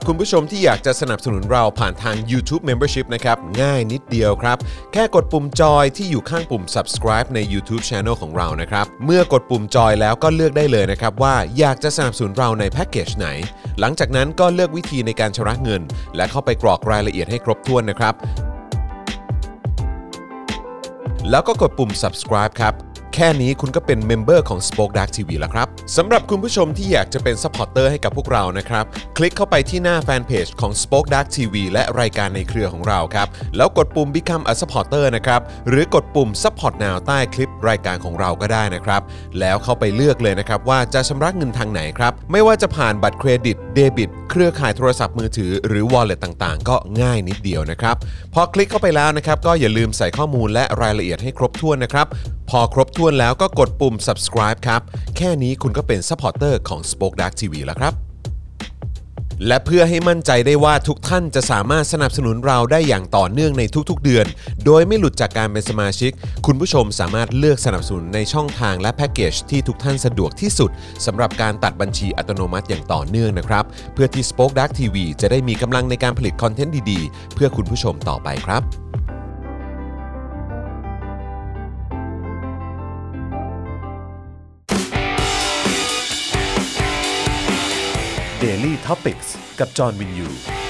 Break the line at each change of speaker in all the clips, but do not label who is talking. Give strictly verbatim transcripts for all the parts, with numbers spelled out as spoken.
คุณผู้ชมที่อยากจะสนับสนุนเราผ่านทาง YouTube Membership นะครับง่ายนิดเดียวครับแค่กดปุ่มจอยที่อยู่ข้างปุ่ม Subscribe ใน YouTube Channel ของเรานะครับเมื่อกดปุ่มจอยแล้วก็เลือกได้เลยนะครับว่าอยากจะสนับสนุนเราในแพ็กเกจไหนหลังจากนั้นก็เลือกวิธีในการชำระเงินและเข้าไปกรอกรายละเอียดให้ครบถ้วนนะครับแล้วก็กดปุ่ม Subscribe ครับแค่นี้คุณก็เป็นเมมเบอร์ของ Spoke Dark ที วี แล้วครับสำหรับคุณผู้ชมที่อยากจะเป็นซัพพอร์ตเตอร์ให้กับพวกเรานะครับคลิกเข้าไปที่หน้าแฟนเพจของ Spoke Dark ที วี และรายการในเครือของเราครับแล้วกดปุ่ม Become a supporter นะครับหรือกดปุ่ม Support Now ใต้คลิปรายการของเราก็ได้นะครับแล้วเข้าไปเลือกเลยนะครับว่าจะชำระเงินทางไหนครับไม่ว่าจะผ่านบัตรเครดิตเดบิตเครือข่ายโทรศัพท์มือถือหรือ Wallet ต่างๆก็ง่ายนิดเดียวนะครับพอคลิกเข้าไปแล้วนะครับก็อย่าลืมใส่ข้อมูลและรายละเอียดให้ครบถ้วนนะครับพอครบถ้วนแล้วก็กดปุ่ม Subscribe ครับแค่นี้คุณก็เป็นซัพพอร์ตเตอร์ของ Spoke Dark ที วี แล้วครับและเพื่อให้มั่นใจได้ว่าทุกท่านจะสามารถสนับสนุนเราได้อย่างต่อเนื่องในทุกๆเดือนโดยไม่หลุดจากการเป็นสมาชิกคุณผู้ชมสามารถเลือกสนับสนุนในช่องทางและแพ็กเกจที่ทุกท่านสะดวกที่สุดสำหรับการตัดบัญชีอัตโนมัติอย่างต่อเนื่องนะครับเพื่อที่ Spoke Dark ที วี จะได้มีกำลังในการผลิตคอนเทนต์ดีๆเพื่อคุณผู้ชมต่อไปครับ
Daily Topics กับจอห์นวินยู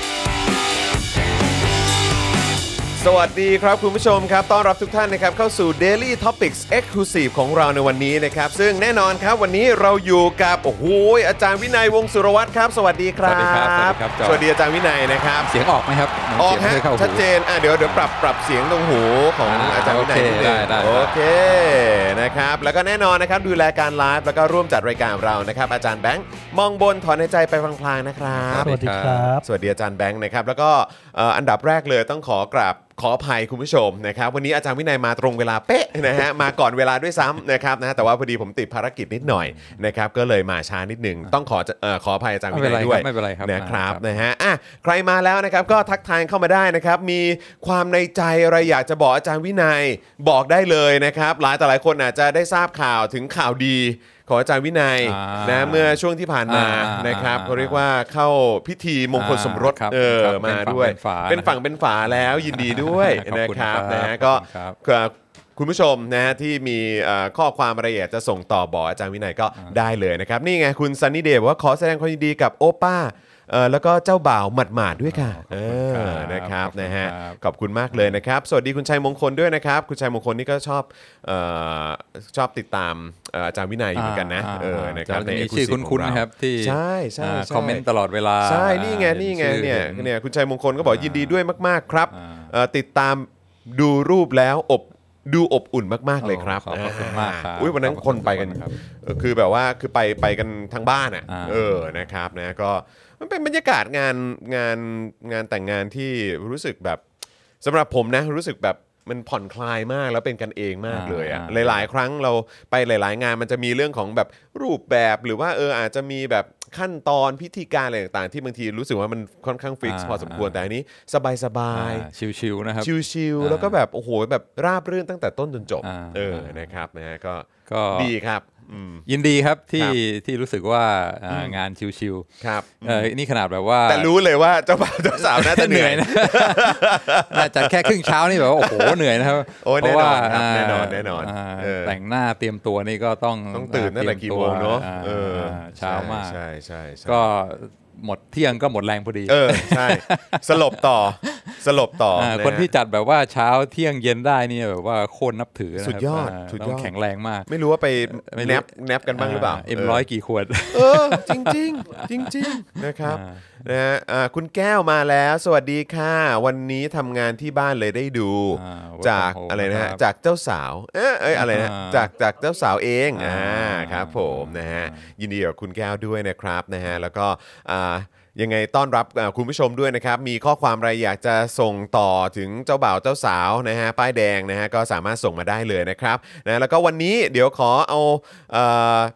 สวัสดีครับคุณผู้ชมครับต้อนรับทุกท่านนะครับเข้าสู่ Daily Topics Exclusive ของเราในวันนี้นะครับซึ่งแน่นอนครับวันนี้เราอยู่กับโอ้โหอาจารย์วินัยวงศ์สุรวัตรครับสวัสดีครับสวัสดีครับสวัสดีครับสวัสดีอาจารย์วินัยนะครับ
เสียงออกไหมครับ
ออกฮะชัดเจนอ่ะเดี๋ยวเดี๋ยวปรับปรับเสียงตรงหูของอาจารย์วินัยนิดนึงโอเคนะครับแล้วก็แน่นอนนะครับดูแลการไลฟ์แล้วก็ร่วมจัดรายการเรานะครับอาจารย์แบงค์มองบนถอนหายใจไปพลางๆนะครับ
สวัสดีครับ
สวัสดีอาจารย์แบงค์นะครับแล้วก็อันดับแรกเลยต้องขอกราบขออภัยคุณผู้ชมนะครับวันนี้อาจารย์วินัยมาตรงเวลาเป๊ะนะฮะมาก่อนเวลาด้วยซ้ำนะครับนะแต่ว่าพอดีผมติดภารกิจนิดหน่อยนะครับก็เลยมาช้านิดนึงต้องขอเอ่อขออภัยอาจารย์วินัยด้วย
ไม่เป็นไรครับ
นะครับนะฮะอ่ะใครมาแล้วนะครับก็ทักทายเข้ามาได้นะครับมีความในใจอะไรอยากจะบอกอาจารย์วินัยบอกได้เลยนะครับหลายต่อหลายคนอาจจะได้ทราบข่าวถึงข่าวดีของอาจารย์วินัยนะเมื่อช่วงที่ผ่านมานะครับเขาเรียกว่าเข้าพิธีมงคลสมรสเออมาด้วยเป็นฝั่งเป็นฝาแล้วยินดีด้วยนะครับนะฮะก็คุณผู้ชมนะที่มีข้อความอะไรอยากจะส่งต่อบอกอาจารย์วินัยก็ได้เลยนะครับนี่ไงคุณซันนี่เดย์บอกว่าขอแสดงความยินดีกับโอป้าเออแล้วก็เจ้าบ่าวหมาดๆด้วยค่ะเออนะครับนะฮะขอบคุณมากเลยนะครับสวัสดีคุณชัยมงคลด้วยนะครับคุณชัยมงคลนี่ก็ชอบเอ่อชอบติดตามอาจารย์วินัยอยู่เหมือนกันนะเออนะครับ
ในชื่อคุ้นๆนะครับที่
ใช่ใช่
คอมเมนต์ตลอดเวลา
ใช่นี่ไงนี่ไงเนี่ยเนี่ยคุณชัยมงคลก็บอกยินดีด้วยมากๆครับติดตามดูรูปแล้วอบดูอบอุ่นมากๆเลยครับ
ขอบคุณมากครับ
อุ้ยวันนั้นคนไปกันคือแบบว่าคือไปไปกันทั้งบ้านอ่ะเออนะครับนะก็มันเป็นบรรยากาศงานงานงานแต่งงานที่รู้สึกแบบสำหรับผมนะรู้สึกแบบมันผ่อนคลายมากแล้วเป็นกันเองมากเลยอ่ะหลายๆครั้งเราไปหลายๆงานมันจะมีเรื่องของแบบรูปแบบหรือว่าเอออาจจะมีแบบขั้นตอนพิธีการอะไรต่างๆที่บางทีรู้สึกว่ามันค่อนข้างฟิกซ์พอสมควรแต่อันนี้สบาย
ๆชิลๆนะครับ
ชิลๆแล้วก็แบบโอ้โหแบบราบรื่นตั้งแต่ต้นจนจบเออนะครับนะฮะก็ดีครับ
ยินดีครับที่ที่รู้สึกว่างานชิวๆ
ครับ
นี่ขนาดแบบว่า
แต่รู้เลยว่าเจ้าบ่าวเจ้าสาวน่าจะเหนื่อยนะ
น่าจะแค่ครึ่งเช้านี่แบบว่าโอ้โหเหนื่อยนะครับ
เพราะว่าแน่นอนแน่นอน
แต่งหน้าเตรียมตัวนี่ก็ต้อง
ต้องตื่นตั้งแต่กี่โมงเนาะ
เช้ามาก
ใช่ใช่
ก็หมดเที่ยงก็หมดแรงพอดี
เออใช่สลบต่อสลบต่อ
คนที่จัดแบบว่าเช้าเที่ยงเย็นได้นี่แบบว่าโคตรนับถือ
สุดยอดสุดยอด
แข็งแรงมาก
ไม่รู้ว่าไปแนบแนบกันบ้างหรือเปล่า
เอ็มร้อยกี่ขวด
เออจริงจริงจริงจริงนะครับนะฮะคุณแก้วมาแล้วสวัสดีค่ะวันนี้ทำงานที่บ้านเลยได้ดูจากอะไรนะฮะจากเจ้าสาวเอ้ยอะไรนะจากจากเจ้าสาวเองอ่าครับผมนะฮะยินดีกับคุณแก้วด้วยนะครับนะฮะแล้วก็อ่ายังไงต้อนรับคุณผู้ชมด้วยนะครับมีข้อความอะไรอยากจะส่งต่อถึงเจ้าบ่าวเจ้าสาวนะฮะป้ายแดงนะฮะก็สามารถส่งมาได้เลยนะครับนะแล้วก็วันนี้เดี๋ยวขอเอาเอ่อ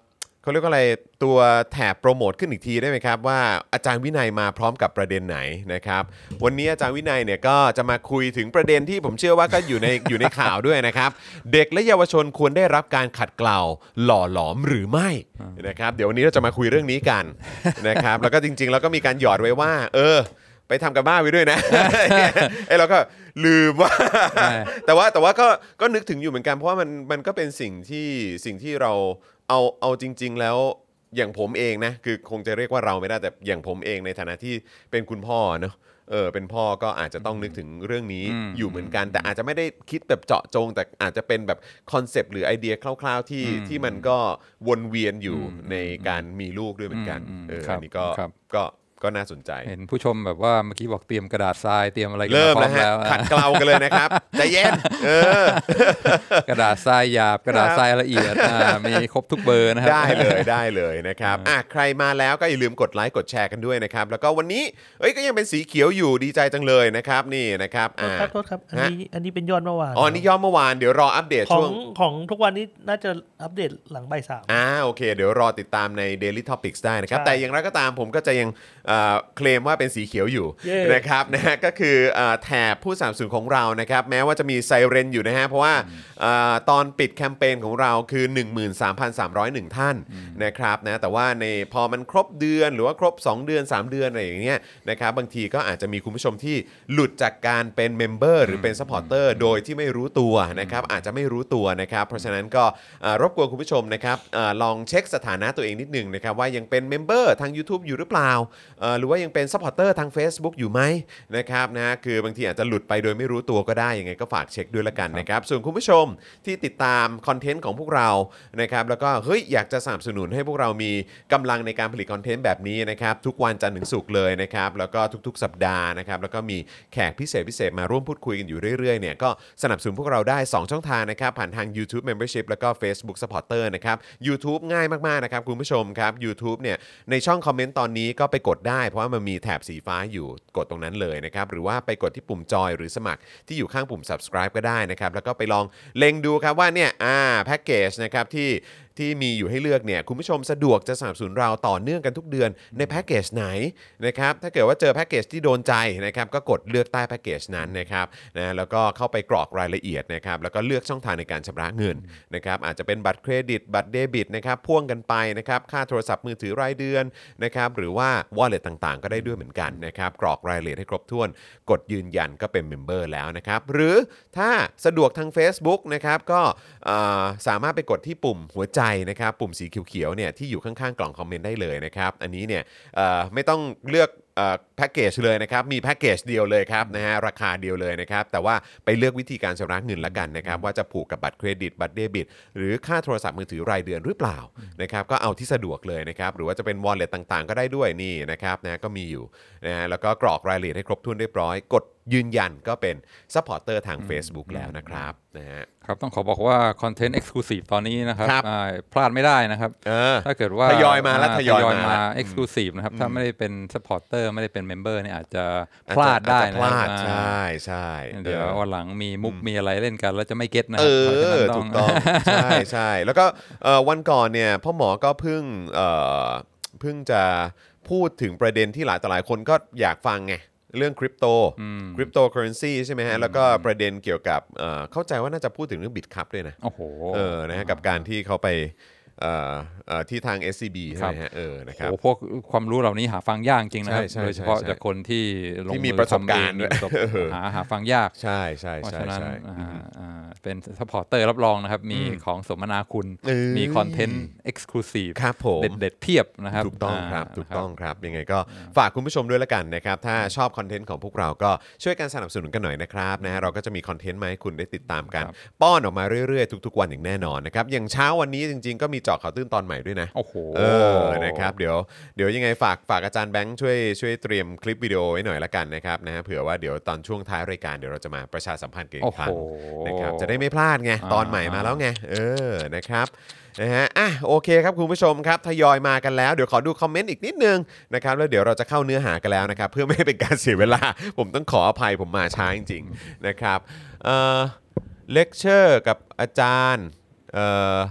เขาเรียกว่าอะไรตัวแถบโปรโมทขึ้นอีกทีได้ไหมครับว่าอาจารย์วินัยมาพร้อมกับประเด็นไหนนะครับวันนี้อาจารย์วินัยเนี่ยก็จะมาคุยถึงประเด็นที่ผมเชื่อว่าก็อยู่ใน อยู่ในข่าวด้วยนะครับเด็กและเยาวชนควรได้รับการขัดเกลาหล่อหลอมหรือไม่นะครับเดี๋ยววันนี้เราจะมาคุยเรื่องนี้กัน นะครับแล้วก็จริงๆแล้วก็มีการหยอดไว้ว่าเออไปทำกันบ้านไว้ด้วยนะ ไอ้เราก็ลืมว่า แต่ว่าแต่ว่าก็ก็นึกถึงอยู่เหมือนกันเพราะว่ามันมันก็เป็นสิ่งที่สิ่งที่เราเอาเอาจริงๆแล้วอย่างผมเองนะคือคงจะเรียกว่าเราไม่ได้แต่อย่างผมเองในฐานะที่เป็นคุณพ่อเนอะเออเป็นพ่อก็อาจจะต้องนึกถึงเรื่องนี้อยู่เหมือนกันแต่อาจจะไม่ได้คิดแบบเจาะจงแต่อาจจะเป็นแบบคอนเซปต์หรือไอเดียคร่าวๆที่ที่มันก็วนเวียนอยู่ในการมีลูกด้วยเหมือนกันเอออันนี้ก็ก็ก็น่าสนใจ
เห็นผู้ชมแบบว่าเมื่อกี้บอกเตรียมกระดาษทรายเตรียมอะไรกัน
เริ่ม
พร้อ
แล้ว
ม
ฮะ
แล้ว
ขัดเกลากันเลยนะครับใจเย็นเออก
ระดาษทรายหยาบกระดาษทรายละเอียดอ่ามีครบทุกเบอร์นะครับ
ได้เลยได้เลยนะครับอ่ะใครมาแล้วก็อย่าลืมกดไลค์กดแชร์กันด้วยนะครับแล้วก็วันนี้เอ้ยก็ยังเป็นสีเขียวอยู่ดีใจจังเลยนะครับนี่นะครับอ่า
โทษครับอันนี้อันนี้เป็นยอดเมื่อวาน
อ๋อนี่ยอดเมื่อวานเดี๋ยวรออัปเดต
ขอ
ช่ว
ง
ง
ของทุกวันนี้น่าจะอัปเดตหลังบ่ายสาม
อ่าโอเคเดี๋ยวรอติดตามใน Daily Topics ได้นะครับแต่อย่างไรก็ตามผมก็จะยังเอ่อเคลมว่าเป็นสีเขียวอยู่นะครับนะฮะก็คือเอ่อแถบผู้สนับสนุนของเรานะครับแม้ว่าจะมีไซเรนอยู่นะฮะเพราะว่าเอ่อตอนปิดแคมเปญของเราคือ หนึ่งหมื่นสามพันสามร้อยเอ็ด ท่านนะครับนะแต่ว่าในพอมันครบเดือนหรือว่าครบสองเดือนสามเดือนอะไรอย่างเงี้ยนะครับบางทีก็อาจจะมีคุณผู้ชมที่หลุดจากการเป็นเมมเบอร์หรือเป็นซัพพอร์เตอร์โดยที่ไม่รู้ตัวนะครับอาจจะไม่รู้ตัวนะครับเพราะฉะนั้นก็เอ่อรบกวนคุณผู้ชมนะครับเอ่อลองเช็คสถานะตัวเองนิดนึงนะครับว่ายังเป็นเมมเบอร์ทาง YouTube อยู่หรือเปล่าเอ่อหรือว่ายังเป็นซัพพอร์เตอร์ทาง Facebook อยู่ไหมนะครับนะคือบางทีอาจจะหลุดไปโดยไม่รู้ตัวก็ได้ยังไงก็ฝากเช็คด้วยละกันนะครับส่วนคุณผู้ชมที่ติดตามคอนเทนต์ของพวกเรานะครับแล้วก็เฮ้ยอยากจะสนับสนุนให้พวกเรามีกำลังในการผลิตคอนเทนต์แบบนี้นะครับทุกวันจันทร์ถึงศุกร์เลยนะครับแล้วก็ทุกๆสัปดาห์นะครับแล้วก็มีแขกพิเศษพิเศษมาร่วมพูดคุยกันอยู่เรื่อยๆเนี่ยก็สนับสนุนพวกเราได้สองช่องทางนะครับผ่านทาง YouTube Membership แล้วก็ Facebook Supporter นะครับ YouTube ง่ายมากๆนะครับคุณผู้ชมครับ YouTube เนี่ยในช่องคอมเมนต์ตอนนี้ก็ไปกดได้เพราะว่ามันมีแถบสีฟ้าอยู่กดตรงนั้นเลยนะครับหรือว่าไปกดที่ปุ่มจอยหรือสมัครที่อยู่ข้างปุ่ม Subscribe ก็ได้นะครับแล้วก็ไปลองเล็งดูครับว่าเนี่ยอ่าแพ็กเกจนะครับที่ที่มีอยู่ให้เลือกเนี่ยคุณผู้ชมสะดวกจะสนับสนุนเราต่อเนื่องกันทุกเดือนในแพ็กเกจไหนนะครับถ้าเกิดว่าเจอแพ็กเกจที่โดนใจนะครับก็กดเลือกใต้แพ็กเกจนั้นนะครับนะแล้วก็เข้าไปกรอกรายละเอียดนะครับแล้วก็เลือกช่องทางในการชำระเงินนะครับอาจจะเป็นบัตรเครดิตบัตรเดบิตนะครับพ่วงกันไปนะครับค่าโทรศัพท์มือถือรายเดือนนะครับหรือว่า wallet ต่างๆก็ได้ด้วยเหมือนกันนะครับกรอกรายละเอียดให้ครบถ้วนกดยืนยันก็เป็นเมมเบอร์แล้วนะครับหรือถ้าสะดวกทาง Facebook นะครับก็สามารถไปกดที่ปุ่มหัวใจนะครับปุ่มสีเขียวๆเนี่ยที่อยู่ข้างๆกล่องคอมเมนต์ได้เลยนะครับอันนี้เนี่ยไม่ต้องเลือกแพ็กเกจเลยนะครับมีแพ็กเกจเดียวเลยครับนะฮะราคาเดียวเลยนะครับแต่ว่าไปเลือกวิธีการชำระเงินละกันนะครับว่าจะผูกกับบัตรเครดิตบัตรเดบิตหรือค่าโทรศัพท์มือถือรายเดือนหรือเปล่านะครับก็เอาที่สะดวกเลยนะครับหรือว่าจะเป็น wallet ต่างๆก็ได้ด้วยนี่นะครับนะก็มีอยู่นะฮะแล้วก็กรอกรายละเอียดให้ครบถ้วนเรียบร้อยกดยืนยันก็เป็นซัพพอร์เตอร์ทาง Facebook แล้วนะครับนะฮะ
ครับต้องขอบอกว่าคอนเทนต์ Exclusive ตอนนี้นะครับพลาดไม่ได้นะครับถ้าเกิดว่า
ทยอยมาแล้วทยอยมา
Exclusive นะครับถ้าไม่ได้เป็นซัพพอร์เตอร์ไม่ได้เป็นเมมเบอร์เนี่ยอาจจะพลาดได้นะ
พลาดใช่ใช่
เดี๋ยววันหลังมีมุกมีอะไรเล่นกันแล้วจะไม่เก็ตนะ
เออถูกต้องใช่ใช่แล้วก็วันก่อนเนี่ยพ่อหมอก็เพิ่งเพิ่งจะพูดถึงประเด็นที่หลายต่อหลายคนก็อยากฟังไงเรื่องคริปโตคริปโตเคอเรนซีใช่ไหมฮะแล้วก็ประเด็นเกี่ยวกับเข้าใจว่าน่าจะพูดถึงเรื่องบิตคัพด้วยนะ
โอ้โห
เออนะฮะกับการที่เขาไปที่ทาง เอส ซี บี ใช่ไหมฮะเออนะครับ
โอ้พวกความรู้เหล่านี้หาฟังยากจริงนะครับโดยเฉพาะจากคนที่ลง
มือทำเอง
หาหาฟังยาก
ใช่ใช่
เพราะฉะนั้นเป็นซัพพอร์เตอร์รับรองนะครับมีของสมนาคุณมีคอนเทนต์ Exclusive เด็ดๆเพียบนะครับ
ถูกต้องครับถูกต้องครับยังไงก็ฝากคุณผู้ชมด้วยละกันนะครับถ้าชอบคอนเทนต์ของพวกเราก็ช่วยกันสนับสนุนกันหน่อยนะครับนะฮะเราก็จะมีคอนเทนต์มาให้คุณได้ติดตามกันป้อนออกมาเรื่อยๆทุกๆวันอย่างแน่นอนนะครับอย่างเช้าวันนี้จริงๆก็มีเจาะข่าวตื้นตอนใหม่ด้วยนะ
โอ้โห
เออนะครับเดี๋ยวเดี๋ยวยังไงฝากฝากอาจารย์แบงค์ช่วยช่วยเตรียมคลิปวิดีโอไว้หน่อยละกันนะครับนะฮะเผื่อว่าเดี๋ยวตอนช่วงท้ายรายการเดี๋ยวเราจะมาประชาสัมพันธ์กันอีกครั้งนะครับจะได้ไม่พลาดไงตอนใหม่มาแล้วไงเออนะครับนะฮะอ่ะโอเคครับคุณผู้ชมครับทยอยมากันแล้วเดี๋ยวขอดูคอมเมนต์อีกนิดนึงนะครับแล้วเดี๋ยวเราจะเข้าเนื้อหากันแล้วนะครับเพื่อไม่ให้เป็นการเสียเวลาผมต้องขออภัยผมมาช้าจริงๆนะครับเอ่อเลคเชอร์กับอาจารย์เอ่อ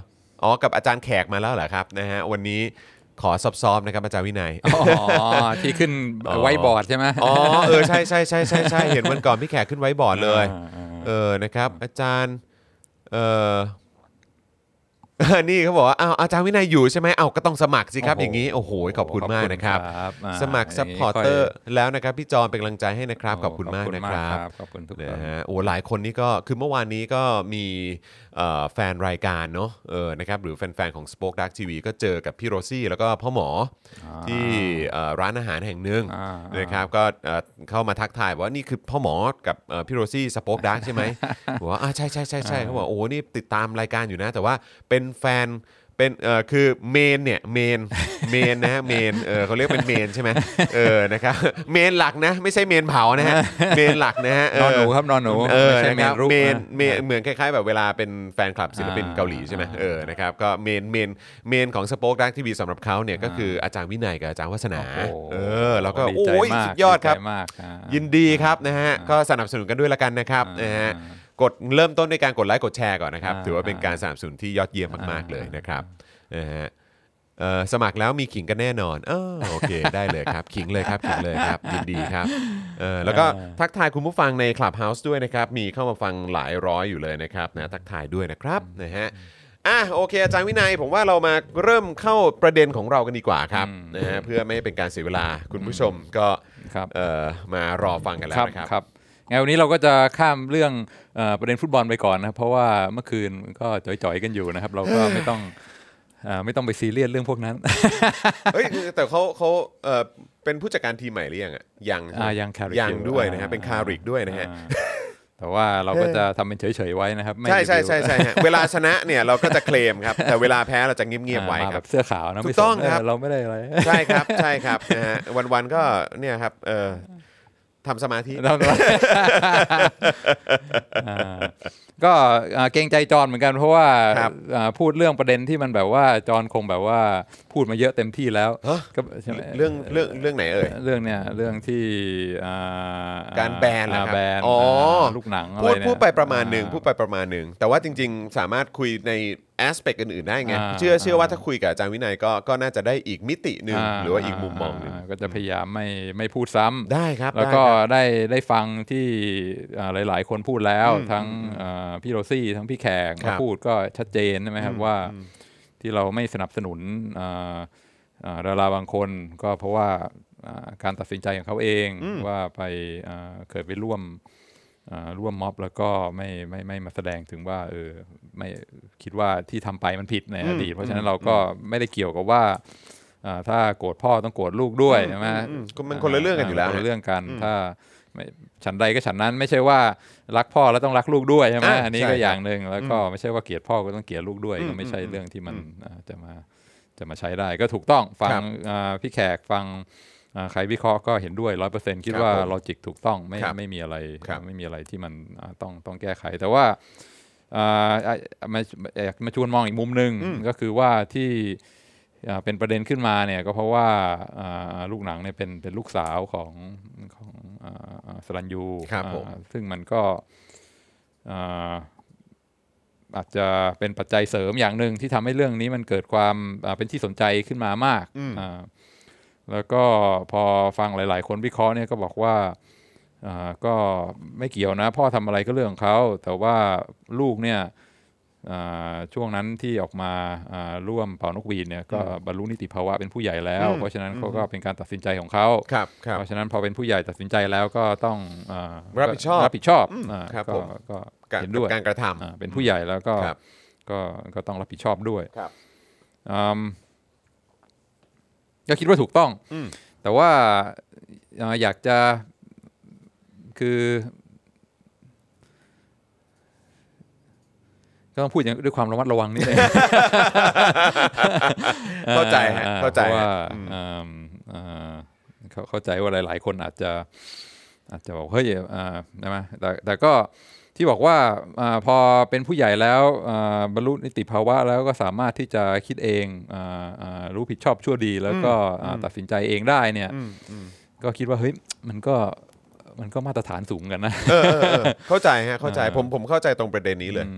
อ๋อกับอาจารย์แขกมาแล้วเหรอครับนะฮะวันนี้ขอซอฟๆนะครับอาจารย์วินัย
อ๋อที่ขึ้นไว้บอร์ดใช่ไหม
อ๋อเออใช่ใช่ใช่ใช่ใช่เห็นวันก่อนพี่แขกขึ้นไว้บอร์ดเลยเออนะครับอาจารย์เออนี่เขาบอกว่าอ้าวอาจารย์วินัยอยู่ใช่ไหมเอาก็ต้องสมัครสิครับอย่างนี้โอ้โหขอบคุณมากนะครับสมัครซัพพอร์เตอร์แล้วนะครับพี่จอนเป็นกำลังใจให้นะครับขอบคุณมากนะครับ
ขอบคุณทุกคน
นะฮะโอ้หลายคนนี่ก็คือเมื่อวานนี้ก็มีแฟนรายการเนาะเออนะครับหรือแฟนๆของ Spoke Dark ที วี ก็เจอกับพี่โรซี่แล้วก็พ่อหมอที่ร้านอาหารแห่งหนึ่งนะครับก็เข้ามาทักทายว่านี่คือพ่อหมอกับพี่โรซี่ Spoke Dark ใช่ไหมบอกว่าใช่ใช่ใช่ใช่เขาบอกโอ้นี่ติดตามรายการอยู่นะแต่ว่าเป็นแฟนเป็นเอ่อคือเมนเนี่ยเมนเมนนะฮะเมนเออเขาเรียกเป็นเมนใช่ไหมเออนะครับเมนหลักนะไม่ใช่เมนเผานะฮะเมนหลักนะฮะ
นอนหนูครับนอนหนู
เออนะครับเมนเมนเหมือนคล้ายๆแบบเวลาเป็นแฟนคลับศิลปินเกาหลีใช่ไหมเออนะครับก็เมนเมนเมนของ Spoke Dark ที วี สำหรับเขาเนี่ยก็คืออาจารย์วินัยกับอาจารย์วัฒนาเออแล้วก็โอ้ยสุดยอดครับยินดีครับนะฮะก็สนับสนุนกันด้วยละกันนะครับนะฮะกดเริ่มต้นในการกดไลค์กดแชร์ก่อนนะครับถือว่าเป็นการสนับสนุนที่ยอดเยี่ยมมากๆเลยนะครับนะฮะสมัครแล้วมีขิงกันแน่นอนเออโอเคได้เลยครับขิงเลยครับขิงเลยครับยินดีครับแล้วก็ทักทายคุณผู้ฟังใน Clubhouse ด้วยนะครับมีเข้ามาฟังหลายร้อยอยู่เลยนะครับนะทักทายด้วยนะครับนะฮะอ่ะโอเคอาจารย์วินัยผมว่าเรามาเริ่มเข้าประเด็นของเรากันดีกว่าครับนะฮะเพื่อไม่ให้เป็นการเสียเวลาคุณผู้ชมก็มารอฟังกันแล้วนะครับ
ไงวันนี้เราก็จะข้ามเรื่องประเด็นฟุตบอลไปก่อนนะเพราะว่าเมื่อคืนก็จ่อยๆกันอยู่นะครับเราก็ไม่ต้องไม่ต้องไปซีเรียสเรื่องพวกนั้น
เฮ้ยแต่เขาเขาเป็นผู้จัดการทีมใหม่หรือยังอ่ะยัง
ยัง
ยังด้วยนะฮะเป็นคาริกด้วยนะฮะ
แต่ว่าเราก็จะทำเป็นเฉยๆไว้นะครับ
ใช่ใช่ใช่ใช่ฮะเวลาชนะเนี่ยเราก็จะเคลมครับแต่เวลาแพ้เราจะเงียบๆไว้ครับ
เสื้อขาวนะ
ถูกต้องครับ
เราไม่ได้อะไร
ใช่ครับใช่ครับนะฮะวันๆก็เนี่ยครับเออทำสมาธิ
ก็เกรงใจจอนเหมือนกันเพราะว่าพูดเรื่องประเด็นที่มันแบบว่าจอนคงแบบว่าพูดมาเยอะเต็มที่แล้ว
ก็ใช่ไหมเรื่องเรื่องเรื่องไหนเอ่ย
เรื่องเนี้ยเรื่องที่
การแบนเหรอครับอ๋อ
ลูกหนัง
พูดพูดไปประมาณหนึ่งพูดไปประมาณหนึ่งแต่ว่าจริงๆสามารถคุยในแอสเปกอื่นๆได้ไงเชื่อเชื่อว่าถ้าคุยกับอาจารย์วินัยก็ก็น่าจะได้อีกมิติหนึ่งหรือว่าอีกมุมมองหนึ่ง
ก็จะพยายามไม่ไม่พูดซ้
ำได้ครับ
แล้วก็ได้ได้ฟังที่หลายๆคนพูดแล้วทั้งพี่โรซี่ทั้งพี่แขกมาพูดก็ชัดเจนใช่ไหมครับว่าที่เราไม่สนับสนุนดาราบางคนก็เพราะว่าการตัดสินใจของเขาเองว่าไปเคยไปร่วมร่วมม็อบแล้วก็ไม่ไม่ไม่มาแสดงถึงว่าเออไม่คิดว่าที่ทำไปมันผิดในอดีตเพราะฉะนั้นเราก็ไม่ได้เกี่ยวกับว่าถ้าโกรธพ่อต้องโกรธลูกด้วยใช่ไหม
ก็มันคนละเรื่องกันอยู่แล้ว
คนละเรื่องกันถ้าฉันใดก็ฉันนั้นไม่ใช่ว่ารักพ่อแล้วต้องรักลูกด้วยใช่ไหมอันนี้ก็อย่างหนึ่งแล้วก็ไม่ใช่ว่าเกลียดพ่อก็ต้องเกลียดลูกด้วยก็ไม่ใช่เรื่องที่มันจะมาจะมาใช้ได้ก็ถูกต้องฟังพี่แขกฟังใครวิเคราะห์ก็เห็นด้วย ร้อยเปอร์เซ็นต์ คิดว่าลอจิกถูกต้องไม่ไม่มีอะไรไม่มีอะไรที่มันต้องต้องแก้ไขแต่ว่ามามาชวนมองอีกมุมนึงก็คือว่าที่เป็นประเด็นขึ้นมาเนี่ยก็เพราะว่าลูกหนังเนี่ยเป็นเป็นลูกสาวของของสรัญยูซึ่งมันก็อาจจะเป็นปัจจัยเสริมอย่างหนึ่งที่ทำให้เรื่องนี้มันเกิดความเป็นที่สนใจขึ้นมามากแล้วก็พอฟังหลายๆคนวิเคราะห์เนี่ยก็บอกว่าก็ไม่เกี่ยวนะพ่อทำอะไรก็เรื่องของเขาแต่ว่าลูกเนี่ยช่วงนั้นที่ออกมาร่วมเป่านกหวีดเนี่ยก็บรรลุนิติภาวะเป็นผู้ใหญ่แล้วเพราะฉะนั้นเขาก็เป็นการตัดสินใจของเขาเพราะฉะนั้นพอเป็นผู้ใหญ่ตัดสินใจแล้วก็ต้อง
รับผิดชอบ
รับผิดชอบก็เห็นด้วย
การกระท
ำเป็นผู้ใหญ่แล้วก็ก็ก็ต้องรับผิดชอบด้วยก็คิดว่าถูกต้องแต่ว่าอยากจะคือก็ต้องพูดอย่างด้วยความระมัดระวังนิดนึง
เข้าใจฮะเข้าใจ
ว่าเข้าใจว่าหลายๆคนอาจจะอาจจะบอกเฮ้ยใช่ไหมแต่แต่ก็ที่บอกว่าพอเป็นผู้ใหญ่แล้วบรรลุนิติภาวะแล้วก็สามารถที่จะคิดเองรู้ผิดชอบชั่วดีแล้วก็ตัดสินใจเองได้เนี่ยก็คิดว่าเฮ้ยมันก็มันก็มาตรฐานสูงกันนะ
เข้าใจฮะเข้าใจผมผมเข้าใจตรงประเด็นนี้เลย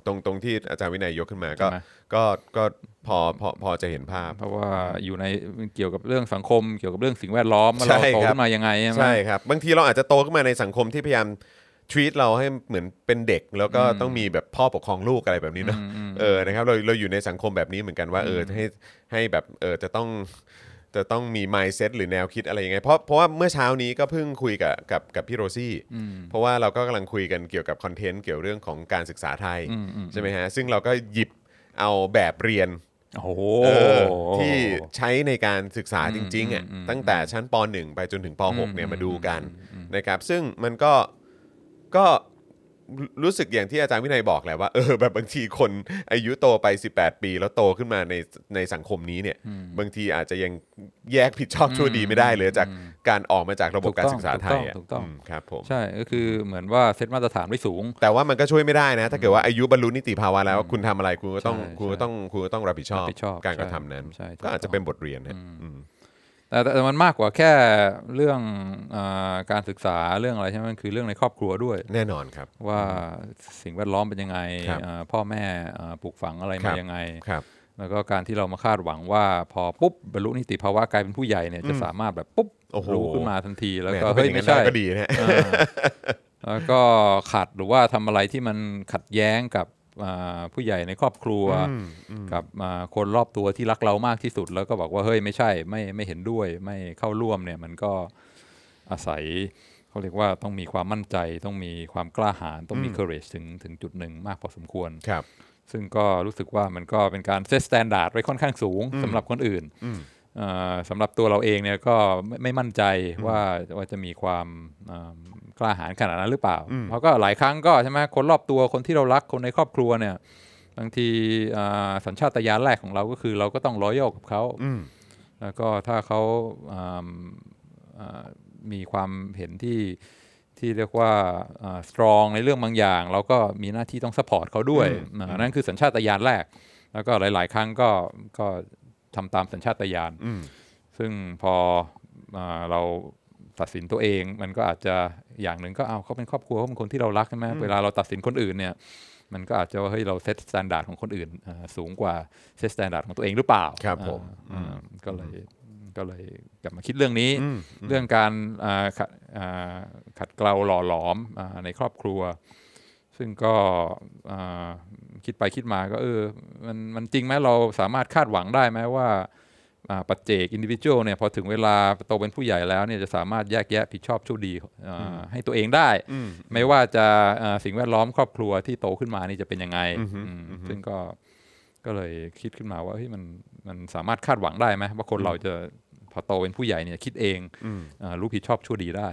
ตรงตรงที่อาจารย์วินัยยกขึ้นมาก็ก็ก็พอพอพอจะเห็นภาพ
เพราะว่าอยู่ในเกี่ยวกับเรื่องสังคมเกี่ยวกับเรื่องสิ่งแวดล้อมเราโตขึ้นมายังไงใช่ไหม
ใช่ครับบางทีเราอาจจะโตขึ้นมาในสังคมที่พยายามtreat เราให้เหมือนเป็นเด็กแล้วก็ต้องมีแบบพ่อปกครองลูกอะไรแบบนี้เนาะเออนะครับเราเราอยู่ในสังคมแบบนี้เหมือนกันว่าเออให้ให้แบบเออจะต้องจะต้องมี mindset หรือแนวคิดอะไรยังไงเพราะเพราะว่าเมื่อเช้านี้ก็เพิ่งคุยกับกับกับพี่โรซี่เพราะว่าเราก็กำลังคุยกันเกี่ยวกับคอนเทนต์เกี่ยวเรื่องของการศึกษาไทยใช่ไหมฮะซึ่งเราก็หยิบเอาแบบเรียนที่ใช้ในการศึกษาจริงๆอ่ะตั้งแต่ชั้นป หนึ่ง ไปจนถึงป หก เนี่ยมาดูกันนะครับซึ่งมันก็ก็รู้สึกอย่างที่อาจารย์วินัยบอกแหละว่าเออแบบบางทีคนอายุโตไปสิบแปดปีแล้วโตขึ้นมาในในสังคมนี้เนี่ยบางทีอาจจะยังแยกผิดชอบชั่วดีไม่ได้เลยจากการออกมาจากระบบการศึกษาไทย
ถูกต้อง
ครับผม
ใช่ก็คือเหมือนว่าเซตมาตรฐานไว้สูง
แต่ว่ามันก็ช่วยไม่ได้นะถ้าเกิดว่าอายุบรรลุนิติภาวะแล้วคุณทำอะไรคุณก็ต้องคุณก็ต้องคุณก็ต้องรับผิดชอบการกระทำนั้นก็อาจจะเป็นบทเรียนนะ
แต่แต่มันมากกว่าแค่เรื่องอ่าการศึกษาเรื่องอะไรใช่ไหมมันคือเรื่องในครอบครัวด้วย
แน่นอนครับ
ว่าสิ่งแวดล้อมเป็นยังไงพ่อแม่ปลูกฝังอะไรมายังไงแล้วก็การที่เรามาคาดหวังว่าพอปุ๊บบรรลุนิติภาวะกลายเป็นผู้ใหญ่เนี่ยจะสามารถแบบปุ๊บรู้ขึ้นมาทันทีแล้วก็เฮ้ยไม่ใช่
ก็ดีนะ
แล้วก็ขัดหรือว่าทำอะไรที่มันขัดแย้งกับผู้ใหญ่ในครอบครัวกับคนรอบตัวที่รักเรามากที่สุดแล้วก็บอกว่าเฮ้ยไม่ใช่ไม่ไม่เห็นด้วยไม่เข้าร่วมเนี่ยมันก็อาศัยเขาเรียกว่าต้องมีความมั่นใจต้องมีความกล้าหาญต้องมี courage ถึงถึงจุดหนึ่งมากพอสมควร
ครับ
ซึ่งก็รู้สึกว่ามันก็เป็นการเซตสแตนดาร์ดไว้ค่อนข้างสูงสำหรับคนอื่นสำหรับตัวเราเองเนี่ยก็ไม่มั่นใจว่าว่าจะมีความกล้าหาญขนาดนั้นหรือเปล่าเพราะก็หลายครั้งก็ใช่ไหมคนรอบตัวคนที่เรารักคนในครอบครัวเนี่ยบางทีสัญชาตญาณแรกของเราก็คือเราก็ต้องร้อยกับเขาแล้วก็ถ้าเขามีความเห็นที่ที่เรียกว่า strong ในเรื่องบางอย่างเราก็มีหน้าที่ต้อง support เขาด้วยนั่นคือสัญชาตญาณแรกแล้วก็หลายๆครั้งก็ก็ทำตามสัญชาตญาณซึ่งพอเราตัดสินตัวเองมันก็อาจจะอย่างหนึ่งก็เอาเขาเป็นครอบครัวเขาเป็นคนที่เรารักใช่ไหมเวลาเราตัดสินคนอื่นเนี่ยมันก็อาจจะว่าเฮ้ยเราเซตสแตนดาร์ดของคนอื่นสูงกว่าเซตสแตนดาร์ดของตัวเองหรือเปล่า
ครับผม
ก็เลยก็เลยกลับมาคิดเรื่องนี้เรื่องการขัดขัดเกลาหล่อหลอมในครอบครัวซึ่งก็คิดไปคิดมาก็เออมันมันจริงไหมเราสามารถคาดหวังได้ไหมว่าปัจเจกอินดิวิชวลเนี่ยพอถึงเวลาโตเป็นผู้ใหญ่แล้วเนี่ยจะสามารถแยกแยะผิดชอบชั่วดีให้ตัวเองได้ไม่ว่าจะสิ่งแวดล้อมครอบครัวที่โตขึ้นมานี่จะเป็นยังไงซึ่งก็ก็เลยคิดขึ้นมาว่าเฮ้ยมันมันสามารถคาดหวังได้ไหมว่าคนเราจะพอโตเป็นผู้ใหญ่เนี่ยคิดเองรู้ผิดชอบชั่วดีได้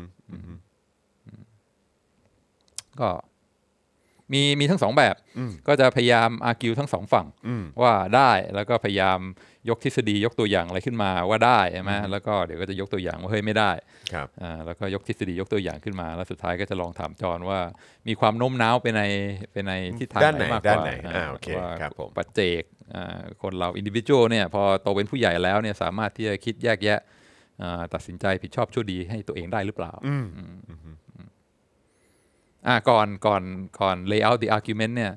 ก็มีมีทั้งสองแบบก็จะพยายามอาร์กิวทั้งสองฝั่งว่าได้แล้วก็พยายามยกทฤษฎียกตัวอย่างอะไรขึ้นมาว่าได้ใช่ไหมแล้วก็เดี๋ยวก็จะยกตัวอย่างว่าเฮ้ยไม่ได้อ่าแล้วก็ยกทฤษฎียกตัวอย่างขึ้นมาแล้วสุดท้ายก็จะลองถามจอนว่ามีความโน้มน้าวไปในไปในทิศทางไหนมากกว่าว่าปัจเจกคนเราอินดิวิชวลเนี่ยพอโตเป็นผู้ใหญ่แล้วเนี่ยสามารถที่จะคิดแยกแยะตัดสินใจผิดชอบชั่วดีให้ตัวเองได้หรือเปล่าอ่าก่อนก่อนก่อน lay out the argument เนี่ย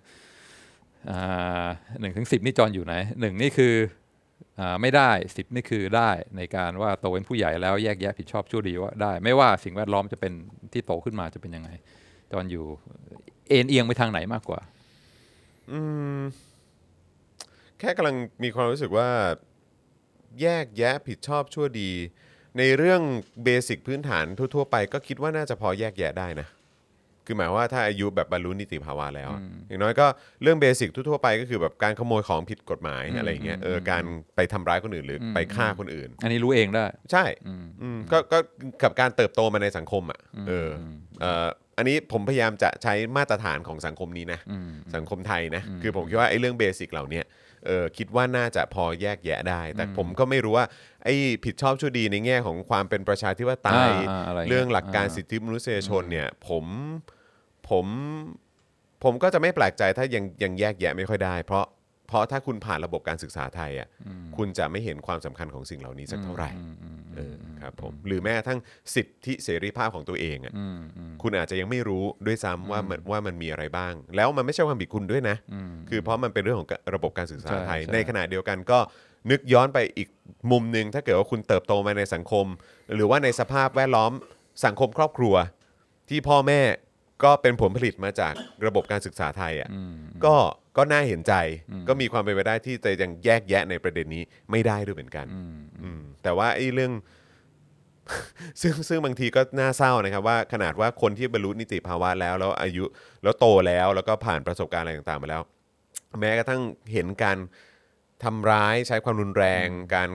หนึ่งถึงสิบนี่จอนอยู่ไหนหนึ่งนี่คืออ่าไม่ได้สิบนี่คือได้ในการว่าโตเป็นผู้ใหญ่แล้วแยกแยะผิดชอบชั่วดีว่าได้ไม่ว่าสิ่งแวดล้อมจะเป็นที่โตขึ้นมาจะเป็นยังไงจอนอยู่เอ็นเอียงไปทางไหนมากกว่า
อืมแค่กำลังมีความรู้สึกว่าแยกแยะผิดชอบชั่วดีในเรื่องเบสิกพื้นฐานทั่วๆไปก็คิดว่าน่าจะพอแยกแยะได้นะคือหมายว่าถ้าอายุแบบบรรลุนิติภาวะแล้วอย่างน้อยก็เรื่องเบสิกทั่วๆไปก็คือแบบการขโมยของผิดกฎหมายอะไรเงี้ยเออการไปทำร้ายคนอื่นหรือไปฆ่าคนอื่น
อันนี้รู้เองได้
ใช่ก็ก็กับการเติบโตมาในสังคมอ่ะเออเอ่ออันนี้ผมพยายามจะใช้มาตรฐานของสังคมนี้นะสังคมไทยนะคือผมคิดว่าไอ้เรื่องเบสิกเหล่านี้เออคิดว่าน่าจะพอแยกแยะได้แต่ผมก็ไม่รู้ว่าไอ้ผิดชอบชั่วดีในแง่ของความเป็นประชาธิปไตยเรื่องหลักการสิทธิมนุษยชนเนี่ยผมผมผมก็จะไม่แปลกใจถ้ายังยังแยกแยะไม่ค่อยได้เพราะเพราะถ้าคุณผ่านระบบการศึกษาไทยอ่ะคุณจะไม่เห็นความสำคัญของสิ่งเหล่านี้สักเท่าไหร่เออครับผมหรือแม้กระทั่งสิทธิเสรีภาพของตัวเองอ่ะคุณอาจจะยังไม่รู้ด้วยซ้ำว่ามันว่ามันมีอะไรบ้างแล้วมันไม่ใช่ความผิดคุณด้วยนะคือเพราะมันเป็นเรื่องของระบบการศึกษาไทยในขณะเดียวกันก็นึกย้อนไปอีกมุมนึงถ้าเกิดว่าคุณเติบโตมาในสังคมหรือว่าในสภาพแวดล้อมสังคมครอบครัวที่พ่อแม่ก็เป็นผลผลิตมาจากระบบการศึกษาไทยอ่ะก็ก็น่าเห็นใจก็มีความเป็นไปได้ที่จะยังแยกแยะในประเด็นนี้ไม่ได้ด้วยเหมือนกันแต่ว่าไอ้เรื่อง ซึ่งซึ่งบางทีก็น่าเศร้านะครับว่าขนาดว่าคนที่บรรลุนิติภาวะแล้วแล้วอายุแล้วโตแล้วแล้วก็ผ่านประสบการณ์อะไรต่างๆมาแล้วแม้กระทั่งเห็นการทำร้ายใช้ความรุนแรงการ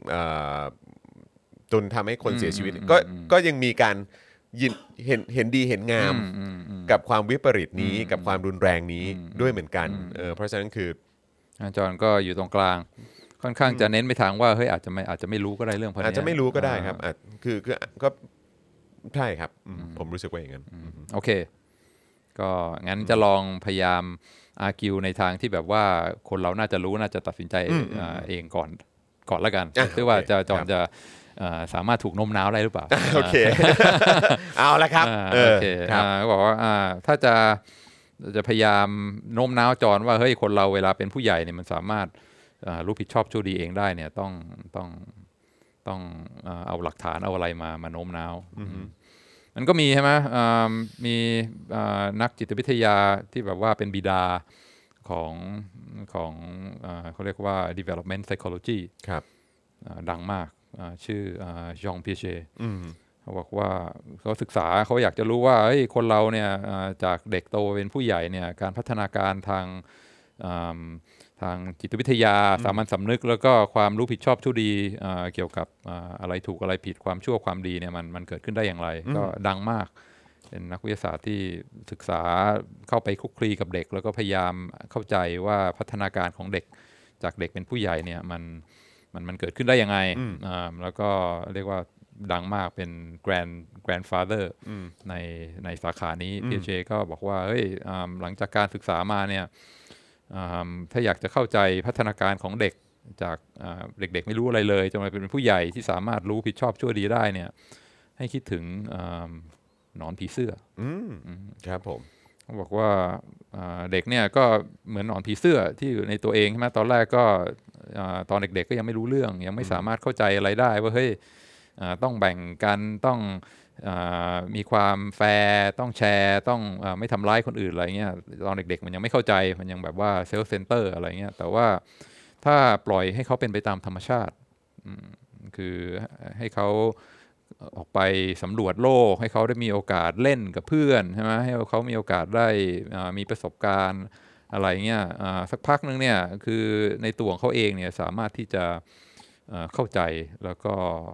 จนทำให้คนเสียชีวิตก็ก็ยังมีการยินเห็นเห็นดีเห็นงามกับความวิปริตนี้กับความรุนแรงนี้ด้วยเหมือนกันเออเพราะฉะนั้นคือ
อาจารย์ก็อยู่ตรงกลางค่อนข้างจะเน้นไปทางว่าเฮ้ยอาจจะไม่อาจจะไม่รู้ก็ได้เรื่องพวกนี้
อาจจะไม่รู้ก็ได้ครับอาจคือคือก็ใช่ครับผมรู้สึกว่าอย่างนั้น
โอเคก็งั้นจะลองพยายามอาร์กิวในทางที่แบบว่าคนเราน่าจะรู้น่าจะตัดสินใจเองก่อนก่อนละกันคือว่าจะจอนจะสามารถถูกโน้มน้าวได้หรือเปล่า
โอเคเอาละครับ
โอเคเขาบอกว่าถ้าจะจะพยายามโน้มน้าวจอนว่าเฮ้ยคนเราเวลาเป็นผู้ใหญ่เนี่ยมันสามารถรู้ผิดชอบชั่วดีเองได้เนี่ยต้องต้องต้องเอาหลักฐานเอาอะไรมามาโน้มน้าวมันก็มีใช่ไหมมีนักจิตวิทยาที่แบบว่าเป็นบิดาของของเขาเรียกว่า development psychology
ครับ
ดังมากชื่อจองพีเชเขาบอกว่าเขาศึกษาเขาอยากจะรู้ว่าคนเราเนี่ยจากเด็กโตเป็นผู้ใหญ่เนี่ยการพัฒนาการทางทางจิตวิทยาสามัญสำนึกแล้วก็ความรู้ผิดชอบชั่วดีเกี่ยวกับอะไรถูกอะไรผิดความชั่วความดีเนี่ยมันมันเกิดขึ้นได้อย่างไรก็ดังมากเป็นนักวิทยาศาสตร์ที่ศึกษาเข้าไปคลุกคลีกับเด็กแล้วก็พยายามเข้าใจว่าพัฒนาการของเด็กจากเด็กเป็นผู้ใหญ่เนี่ยมันมันมันเกิดขึ้นได้ยังไงแล้วก็เรียกว่าดังมากเป็น grand grandfather ในในสาขานี้ พี เอช เอ ก็บอกว่าเฮ้ยหลังจากการศึกษามาเนี่ยถ้าอยากจะเข้าใจพัฒนาการของเด็กจากเด็กๆไม่รู้อะไรเลยจนมาเป็นผู้ใหญ่ที่สามารถรู้ผิดชอบชั่วดีได้เนี่ยให้คิดถึงหนอนผีเสื้อ
ครับผม
เขาบอกว่าเด็กเนี่ยก็เหมือนหนอนผีเสื้อที่อยู่ในตัวเองใช่ไหมตอนแรกก็ตอนเด็กๆก็ยังไม่รู้เรื่องยังไม่สามารถเข้าใจอะไรได้ว่าเฮ้ยต้องแบ่งกันต้องมีความแฟร์ต้องแชร์ต้องไม่ทำร้ายคนอื่นอะไรเงี้ยตอนเด็กๆมันยังไม่เข้าใจมันยังแบบว่าเซลฟ์เซนเตอร์อะไรเงี้ยแต่ว่าถ้าปล่อยให้เขาเป็นไปตามธรรมชาติคือให้เขาออกไปสำรวจโลกให้เขาได้มีโอกาสเล่นกับเพื่อนใช่ไหมให้เขามีโอกาสได้มีประสบการณ์อะไรเงี้ยสักพักนึงเนี่ยคือในตัวของเขาเองเนี่ยสามารถที่จะเข้าใจแล้วก็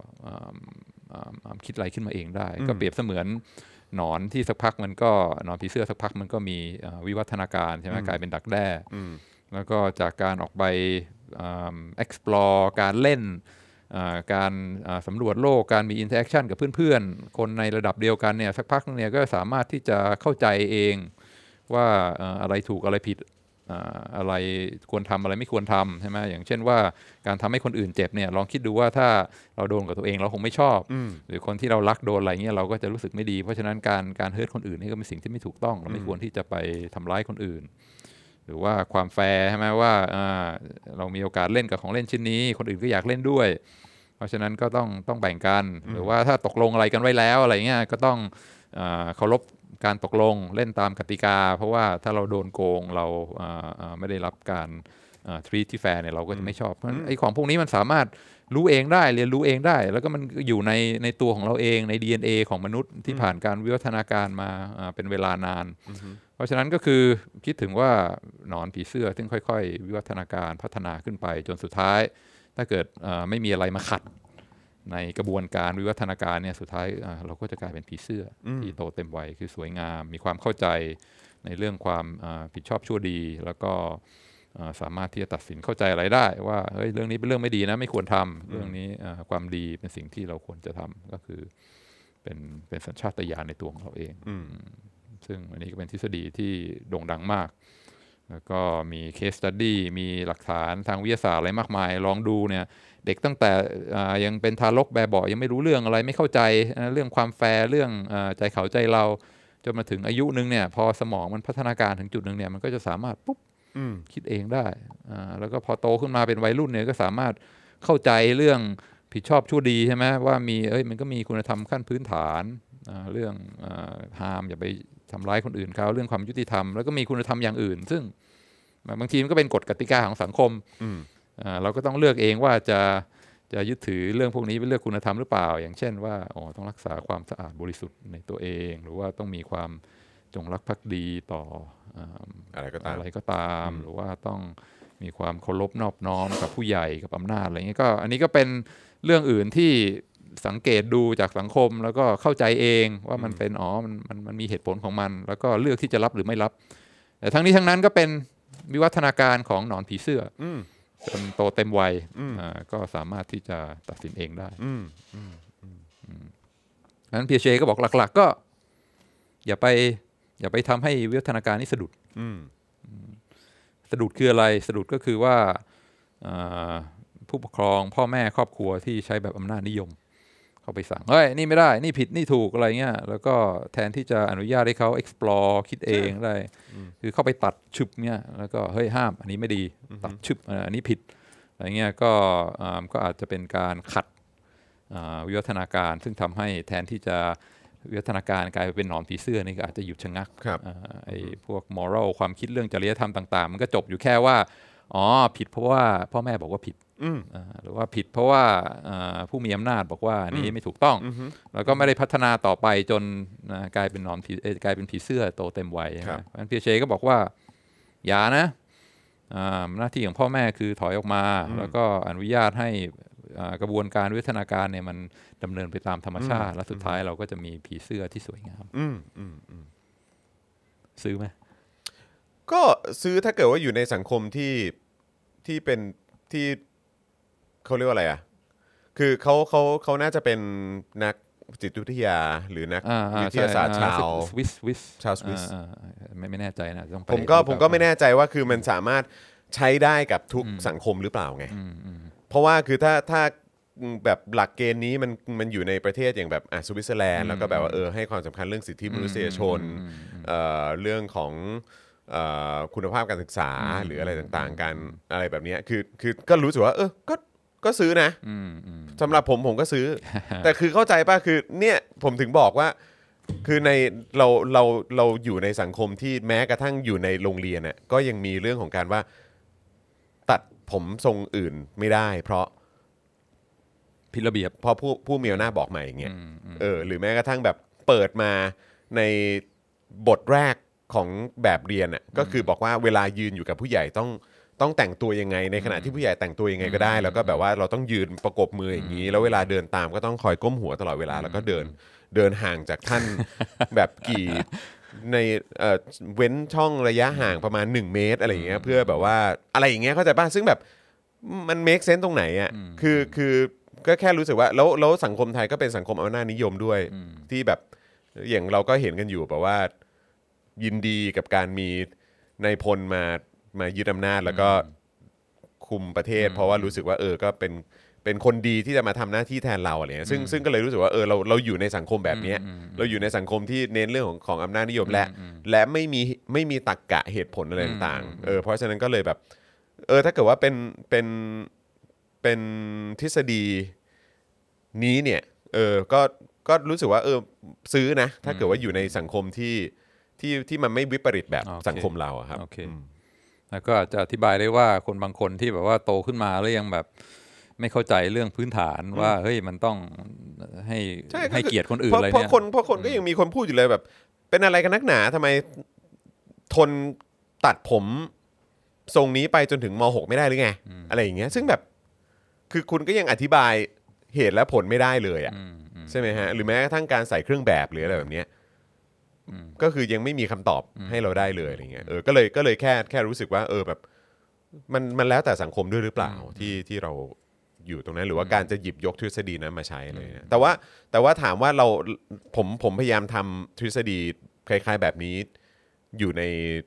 คิดอะไรขึ้นมาเองได้ก็เปรียบเสมือนหนอนที่สักพักมันก็หนอนผีเสื้อสักพักมันก็มีวิวัฒนาการใช่ไหมกลายเป็นดักแด้แล้วก็จากการออกไป explore การเล่นการสำรวจโลกการมี interaction กับเพื่อนๆคนในระดับเดียวกันเนี่ยสักพักนึงเนี่ยก็สามารถที่จะเข้าใจเองว่าอะไรถูกอะไรผิดอะไรควรทำอะไรไม่ควรทำใช่ไหมอย่างเช่นว่าการทำให้คนอื่นเจ็บเนี่ยลองคิดดูว่าถ้าเราโดนกับตัวเองเราคงไม่ชอบหรือคนที่เรารักโดนอะไรเงี้ยเราก็จะรู้สึกไม่ดีเพราะฉะนั้นการการเฮิร์ตคนอื่นนี่ก็เป็นสิ่งที่ไม่ถูกต้องเราไม่ควรที่จะไปทำร้ายคนอื่นหรือว่าความแฟร์ใช่ไหมว่าเรามีโอกาสเล่นกับของเล่นชิ้นนี้คนอื่นก็อยากเล่นด้วยเพราะฉะนั้นก็ต้องต้องแบ่งกันหรือว่าถ้าตกลงอะไรกันไว้แล้วอะไรเงี้ยก็ต้องเคารพการตกลงเล่นตามกติกาเพราะว่าถ้าเราโดนโกงเราไม่ได้รับการทรีตที่แฟร์เนี่ยเราก็จะไม่ชอบเพราะฉะนั้นไอ้ของพวกนี้มันสามารถรู้เองได้เรียนรู้เองได้แล้วก็มันอยู่ในในตัวของเราเองใน ดี เอ็น เอ ของมนุษย์ที่ผ่านการวิวัฒนาการมาเป็นเวลานานเพราะฉะนั้นก็คือคิดถึงว่าหนอนผีเสื้อซึ่งค่อยๆวิวัฒนาการพัฒนาขึ้นไปจนสุดท้ายถ้าเกิดไม่มีอะไรมาขัดในกระบวนการวิวัฒนาการเนี่ยสุดท้ายเราก็จะกลายเป็นผีเสื้อที่โตเต็มวัยคือสวยงามมีความเข้าใจในเรื่องความผิดชอบชั่วดีแล้วก็สามารถที่จะตัดสินเข้าใจอะไรได้ว่าเฮ้ยเรื่องนี้เป็นเรื่องไม่ดีนะไม่ควรทำเรื่องนี้ความดีเป็นสิ่งที่เราควรจะทำก็คือเป็นเป็นสัญชาตญาณในตัวของเราเองซึ่งอันนี้ก็เป็นทฤษฎีที่โด่งดังมากแล้วก็มี case study มีหลักฐานทางวิทยาศาสตร์อะไรมากมายลองดูเนี่ยเด็กตั้งแต่ยังเป็นทารกแบบเบาะยังไม่รู้เรื่องอะไรไม่เข้าใจเรื่องความแฟร์เรื่องใจเขาใจเราจนมาถึงอายุนึงเนี่ยพอสมองมันพัฒนาการถึงจุดนึงเนี่ยมันก็จะสามารถปุ๊บคิดเองได้แล้วก็พอโตขึ้นมาเป็นวัยรุ่นเนี่ยก็สามารถเข้าใจเรื่องผิดชอบชั่วดีใช่ไหมว่ามีเอ้ยมันก็มีคุณธรรมขั้นพื้นฐานเรื่องห้ามอย่าไปทำร้ายคนอื่นเขาเรื่องความยุติธรรมแล้วก็มีคุณธรรมอย่างอื่นซึ่งบางทีมันก็เป็นกฎกติกาของสังคมเราก็ต้องเลือกเองว่าจะจะยึดถือเรื่องพวกนี้เป็นเรื่องคุณธรรมหรือเปล่าอย่างเช่นว่าอ๋อต้องรักษาความสะอาดบริสุทธิ์ในตัวเองหรือว่าต้องมีความจงรักภักดีต่ออะไรก็ตามอะไรก็ตามหรือว่าต้องมีความเคารพนอบน้อมกับผู้ใหญ่กับอำนาจอะไรเงี้ยก็อันนี้ก็เป็นเรื่องอื่นที่สังเกตดูจากสังคมแล้วก็เข้าใจเองว่ามันเป็นอ๋อมันมันมันมีเหตุผลของมันแล้วก็เลือกที่จะรับหรือไม่รับแต่ทั้งนี้ทั้งนั้นก็เป็นวิวัฒนาการของหนอนผีเสื้อจนโตเต็มวัยก็สามารถที่จะตัดสินเองได้ดังนั้น พี เอช เอ ก็บอกหลักๆก็อย่าไปอย่าไปทำให้วิวัฒนาการนี้สะดุดสะดุดคืออะไรสะดุดก็คือว่าผู้ปกครองพ่อแม่ครอบครัวที่ใช้แบบอำนาจนิยมเขาไปสั่งเฮ้ยนี่ไม่ได้นี่ผิดนี่ถูกอะไรเงี้ยแล้วก็แทนที่จะอนุญาตให้เขา explore คิดเองได้คือเข้าไปตัดชึบเงี้ยแล้วก็เฮ้ยห้ามอันนี้ไม่ดีตัดชึบอันนี้ผิดอะไรเงี้ยก็ก็อาจจะเป็นการขัดวิวัฒนาการซึ่งทำให้แทนที่จะวิวัฒนาการกลายเป็นหนอนผีเสื้อนี่ก็อาจจะหยุดชะงักไอ้พวก moral ความคิดเรื่องจริยธรรมต่างๆมันก็จบอยู่แค่ว่าอ๋อผิดเพราะว่าพ่อแม่บอกว่าผิดหรือว่าผิดเพราะว่าผู้มีอำนาจบอกว่านี้ไม่ถูกต้องแล้วก็ไม่ได้พัฒนาต่อไปจนกลายเป็นหนอนผีกลายเป็นผีเสื้อโตเต็มวัยเพราะฉะนั้น พี เอช เอ ก็บอกว่าอย่านะหน้าที่ของพ่อแม่คือถอยออกมาแล้วก็อนุญาตให้กระบวนการวิวัฒนาการเนี่ยมันดำเนินไปตามธรรมชาติและสุดท้ายเราก็จะมีผีเสื้อที่สวยงามซื้อไหม
ก็ซื้อถ้าเกิดว่าอยู่ในสังคมที่ที่เป็นที่เขาเรียกว่าอะไรอ่ะคือเขาเขาเขาน่าจะเป็นนักจิตวิทยาหรือนักวิทยาศาสตร์ชาว
สวิสสวิส
ชาวสวิส
ไม่ไม่แน่ใจนะต้องไป
ผมก็ผมก็ไม่แน่ใจว่าคือมันสามารถใช้ได้กับทุกสังคมหรือเปล่าไงเพราะว่าคือถ้าถ้าแบบหลักเกณฑ์นี้มันมันอยู่ในประเทศอย่างแบบอ่ะสวิตเซอร์แลนด์แล้วก็แบบว่าเออให้ความสำคัญเรื่องสิทธิมนุษยชนเอ่อเรื่องของคุณภาพการศึกษาหรืออะไรต่างๆกันอะไรแบบนี้คือคือก็รู้สึกว่าเออก็ก็ซื้อนะสำหรับผมผมก็ซื้อ แต่คือเข้าใจป่ะคือเนี่ยผมถึงบอกว่าคือในเราเราเราอยู่ในสังคมที่แม้กระทั่งอยู่ในโรงเรียนน่ะก็ยังมีเรื่องของการว่าตัดผมทรงอื่นไม่ได้เพราะ
ผิดระเบียบ
เพราะผู้ผู้มีอำนาจบอกมาอย่างเงี้ยเออหรือแม้กระทั่งแบบเปิดมาในบทแรกของแบบเรียนอ่ะก็คือบอกว่าเวลายืนอยู่กับผู้ใหญ่ต้องต้องแต่งตัวยังไงในขณะที่ผู้ใหญ่แต่งตัวยังไงก็ได้แล้วก็แบบว่าเราต้องยืนประกบมืออย่างนี้แล้วเวลาเดินตามก็ต้องคอยก้มหัวตลอดเวลาแล้วก็เดินเดินห่างจากท่านแบบกี่ในเอ่อเว้นช่องระยะห่างประมาณหนึ่งเมตรอะไรอย่างเงี้ยเพื่อแบบว่าอะไรอย่างเงี้ยเข้าใจป่ะซึ่งแบบมันเมคเซนส์ตรงไหนอ่ะคือคือก็แค่รู้สึกว่าแล้วแล้วสังคมไทยก็เป็นสังคมอำนาจนิยมด้วยที่แบบอย่างเราก็เห็นกันอยู่แบบว่ายินดีกับการมีนายพลมามายึดอำนาจแล้วก็คุมประเทศเพราะว่ารู้สึกว่าเออก็เป็นเป็นคนดีที่จะมาทำหน้าที่แทนเราอะไรเงี้ยซึ่งซึ่งก็เลยรู้สึกว่าเออเราเราอยู่ในสังคมแบบนี้เราอยู่ในสังคมที่เน้นเรื่องของของอำนาจนิยมและและไม่มีไม่มีตรรกะเหตุผลอะไรต่างๆเออเพราะฉะนั้นก็เลยแบบเออถ้าเกิดว่าเป็นเป็นเป็นทฤษฎีนี้เนี่ยเออก็ก็รู้สึกว่าเออซื้อนะถ้าเกิดว่าอยู่ในสังคมที่ที่ที่มันไม่วิปริตแบบสังคมเราอะครับ
แล้วก็จะอธิบายได้ว่าคนบางคนที่แบบว่าโตขึ้นมาแล้วยังแบบไม่เข้าใจเรื่องพื้นฐานว่าเฮ้ยมันต้องให้ให้เกียรติคนอื่นอะไรเนี่ย
เพราะคนเพราะคนก็ยังมีคนพูดอยู่เลยแบบเป็นอะไรกันนักหนาทำไมทนตัดผมทรงนี้ไปจนถึงม.หก ไม่ได้หรือไงอะไรอย่างเงี้ยซึ่งแบบคือคุณก็ยังอธิบายเหตุและผลไม่ได้เลยอ่ะใช่ไหมฮะหรือแม้กระทั่งการใส่เครื่องแบบหรืออะไรแบบเนี้ยก็คือยังไม่มีคำตอบให้เราได้เลยอะไรเงี้ยเออก็เลยก็เลยแค่แค่รู้สึกว่าเออแบบมันมันแล้วแต่สังคมด้วยหรือเปล่าที่ที่เราอยู่ตรงนั้นหรือว่าการจะหยิบยกทฤษฎีนั้นมาใช้เลยนะแต่ว่าแต่ว่าถามว่าเราผมผมพยายามทำทฤษฎีคล้ายๆแบบนี้อยู่ใน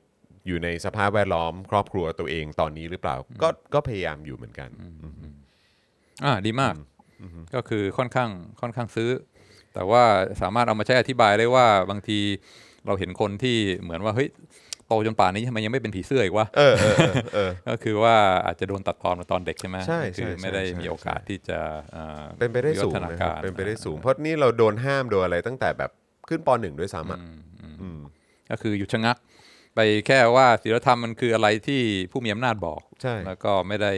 อยู่ในสภาพแวดล้อมครอบครัวตัวเองตอนนี้หรือเปล่าก็ก็พยายามอยู่เหมือนกัน
อ่าดีมากก็คือค่อนข้างค่อนข้างซื้อแต่ว่าสามารถเอามาใช้อธิบายได้ว่าบางทีเราเห็นคนที่เหมือนว่าเฮ้ยโตจนป่านนี้ทำไมยังไม่เป็นผีเสื้ออีกวะ
เออเออเออ
ก็คือว่าอาจจะโดนตัดตอนมาตอนเด็กใช่ไหม
ใช่
คือไม่ได้มีโอกาสที่จะ
เป็นไปได้สูงนะครับเป็นไปได้สูงเพราะนี่เราโดนห้ามโดนอะไรตั้งแต่แบบขึ้นป.หนึ่งด้วยซ้ำอ่ะ
ก็คือหยุดชะงักไปแค่ว่าศีลธรรมมันคืออะไรที่ผู้มีอำนาจบอกแล้วก็ไม่ได้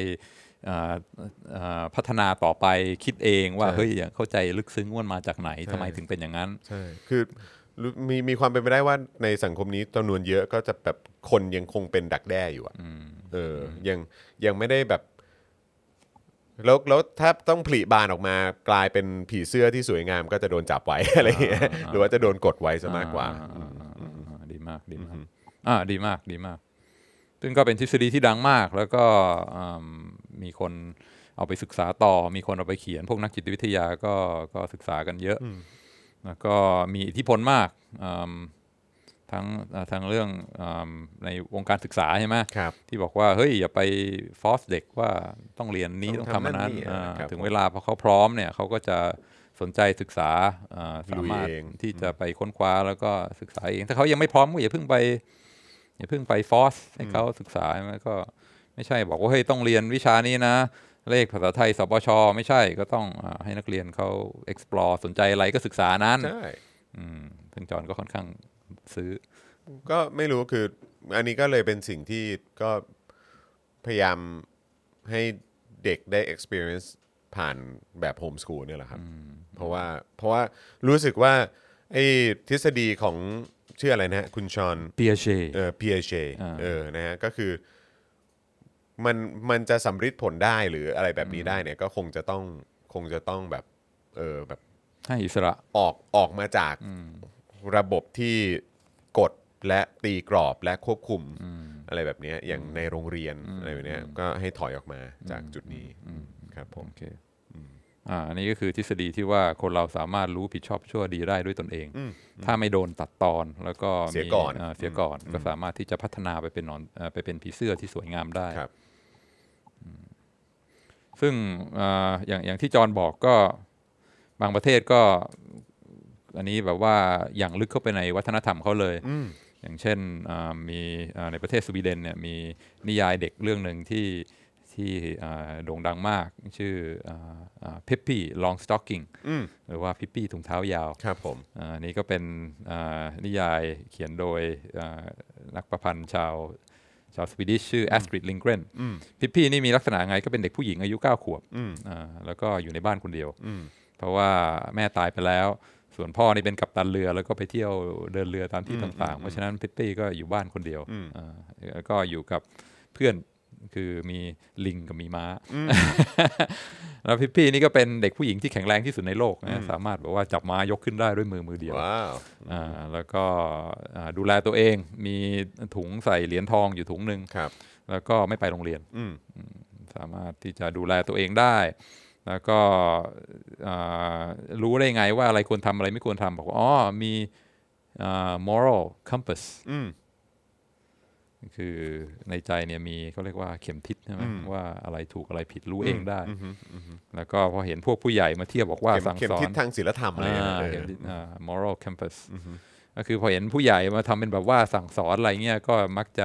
พัฒนาต่อไปคิดเองว่าเฮ้ยอย่างเข้าใจลึกซึ้งว่ามาจากไหนทำไมถึงเป็นอย่างนั้น
ใช่คือมีมีความเป็นไปได้ว่าในสังคมนี้จำนวนเยอะก็จะแบบคนยังคงเป็นดักแด้อยู่อ่ะเออยังยังไม่ได้แบบแล้วแล้วถ้าต้องผลิบานออกมากลายเป็นผีเสื้อที่สวยงามก็จะโดนจับไว้อะไรอย่างเงี้ยหรือว่าจะโดนกดไว้ซะมากกว่า
ดีมากดีมากอ่าดีมากดีมากซึ่งก็เป็นทฤษฎีที่ดังมากแล้วก็มีคนเอาไปศึกษาต่อมีคนเอาไปเขียนพวกนักจิตวิทยาก็ก็ศึกษากันเยอะแล้วก็มีอิทธิพลมากทั้งทั้งเรื่องในวงการศึกษาใช่ไหมที่บอกว่าเฮ้ยอย่าไปฟอร์สเด็กว่าต้องเรียนนี้ต้องทำอันนั้นถึงเวลาพอเขาพร้อมเนี่ยเขาก็จะสนใจศึกษาสามารถที่จะไปค้นคว้าแล้วก็ศึกษาเองถ้าเขายังไม่พร้อมก็อย่าเพิ่งไปอย่าเพิ่งไปฟอร์สให้เขาศึกษาก็ไม่ใช่บอกว่าเฮ้ยต้องเรียนวิชานี้นะเลขภาษาไทยสปช.ไม่ใช่ก็ต้องให้นักเรียนเขา explore สนใจอะไรก็ศึกษานั้น
ใช่
ซึ่งจอนก็ค่อนข้างซื้อ
ก็ไม่รู้คืออันนี้ก็เลยเป็นสิ่งที่ก็พยายามให้เด็กได้ experience ผ่านแบบโฮมสคูลเนี่ยแหละครับเพราะว่าเพราะว่ารู้สึกว่าไอ้ทฤษฎีของชื่ออะไรนะฮะคุณชอน
เปียเช่
เออเปียเช่เออนะฮะก็คือมันมันจะสำฤทธิ์ผลได้หรืออะไรแบบนี้ได้เนี่ยก็คงจะต้องคงจะต้องแบบเออแบบ
ให้อิสระ
ออกออกมาจากระบบที่กดและตีกรอบและควบคุมอะไรแบบนี้อย่างในโรงเรียนอะไรแบบนี้ก็ให้ถอยออกมาจากจุดนี้ครับผม
โอเคอ่าอันนี้ก็คือทฤษฎีที่ว่าคนเราสามารถรู้ผิดชอบชั่วดีได้ด้วยตนเองถ้าไม่โดนตัดตอนแล้วก็
เสียก่อน
เสียก่อนก็สามารถที่จะพัฒนาไปเป็นนอนไปเป็นผีเสื้อที่สวยงามได้ซึ่งอย่างอย่างที่จอนบอกก็บางประเทศก็อันนี้แบบว่าอย่างลึกเข้าไปในวัฒนธรรมเขาเลยอย่างเช่นมีในประเทศสวีเดนเนี่ยมีนิยายเด็กเรื่องหนึ่งที่ที่โด่งดังมากชื่อพิปปี้ลองสต็อกกิ้งหรือว่าพิปปี้ถุงเท้ายาว
ครับผม
อันนี้ก็เป็นนิยายเขียนโดยนักประพันธ์ชาวชาวสวีดิชชื่อแอสตริดลิงเกรนพิปปี้นี่มีลักษณะไงก็เป็นเด็กผู้หญิงอายุเก้าขวบแล้วก็อยู่ในบ้านคนเดียวเพราะว่าแม่ตายไปแล้วส่วนพ่อนี่เป็นกัปตันเรือแล้วก็ไปเที่ยวเดินเรือตามที่ต่างๆเพราะฉะนั้นพิปปี้ก็อยู่บ้านคนเดียวแล้วก็อยู่กับเพื่อนคือมีลิงกับมีม้าแล้วพิปปี้นี่ก็เป็นเด็กผู้หญิงที่แข็งแรงที่สุดในโลกนะสามารถแบบว่าจับม้ายกขึ้นได้ด้วยมือมือเดียวแล้วก็ดูแลตัวเองมีถุงใส่เหรียญทองอยู่ถุงนึงแล้วก็ไม่ไปโรงเรียนสามารถที่จะดูแลตัวเองได้แล้วก็รู้ได้ไงว่าอะไรควรทำอะไรไม่ควรทำบอกว่าอ๋อมี moral compass คือในใจเนี่ยมีเขาเรียกว่าเข็มทิศใช่ไหมว่าอะไรถูกอะไรผิดรู้เองได้แล้วก็พอเห็นพวกผู้ใหญ่มาเทียบบอกว่าสั่งสอนเข็ม
ทิศทางศีลธรรมอะไร
เข็มทิศ moral compass ก็คือพอเห็นผู้ใหญ่มาทำเป็นแบบว่าสั่งสอนอะไรเงี้ยก็มักจะ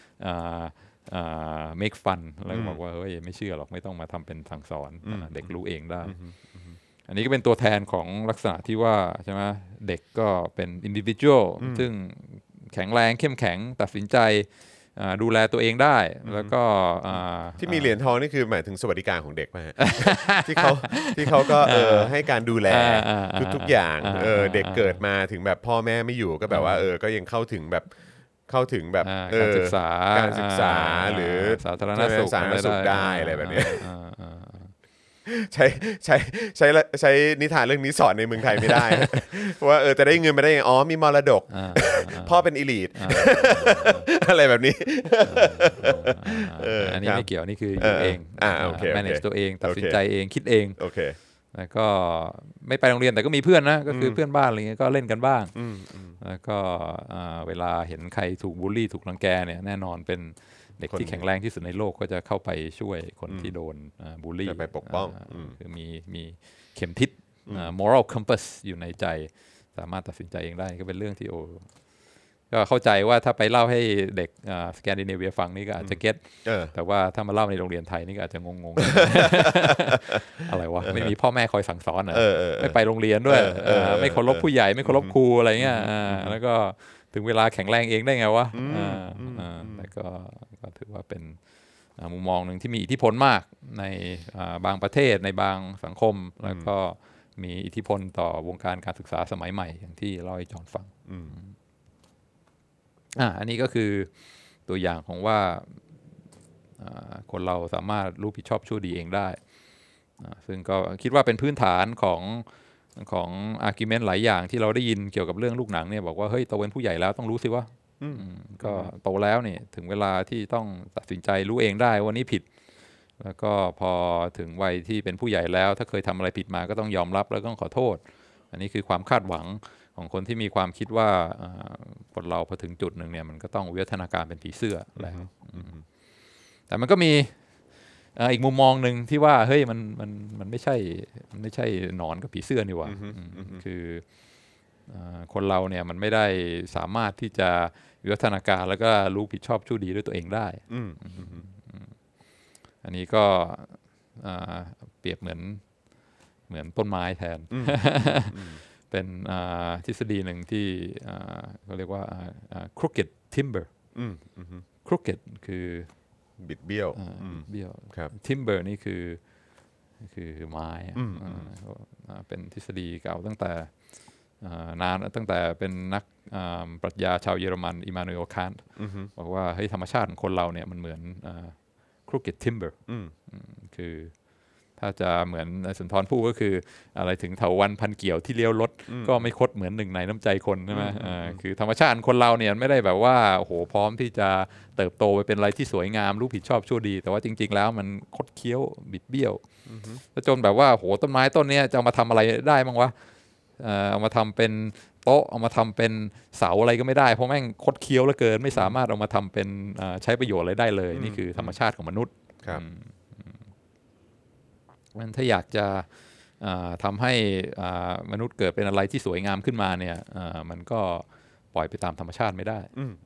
make fun แล้วบอกว่าเฮ้ยไม่เชื่อหรอกไม่ต้องมาทำเป็นสั่งสอนเด็กรู้เองได้อันนี้ก็เป็นตัวแทนของลักษณะที่ว่าใช่ไหมเด็กก็เป็น individual ซึ่งแข็งแรงเข้มแข็งตัดสินใจดูแลตัวเองได้แล้วก็
ที่มีเหรียญทองนี่คือหมายถึงสวัสดิการของเด็กไหมที่เขาที่เขาก็เออให้การดูแลทุกๆอย่างเออเด็กเกิดมาถึงแบบพ่อแม่ไม่อยู่ก็แบบว่าเออก็ยังเข้าถึงแบบเข้าถึงแบบ
การศึกษา
การศึกษาหรือ
สาธารณสุ
ขได้อะไรแบบนี้ใช้ใช้ใช้ใช้นิทานเรื่องนี้สอนในเมืองไทยไม่ได้เพราะว่าเออจะได้เงินมาได้ยังอ๋อมีมรดกพ่อเป็นอีลีทอะไรแบบนี้
อันนี้ไม่เกี่ยวนี่คืออยู่เอง manage ตัวเองตัดสินใจเองคิดเอง
โอเค
แล้วก็ไม่ไปโรงเรียนแต่ก็มีเพื่อนนะก็คือเพื่อนบ้านอะไรเงี้ยก็เล่นกันบ้างแล้วก็เวลาเห็นใครถูกบูลลี่ถูกรังแกเนี่ยแน่นอนเป็นเด็กที่แข็งแรงที่สุดในโลกก็จะเข้าไปช่วยคนที่โดนบูลลี่
จะไปปกป้อง
คือมีมีเข็มทิศ moral compass อยู่ในใจสามารถตัดสินใจเองได้ก็เป็นเรื่องที่โอก็เข้าใจว่าถ้าไปเล่าให้เด็กสแกนดิเนเวียฟังนี่ก็อาจจะเก็ตแต่ว่าถ้ามาเล่าในโรงเรียนไทยนี่ก็อาจจะงงๆ อะไรวะไม่มีพ่อแม่คอยสั่งสอนเหรอไม่ไปโรงเรียนด้วยไม่เคารพผู้ใหญ่ไม่เคารพครูอะไรเงี้ยแล้วก็ถึงเวลาแข็งแรงเองได้ไงวะแล้วก็ถือว่าเป็นมุมมองหนึ่งที่มีอิทธิพลมากในบางประเทศในบางสังคมแล้วก็มีอิทธิพลต่อวงการการศึกษาสมัยใหม่อย่างที่เล่าให้จอห์นฟังอ่าอันนี้ก็คือตัวอย่างของว่าคนเราสามารถรู้ผิดชอบชั่วดีเองได้ซึ่งก็คิดว่าเป็นพื้นฐานของของอาร์กิวเมนต์หลายอย่างที่เราได้ยินเกี่ยวกับเรื่องลูกหนังเนี่ยบอกว่าเฮ้ยโตเป็นผู้ใหญ่แล้วต้องรู้สิว่าก็โตแล้วเนี่ยถึงเวลาที่ต้องตัดสินใจรู้เองได้ว่านี่ผิดแล้วก็พอถึงวัยที่เป็นผู้ใหญ่แล้วถ้าเคยทำอะไรผิดมาก็ต้องยอมรับแล้วก็ต้องขอโทษอันนี้คือความคาดหวังของคนที่มีความคิดว่าคนเราพอถึงจุดหนึ่งเนี่ยมันก็ต้องวิวัฒนาการเป็นผีเสื้อแล้วแต่มันก็มีอีกมุมมองหนึ่งที่ว่าเฮ้ยมันมันมันไม่ใช่มันไม่ใช่หนอนกับผีเสื้อนี่หว่าคือคนเราเนี่ยมันไม่ได้สามารถที่จะวิวัฒนาการแล้วก็รู้ผิดชอบชั่วดีด้วยตัวเองได้อันนี้ก็เปรียบเหมือนเหมือนต้นไม้แทนเป็นทฤษฎีหนึ่งที่เขาเรียกว่า crooked timber crooked คือ
บิดเบี้ยว
เบี้ยว timber นี่คือคือไม้เป็นทฤษฎีเก่าตั้งแต่นานตั้งแต่เป็นนักปรัชญาชาวเยอรมันอิมานูเอล คานต์บอกว่าเฮ้ยธรรมชาติของคนเราเนี่ยมันเหมือน crooked timber คือถ้าจะเหมือนสุนทรภู่ก็คืออะไรถึงเถาวัลย์พันเกี่ยวที่เลี้ยวรถก็ไม่คดเหมือนหนึ่งในน้ำใจคนใช่ไหมคือธรรมชาติคนเราเนี่ยไม่ได้แบบว่าโอ้โหพร้อมที่จะเติบโตไปเป็นอะไรที่สวยงามรู้ผิดชอบชั่วดีแต่ว่าจริงๆแล้วมันคดเคี้ยวบิดเบี้ยวจนแบบว่าโหต้นไม้ต้นนี้จะเอามาทำอะไรได้บ้างวะเอามาทำเป็นโต๊ะเอามาทำเป็นเสาอะไรก็ไม่ได้เพราะแม่งคดเคี้ยวเหลือเกินไม่สามารถเอามาทำเป็นใช้ประโยชน์อะไรได้เลยนี่คือธรรมชาติของมนุษย์มันถ้าอยากจะทำให้มนุษย์เกิดเป็นอะไรที่สวยงามขึ้นมาเนี่ยมันก็ปล่อยไปตามธรรมชาติไม่ได้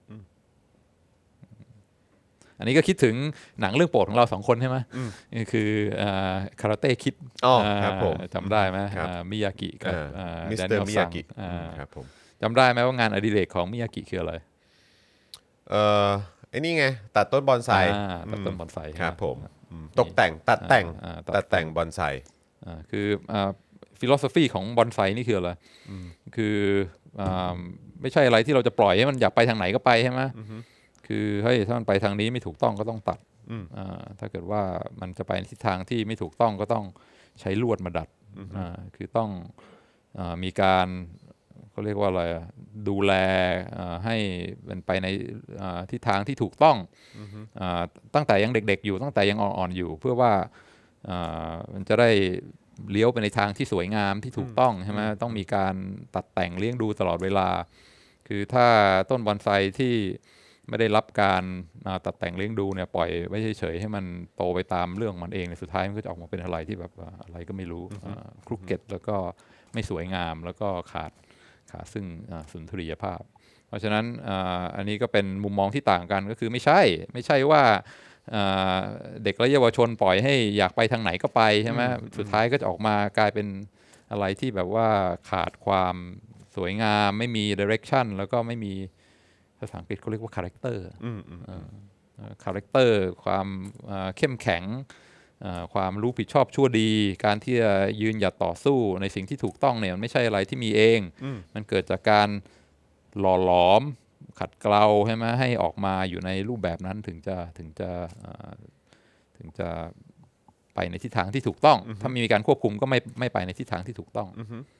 อันนี้ก็คิดถึงหนังเรื่องโปรดของเราสองคนใช่ไหมนี่คือคาราเต้คิดจำได้ไหมมิยากิกับ
มิสเตอร์มิยากิ
จำได้ไหมว่างานอดิเรกของมิยากิคืออะไร
เออไอ้นี่ไงตัดต้นบอนไซ
ตัดต้นบอนไซ
ครับผมตกแต่งตัดแต่งตัดแต่งบอนไซ
คือฟิโลโซฟีของบอนไซนี่คืออะไรคือไม่ใช่อะไรที่เราจะปล่อยให้มันอยากไปทางไหนก็ไปใช่ไหมคือเฮ้ยถ้ามันไปทางนี้ไม่ถูกต้องก็ต้องตัดถ้าเกิดว่ามันจะไปในทิศทางที่ไม่ถูกต้องก็ต้องใช้ลวดมาดัดคือต้องมีการเขาเรียกว่าอะไรดูแลให้เป็นไปในทิศทางที่ถูกต้องตั้งแต่ยังเด็กๆอยู่ตั้งแต่ยังอ่อนๆอยู่เพื่อว่ามันจะได้เลี้ยวไปในทางที่สวยงามที่ถูกต้องใช่ไหมต้องมีการตัดแต่งเลี้ยงดูตลอดเวลาคือถ้าต้นบอนไซที่ไม่ได้รับการตัดแต่งเลี้ยงดูเนี่ยปล่อยไว้เฉยๆให้มันโตไปตามเรื่องมันเองในสุดท้ายมันก็จะออกมาเป็นอะไรที่แบบอะไรก็ไม่รู้ครุกเก็ตแล้วก็ไม่สวยงามแล้วก็ขาดขาดซึ่งสุนทรียภาพเพราะฉะนั้นอันนี้ก็เป็นมุมมองที่ต่างกันก็คือไม่ใช่ไม่ใช่ว่าเด็กและเยาวชนปล่อยให้อยากไปทางไหนก็ไปใช่ไหมสุดท้ายก็จะออกมากลายเป็นอะไรที่แบบว่าขาดความสวยงามไม่มี direction แล้วก็ไม่มีภาษาอังกฤษเขาเรียกว่า character character ความเข้มแข็งความรู้ผิดชอบชั่วดีการที่จะยืนหยัดต่อสู้ในสิ่งที่ถูกต้องเนี่ยมันไม่ใช่อะไรที่มีเองมันเกิดจากการหล่อหลอมขัดเกลาใช่ไหมให้ออกมาอยู่ในรูปแบบนั้นถึงจะถึงจะถึงจะไปในทิศทางที่ถูกต้องถ้ามีการควบคุมก็ไม่ไม่ไปในทิศทางที่ถูกต้อง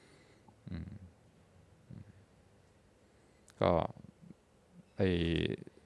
ก็ไอ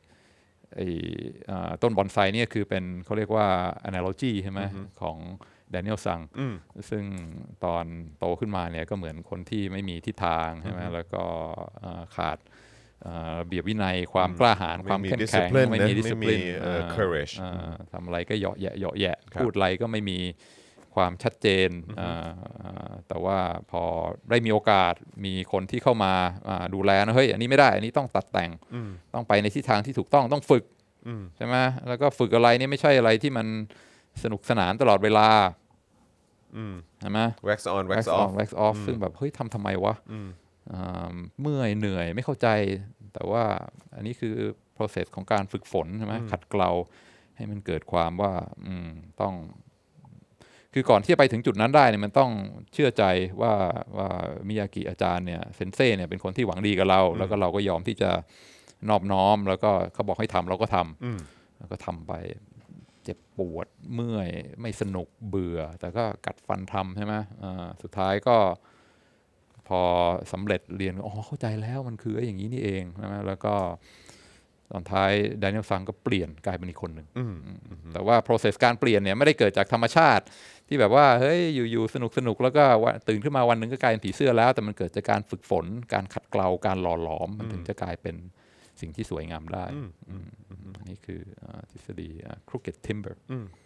ไอต้นบอนไซเนี่ยคือเป็นเขาเรียกว่า analogy ใช่ไหมของแดเนียลซังซึ่งตอนโตขึ้นมาเนี่ยก็เหมือนคนที่ไม่มีทิศทางใช่ไหมแล้วก็ขาดระเบียบวินัยความกล้าหาญความเข้มแข็งไม่มี discipline
courage
ทำอะไรก็เหยาะแยะเหยาะแยะพูดอะไรก็ไม่มีความชัดเจนแต่ว่าพอได้มีโอกาสมีคนที่เข้ามาดูแลนะเฮ้ยอันนี้ไม่ได้อันนี้ต้องตัดแต่งต้องไปในทิศทางที่ถูกต้องต้องฝึกใช่ไหมแล้วก็ฝึกอะไรนี่ไม่ใช่อะไรที่มันสนุกสนานตลอดเวลาใช่ไหม
wax on wax
off wax off ซึ่งแบบเฮ้ยทำทำไมวะเมื่อยเหนื่อยไม่เข้าใจแต่ว่าอันนี้คือ process ของการฝึกฝนใช่ไหมขัดเกลาให้มันเกิดความว่าต้องคือก่อนที่จะไปถึงจุดนั้นได้เนี่ยมันต้องเชื่อใจว่าว่ามิยากิอาจารย์เนี่ยเซนเซ่เนี่ยเป็นคนที่หวังดีกับเราแล้วก็เราก็ยอมที่จะนอบน้อมแล้วก็เขาบอกให้ทำเราก็ทำแล้วก็ทำไปเจ็บปวดเมื่อยไม่สนุกเบื่อแต่ก็กัดฟันทำใช่ไหมสุดท้ายก็พอสำเร็จเรียนอ๋อเข้าใจแล้วมันคืออย่างนี้นี่เองใช่ไหมแล้วก็ตอนท้ายแดเนียลซังก็เปลี่ยนกลายเป็นอีกคนหนึ่งแต่ว่า process การเปลี่ยนเนี่ยไม่ได้เกิดจากธรรมชาติที่แบบว่าเฮ้ยอยู่ๆสนุกสนุกแล้วก็ตื่นขึ้นมาวันหนึ่งก็กลายเป็นผีเสื้อแล้วแต่มันเกิดจากการฝึกฝนการขัดเกลาการหล่อหลอมมันถึงจะกลายเป็นสิ่งที่สวยงามได้อันนี้คือทฤษฎี crooked timber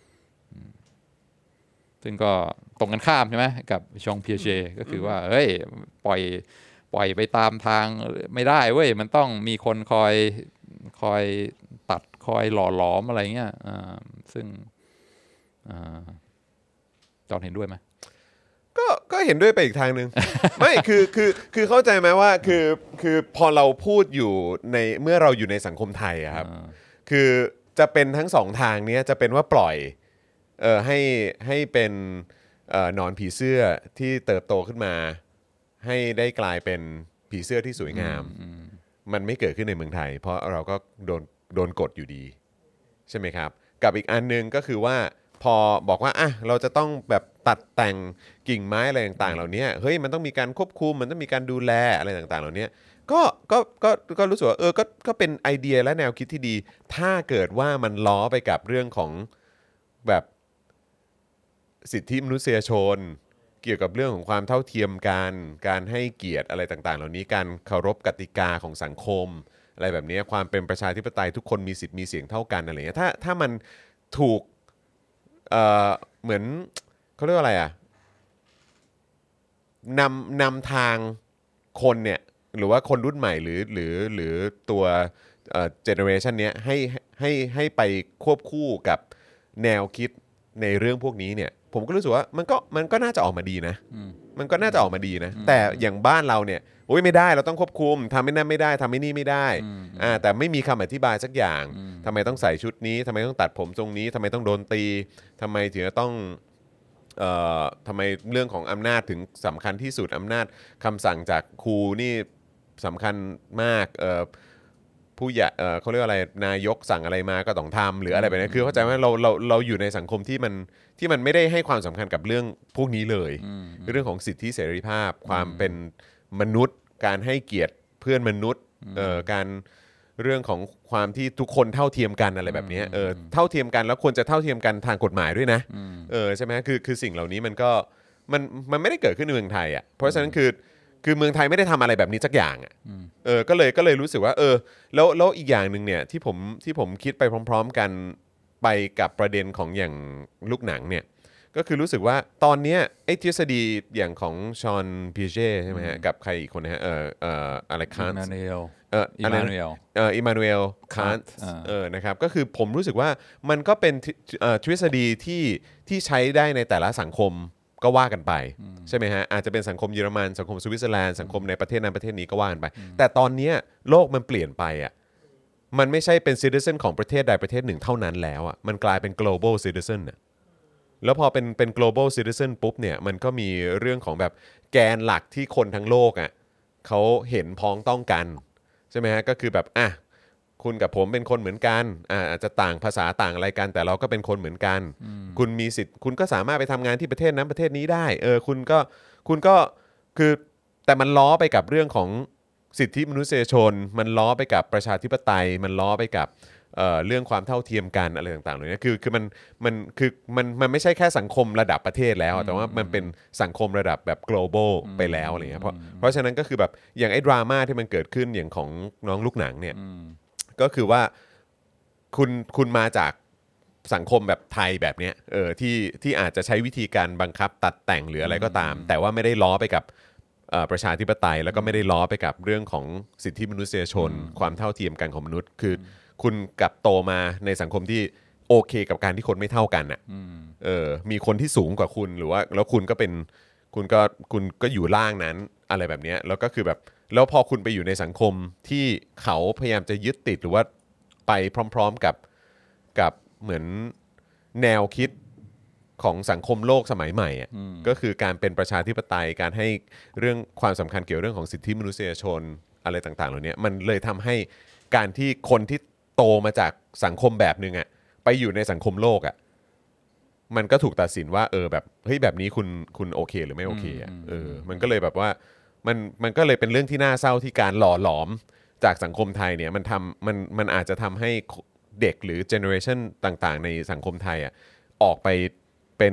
ซึ่งก็ตรงกันข้ามใช่ไหมกับชองเพียเจก็คือว่าเฮ้ยปล่อยปล่อยไปตามทางไม่ได้เว้ยมันต้องมีคนคอยคอยตัดคอยหล่อหลอมอะไรเงี้ยซึ่งจอห์นเห็นด้วยไหม
ก็ก็เห็นด้วยไปอีกทางนึง ไม่คือคือคือเข้าใจไหมว่าคือคือพอเราพูดอยู่ในเมื่อเราอยู่ในสังคมไทยครับคือจะเป็นทั้งสองทางนี้จะเป็นว่าปล่อยเอ่อให้ให้เป็นเอ่อหนอนผีเสื้อที่เติบโตขึ้นมาให้ได้กลายเป็นผีเสื้อที่สวยงามมันไม่เกิดขึ้นในเมืองไทยเพราะเราก็โดนโดนกดอยู่ดีใช่ไหมครับกับอีกอันนึงก็คือว่าพอบอกว่าอ่ะเราจะต้องแบบตัดแต่งกิ่งไม้อะไรต่างๆเหล่านี้เฮ้ยมันต้องมีการควบคุมมันต้องมีการดูแลอะไรต่างๆเหล่านี้ก็ก็ก็ก็รู้สึกว่าเออก็ก็เป็นไอเดียและแนวคิดที่ดีถ้าเกิดว่ามันล้อไปกับเรื่องของแบบสิทธิมนุษยชนเกี่ยวกับเรื่องของความเท่าเทียมกันการให้เกียรติอะไรต่างๆเหล่านี้การเคารพกติกาของสังคมอะไรแบบนี้ความเป็นประชาธิปไตยทุกคนมีสิทธิ์มีเสียงเท่ากันอะไรเงี้ยถ้าถ้ามันถูกเอ่อเหมือนเขาเรียกว่าอะไรอ่ะนำนำทางคนเนี่ยหรือว่าคนรุ่นใหม่หรือหรือหรือตัวเอ่อเจเนอเรชันเนี้ยให้ให้ให้ไปควบคู่กับแนวคิดในเรื่องพวกนี้เนี่ยผมก็รู้สึกว่ามันก็มันก็น่าจะออกมาดีนะมันก็น่าจะออกมาดีนะแต่อย่างบ้านเราเนี่ยโอ้ยไม่ได้เราต้องควบคุมทำไม่นั่นไม่ได้ทำไม่นี่ไม่ได้อ่าแต่ไม่มีคำอธิบายสักอย่างทำไมต้องใส่ชุดนี้ทำไมต้องตัดผมทรงนี้ทำไมต้องโดนตีทำไมถึงจะต้องเอ่อทำไมเรื่องของอำนาจถึงสำคัญที่สุดอำนาจคำสั่งจากครูนี่สำคัญมากเอ่อผู้ใหญ่เอ่อเขาเรียกว่าอะไรนายกสั่งอะไรมาก็ต้องทำหรืออะไรแบบนี้คือเข้าใจว่าเราเราเราอยู่ในสังคมที่มันที่มันไม่ได้ให้ความสำคัญกับเรื่องพวกนี้เลยเรื่องของสิทธิเสรีภาพความเป็นมนุษย์การให้เกียรติเพื่อนมนุษย์เอ่อการเรื่องของความที่ทุกคนเท่าเทียมกันอะไรแบบนี้เออเท่าเทียมกันแล้วควรจะเท่าเทียมกันทางกฎหมายด้วยนะเออใช่ไหมคือคือสิ่งเหล่านี้มันก็มันมันไม่ได้เกิดขึ้นในเมืองไทยอ่ะเพราะฉะนั้นคือคือเมืองไทยไม่ได้ทำอะไรแบบนี้สักอย่างอ่ะเออก็เลยก็เลยรู้สึกว่าเออแล้วแล้วอีกอย่างนึงเนี่ยที่ผมที่ผมคิดไปพร้อมๆกันไปกับประเด็นของอย่างลูกหนังเนี่ยก็คือรู้สึกว่าตอนนี้ไอ้ทฤษฎีอย่างของชอนพีเช่ใช่ไหมฮะกับใครอีกคนนะฮะเออเอ่ออะไรคานต์เอออิมานูเอลเอออิมานูเอลคานต์เออนะครับก็คือผมรู้สึกว่ามันก็เป็นทฤษฎีที่ที่ใช้ได้ในแต่ละสังคมก็ว่ากันไปใช่ไหมฮะอาจจะเป็นสังคมเยอรมันสังคมสวิตเซอร์แลนด์สังคมในประเทศนั้นประเทศนี้ก็ว่ากันไปแต่ตอนนี้โลกมันเปลี่ยนไปอ่ะมันไม่ใช่เป็น citizen ของประเทศใดประเทศหนึ่งเท่านั้นแล้วอ่ะมันกลายเป็น global citizen น่ะแล้วพอเป็นเป็น global citizen ปุ๊บเนี่ยมันก็มีเรื่องของแบบแกนหลักที่คนทั้งโลกอ่ะเขาเห็นพ้องต้องกันใช่ไหมฮะก็คือแบบอ่ะคุณกับผมเป็นคนเหมือนกันอ่าอาจจะต่างภาษาต่างอะไรกันแต่เราก็เป็นคนเหมือนกันคุณมีสิทธิ์คุณก็สามารถไปทำงานที่ประเทศนั้นประเทศนี้ได้เออคุณก็คุณก็คือแต่มันล้อไปกับเรื่องของสิทธิมนุษยชนมันล้อไปกับประชาธิปไตยมันล้อไปกับเอ่อเรื่องความเท่าเทียมกันอะไรต่างๆเหล่านี้คือคือมันมันคือมันมันไม่ใช่แค่สังคมระดับประเทศแล้วแต่ว่ามันเป็นสังคมระดับแบบ global ไปแล้วอะไรเงี้ยเพราะเพราะฉะนั้นก็คือแบบอย่างไอ้ดราม่าที่มันเกิดขึ้นอย่างของน้องลูกหนังเนี่ยก็คือว่าคุณคุณมาจากสังคมแบบไทยแบบเนี้ยเออที่ที่อาจจะใช้วิธีการบังคับตัดแต่งหรืออะไรก็ตามแต่ว่าไม่ได้ล้อไปกับประชาธิปไตยแล้วก็ไม่ได้ล้อไปกับเรื่องของสิทธิมนุษยชนความเท่าเทียมกันของมนุษย์คือคุณกลับโตมาในสังคมที่โอเคกับการที่คนไม่เท่ากันอ่ะเออมีคนที่สูงกว่าคุณหรือว่าแล้วคุณก็เป็นคุณก็คุณก็อยู่ล่างนั้นอะไรแบบเนี้ยแล้วก็คือแบบแล้วพอคุณไปอยู่ในสังคมที่เขาพยายามจะยึดติดหรือว่าไปพร้อมๆกับกับเหมือนแนวคิดของสังคมโลกสมัยใหม่อ่ะก็คือการเป็นประชาธิปไตยการให้เรื่องความสำคัญเกี่ยวเรื่องของสิทธิมนุษยชนอะไรต่างๆเหล่านี้มันเลยทำให้การที่คนที่โตมาจากสังคมแบบนึงอ่ะไปอยู่ในสังคมโลกอ่ะมันก็ถูกตัดสินว่าเออแบบเฮ้ยแบบนี้คุณคุณโอเคหรือไม่โอเคอ่ะเออมันก็เลยแบบว่ามันมันก็เลยเป็นเรื่องที่น่าเศร้าที่การหล่อหลอมจากสังคมไทยเนี่ยมันทำมันมันอาจจะทำให้เด็กหรือเจเนอเรชันต่างๆในสังคมไทยอ่ะออกไปเป็น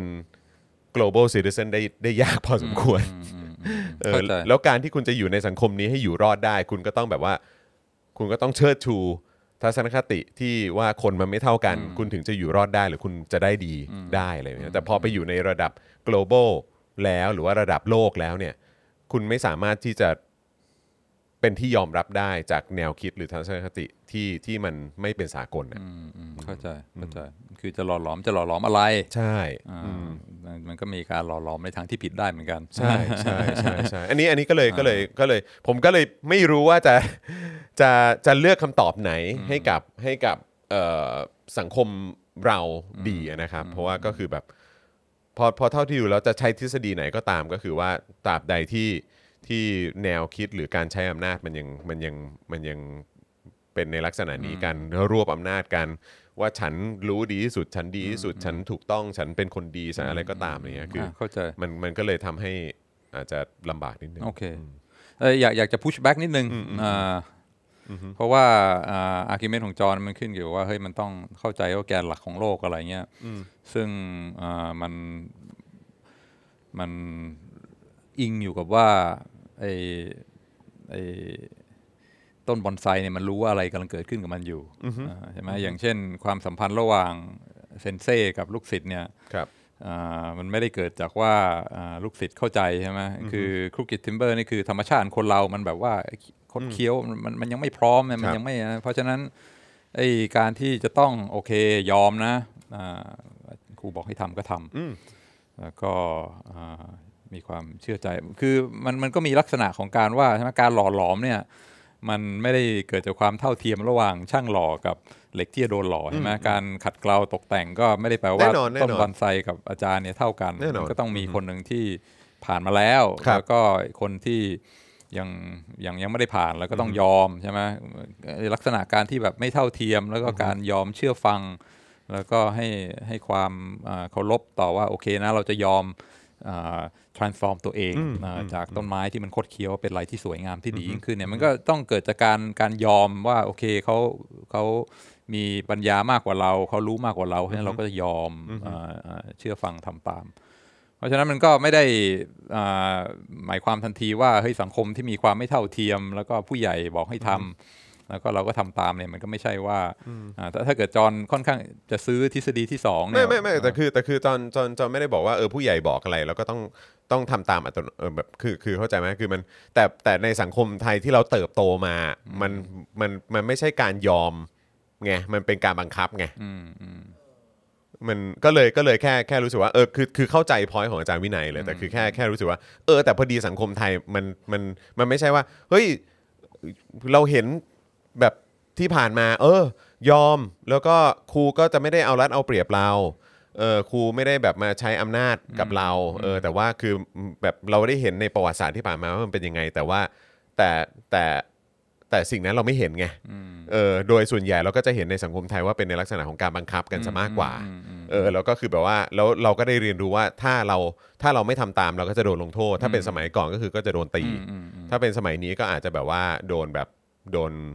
global citizen ได้ได้ยากพอสมควรเออแล้วการที่คุณจะอยู่ในสังคมนี้ให้อยู่รอดได้คุณก็ต้องแบบว่าคุณก็ต้องเชิดชูทัศนคติที่ว่าคนมันไม่เท่ากันคุณถึงจะอยู่รอดได้หรือคุณจะได้ดีได้อะไรอย่างเงี้ยแต่พอไปอยู่ในระดับ global แล้วหรือว่าระดับโลกแล้วเนี่ยคุณไม่สามารถที่จะเป็นที่ยอมรับได้จากแนวคิดหรือทัศนคติที่ที่มันไม่เป็นสากลนะ
เข้าใจเข้าใจคือจะหล่อหลอมจะหล่อหลอมอะไร
ใช่
มันก็มีการหล่อหลอมในทางที่ผิดได้เหมือนกัน
ใช่ใช่ใช่ใช่อันนี้อันนี้ก็เลยก็เลยก็เลยผมก็เลยไม่รู้ว่าจะจะจะเลือกคำตอบไหนให้กับให้กับสังคมเราดีนะครับเพราะว่าก็คือแบบพอพอเท่าที่ดูแล้วจะใช้ทฤษฎีไหนก็ตามก็คือว่าตราบใดที่ที่แนวคิดหรือการใช้อำนาจมันยังมันยังมันยังเป็นในลักษณะนี้กันรวบอำนาจกันว่าฉันรู้ดีที่สุดฉันดีที่สุดฉันถูกต้องฉันเป็นคนดีฉันอะไรก็ตามอย่างเงี้ยคือ
เข้าใจ
มันมันก็เลยทำให้อาจจะลำบากนิดนึง
โอเคเอออยากอยากจะ push back นิดนึงอ่าเพราะว่าอ่า argument ของจอห์นมันขึ้นอยู่ว่าเฮ้ยมันต้องเข้าใจว่าแกนหลักของโลกอะไรเงี้ยซึ่งอ่ามันมันอิงอยู่กับว่าไอ้ไอ้ต้นบอนไซเนี่ยมันรู้ว่าอะไรกำลังเกิดขึ้นกับมันอยู่ใช่ไหมอย่างเช่นความสัมพันธ์ระหว่างเซนเซ่กับลูกศิษย์เนี่ยมันไม่ได้เกิดจากว่าลูกศิษย์เข้าใจใช่ไหมคือครูกิตทิมเบอร์นี่คือธรรมชาติคนเรามันแบบว่าคดเคี้ยวมันมันยังไม่พร้อมมันยังไม่เพราะฉะนั้นไอ้การที่จะต้องโอเคยอมนะครูบอกให้ทำก็ทำแล้วก็มีความเชื่อใจคือมันมันก็มีลักษณะของการว่าใช่ไหมการหล่อหลอมเนี่ยมันไม่ได้เกิดจากความเท่าเทียมระหว่างช่างหล่อกับเหล็กที่จะโดนหล่อใช่ไหมการขัดเกลาตกแต่งก็ไม่ได้แปลว่าต้นบอนไซกับอาจารย์เนี่ยเท่ากันมันก็ต้องมีคนหนึ่งที่ผ่านมาแล้วแล้วก็คนที่ยังยังยังไม่ได้ผ่านแล้วก็ต้องยอมใช่ไหมลักษณะการที่แบบไม่เท่าเทียมแล้วก็การยอมเชื่อฟังแล้วก็ให้ให้ความเคารพต่อว่าโอเคนะเราจะยอมtransform ตัวเองจากต้นไม้ที่มันคดเคี้ยวเป็นอะไรที่สวยงามที่ดียิ่งขึ้นเนี่ยมันก็ต้องเกิดจากการการยอมว่าโอเคเขาเขามีปัญญามากกว่าเราเขารู้มากกว่าเราเพราะฉะนั้นเราก็จะยอมเชื่อฟังทำตามเพราะฉะนั้นมันก็ไม่ได้หมายความทันทีว่าเฮ้ยสังคมที่มีความไม่เท่าเทียมแล้วก็ผู้ใหญ่บอกให้ทำแล้วก็เราก็ทำตามเนี่ยมันก็ไม่ใช่ว่าแต่ถ้าเกิดจอนค่อนข้างจะซื้อทฤษฎีที่สองเนี่ย
ไม่ไม่ไม่แต่คือแต่คือจอนจอนจอนไม่ได้บอกว่าเออผู้ใหญ่บอกอะไรแล้วก็ต้องต้องทำตามอัตโนเออแบบคือคือเข้าใจไหมคือมันแต่แต่ในสังคมไทยที่เราเติบโตมามันมันมันไม่ใช่การยอมไงมันเป็นการบังคับไงมันก็เลยก็เลยแค่แค่รู้สึกว่าเออคือคือเข้าใจพอยต์ของอาจารย์วินัยเลยแต่คือแค่แค่รู้สึกว่าเออแต่พอดีสังคมไทยมันมันมันไม่ใช่ว่าเฮ้ยเราเห็นแบบที่ผ่านมาเออยอมแล้วก็ครูก็จะไม่ได้เอารัดเอาเปรียบเราเออครูไม่ได้แบบมาใช้อำนาจกับเราเออแต่ว่าคือแบบเราได้เห็นในประวัติศาสตร์ที่ผ่านมาว่ามันเป็นยังไงแต่ว่าแต่แต่แต่สิ่งนั้นเราไม่เห็นไงเออโดยส่วนใหญ่เราก็จะเห็นในสังคมไทยว่าเป็นในลักษณะของการบังคับกันซะมากกว่าเออแล้วก็คือแบบว่าแล้วเราก็ได้เรียนรู้ว่าถ้าเราถ้าเราไม่ทำตามเราก็จะโดนลงโทษถ้าเป็นสมัยก่อนก็คือก็จะโดนตีถ้าเป็นสมัยนี้ก็อาจจะแบบว่าโดนแบบโดน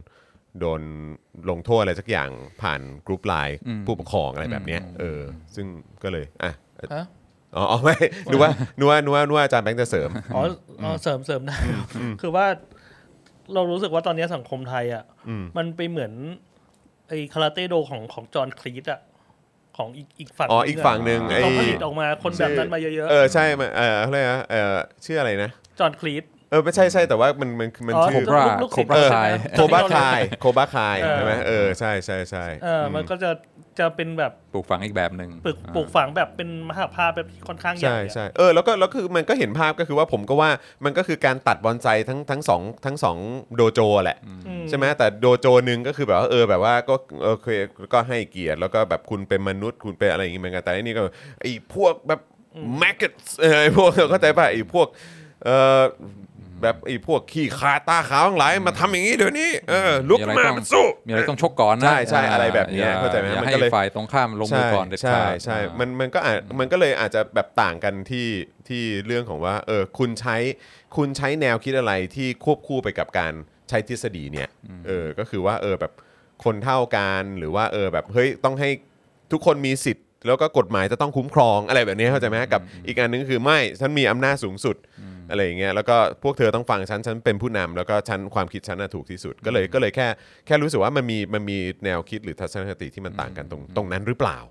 โดนลงโทษอะไรสักอย่างผ่านกรุ๊ปไลน์ผู้ปกครองอะไรแบบเนี้ยเออซึ่งก็เลยอ่ะอ๋อไม่นึกว่านึกว่านึกว่านึกว่าอาจารย์แบงค์จะเสริม
อ๋อเสริมเสริมได้คือว่าเรารู้สึกว่าตอนนี้สังคมไทยอ่ะมันไปเหมือนไอ้คาราเต้โดของของจอห์นคลีตอ่ะของอีกอีกฝั่ง
อ๋ออีกฝั่งนึง
ไอ้เขาผลิตออกมาคนแบบนั้นมาเยอะๆ
เออใช่เออเค้าเรียกนะเออชื่ออะไรนะ
จอห์นคลีต
เออไม่ใช่ใช่แต่ว่ามันมันมันชื่อ
โคบราโคบราคาย
โคบราคายโคบราคายใช่ไหมเออใช่ใช่ใช่
เออมันก็จะจะเป็นแบบ
ปลูกฝังอีกแบบนึง
ปลูกปลูกฝังแบบเป็นมหาภาพแบบค่อนข้างใหญ่
ใช่ใช่เออแล้วก็แล้วคือมันก็เห็นภาพก็คือว่าผมก็ว่ามันก็คือการตัดบอนไซทั้งทั้งสองทั้งสองโดโจแหละใช่ไหมแต่โดโจนึงก็คือแบบว่าเออแบบว่าก็โอเคก็ให้เกียรติแล้วก็แบบคุณเป็นมนุษย์คุณเป็นอะไรอย่างงี้เหมือนกันแต่อันนี้ก็ไอ้พวกแบบแมกเก็ตไอ้พวกเข้าใจป่ะไอ้พวกเออแบบไอ้พวกขี้ขาตาขาวทั้งหลายมาทำอย่างนี้เดี๋ยวนี้เออลุกมามันสู้
มีอะไรต้องชกก่อนนะ
ใช่ใช่อะไรแบบนี้เข้าใจไหม
มันก็เลยฝ่ายตรงข้ามลงมือก่อนเด็ดขาด
ใช่ใช่มันมันก็อาจมันก็เลยอาจจะแบบต่างกันที่ที่เรื่องของว่าเออคุณใช้คุณใช้แนวคิดอะไรที่ควบคู่ไปกับการใช้ทฤษฎีเนี่ยเออก็คือว่าเออแบบคนเท่ากันหรือว่าเออแบบเฮ้ยต้องให้ทุกคนมีสิทธิ์แล้วก็กฎหมายจะต้องคุ้มครองอะไรแบบนี้เข้าใจไหมกับอีกอันนึงคือไม่ฉันมีอำนาจสูงสุดอะไรอย่างเงี้ยแล้วก็พวกเธอต้องฟังฉันฉันเป็นผู้นำแล้วก็ฉันความคิดฉันน่ะถูกที่สุดก็เลยก็เลยแค่แค่รู้สึกว่ามันมีมันมีแนวคิดหรือทัศนคติที่มันต่างกันตรงตรงนั้นหรือเปล่า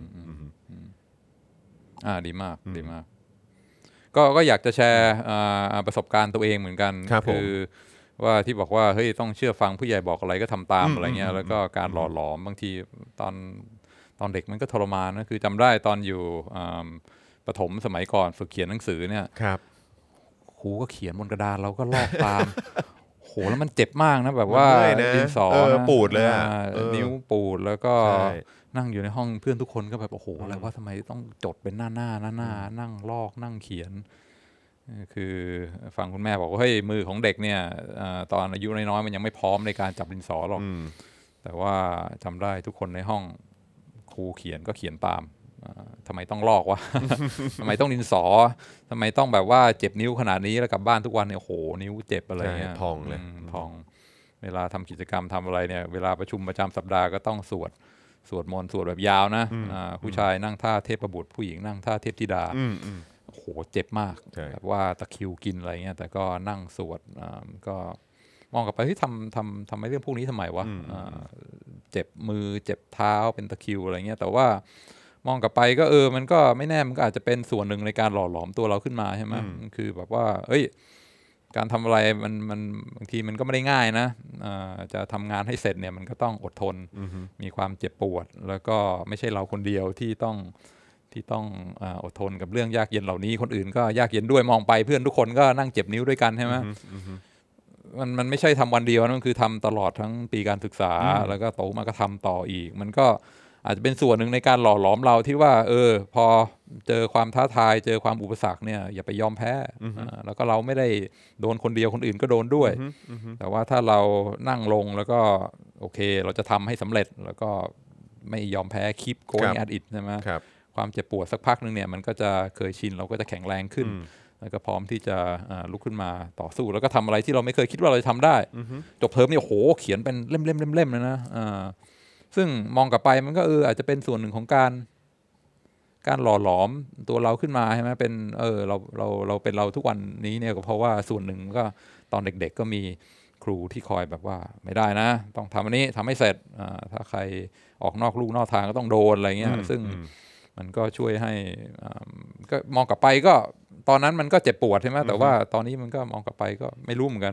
อ่าดีมากดีมากก็ก็อยากจะแชร์ประสบการณ์ตัวเองเหมือนกันคือว่าที่บอกว่าเฮ้ยต้องเชื่อฟังผู้ใหญ่บอกอะไรก็ทำตามอะไรเงี้ยแล้วก็การหล่อหลอมบางทีตอนตอนเด็กมันก็ทรมานนะคือจำได้ตอนอยู่ประถมสมัยก่อนฝึกเขียนหนังสือเนี่ยครูก็เขียนบนกระดานเราก็ลอกตามโหแล้วมันเจ็บมากนะแบบว่าดินสอ
ปูดเลย
นิ้วปูดแล้วก็นั่งอยู่ในห้องเพื่อนทุกคนก็แบบโอ้โหอะไรว่าทำไมต้องจดเป็นหน้าหน้าหน้าหน้านั่งลอกนั่งเขียนคือฟังคุณแม่บอกว่าเฮ้ยมือของเด็กเนี่ยตอนอายุน้อยๆมันยังไม่พร้อมในการจับดินสอหรอกแต่ว่าจำได้ทุกคนในห้องครูเขียนก็เขียนตามทำไมต้องลอกวะ ทำไมต้องดินสอทำไมต้องแบบว่าเจ็บนิ้วขนาดนี้แล้วกลับบ้านทุกวันเนี่ยโหนิ้วเจ็บอะไรเงี้ย
พองเลย
พองเวลาทำกิจกรรมทำอะไรเนี่ยเวลาประชุมประจำสัปดาห์ก็ต้องสวดสวดมนต์สวดแบบยาวนะผู้ชายนั่งท่าเทพบุตรผู้หญิงนั่งท่าเทพธิดาโหเจ็บมากแบบว่าตะคริวกินอะไรเงี้ยแต่ก็นั่งสวดก็มองกลับไปเฮ้ยทำทำทำไมเรื่องพวกนี้ทำไมวะเจ็บมือเจ็บเท้าเป็นตะคริวอะไรเงี้ยแต่ว่ามองกลับไปก็เออมันก็ไม่แน่มันก็อาจจะเป็นส่วนหนึ่งในการหล่อหลอมตัวเราขึ้นมาใช่ไหมคือแบบว่าเอ้ยการทำอะไรมันมันบางทีมันก็ไม่ได้ง่ายนะจะทำงานให้เสร็จเนี่ยมันก็ต้องอดทนมีความเจ็บปวดแล้วก็ไม่ใช่เราคนเดียวที่ต้องที่ต้องอดทนกับเรื่องยากเย็นเหล่านี้คนอื่นก็ยากเย็นด้วยมองไปเพื่อนทุกคนก็นั่งเจ็บนิ้วด้วยกันใช่ไหมมันมันไม่ใช่ทำวันเดียวมันคือทำตลอดทั้งปีการศึกษาแล้วก็โตมาก็ทำต่ออีกมันก็อาจจะเป็นส่วนหนึ่งในการหล่อหลอมเราที่ว่าเออพอเจอความท้าทายเจอความอุปสรรคเนี่ยอย่าไปยอมแพ้แล้วก็เราไม่ได้โดนคนเดียวคนอื่นก็โดนด้วยแต่ว่าถ้าเรานั่งลงแล้วก็โอเคเราจะทำให้สำเร็จแล้วก็ไม่ยอมแพ้ keep going at it ใช่ไหมความเจ็บปวดสักพักนึงเนี่ยมันก็จะเคยชินเราก็จะแข็งแรงขึ้นแล้วก็พร้อมที่จะลุกขึ้นมาต่อสู้แล้วก็ทำอะไรที่เราไม่เคยคิดว่าเราจะทำได้จบเทอมนี่โอ้โหเขียนเป็นเล่มๆๆๆเลยนะซึ่งมองกลับไปมันก็เอออาจจะเป็นส่วนหนึ่งของการการหล่อหลอมตัวเราขึ้นมาใช่ไหมเป็นเออเราเราเราเป็นเราทุกวันนี้เนี่ยก็เพราะว่าส่วนหนึ่งก็ตอนเด็กๆก็มีครูที่คอยแบบว่าไม่ได้นะต้องทำอันนี้ทำให้เสร็จถ้าใครออกนอกลู่นอกทางก็ต้องโดนอะไรเงี้ยซึ่งมันก็ช่วยให้ก็มองกลับไปก็ตอนนั้นมันก็เจ็บปวดใช่ไหมแต่ว่าตอนนี้มันก็มองกลับไปก็ไม่รู้เหมือนกัน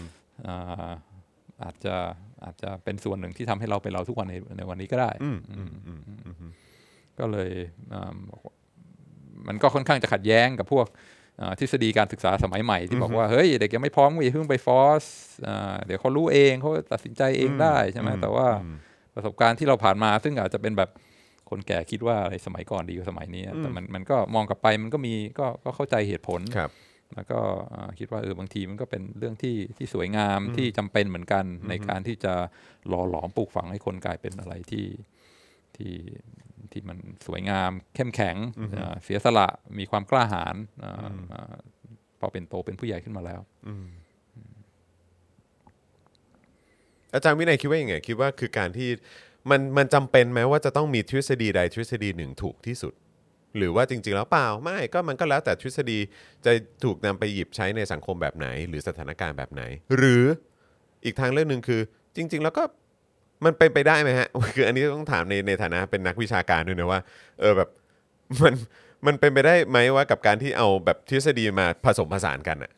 อาจจะอาจจะเป็นส่วนหนึ่งที่ทำให้เราเป็นเราทุกวันในในวันนี้ก็ได้ก็เลยมันก็ค่อนข้างจะขัดแย้งกับพวกทฤษฎีการศึกษาสมัยใหม่ที่บอกว่าเฮ้ยเด็กยังไม่พร้อมอย่าเพิ่งไปฟอร์สเดี๋ยวเขารู้เองเขาตัดสินใจเองได้ใช่ไหมแต่ว่าประสบการณ์ที่เราผ่านมาซึ่งอาจจะเป็นแบบคนแก่คิดว่าอะไรสมัยก่อนดีกว่าสมัยนี้แต่มันมันก็มองกลับไปมันก็มีก็ก็เข้าใจเหตุผลแล้วก็คิดว่าเออบางทีมันก็เป็นเรื่องที่ที่สวยงามที่จำเป็นเหมือนกันในการที่จะหล่อหลอมปลูกฝังให้คนกลายเป็นอะไรที่ที่ที่มันสวยงามเข้มแข็งเสียสละมีความกล้าหาญพอเป็นโตเป็นผู้ใหญ่ขึ้นมาแล้ว
อาจารย์วินัยคิดว่ายังไงคิดว่าคือการที่มันมันจำเป็นไหมว่าจะต้องมีทฤษฎีใดทฤษฎีหนึ่งถูกที่สุดหรือว่าจริงๆแล้วเปล่าไม่ก็มันก็แล้วแต่ทฤษฎีจะถูกนำไปหยิบใช้ในสังคมแบบไหนหรือสถานการณ์แบบไหนหรืออีกทางเรื่องนึงคือจริงๆแล้วก็มันเป็นไปได้ไหมฮะคืออันนี้ต้องถามในในฐานะเป็นนักวิชาการด้วยนะว่าเออแบบมันมันเป็นไปได้ไหมว่ากับการที่เอาแบบทฤษฎีมาผสมผสานกันอ่ะ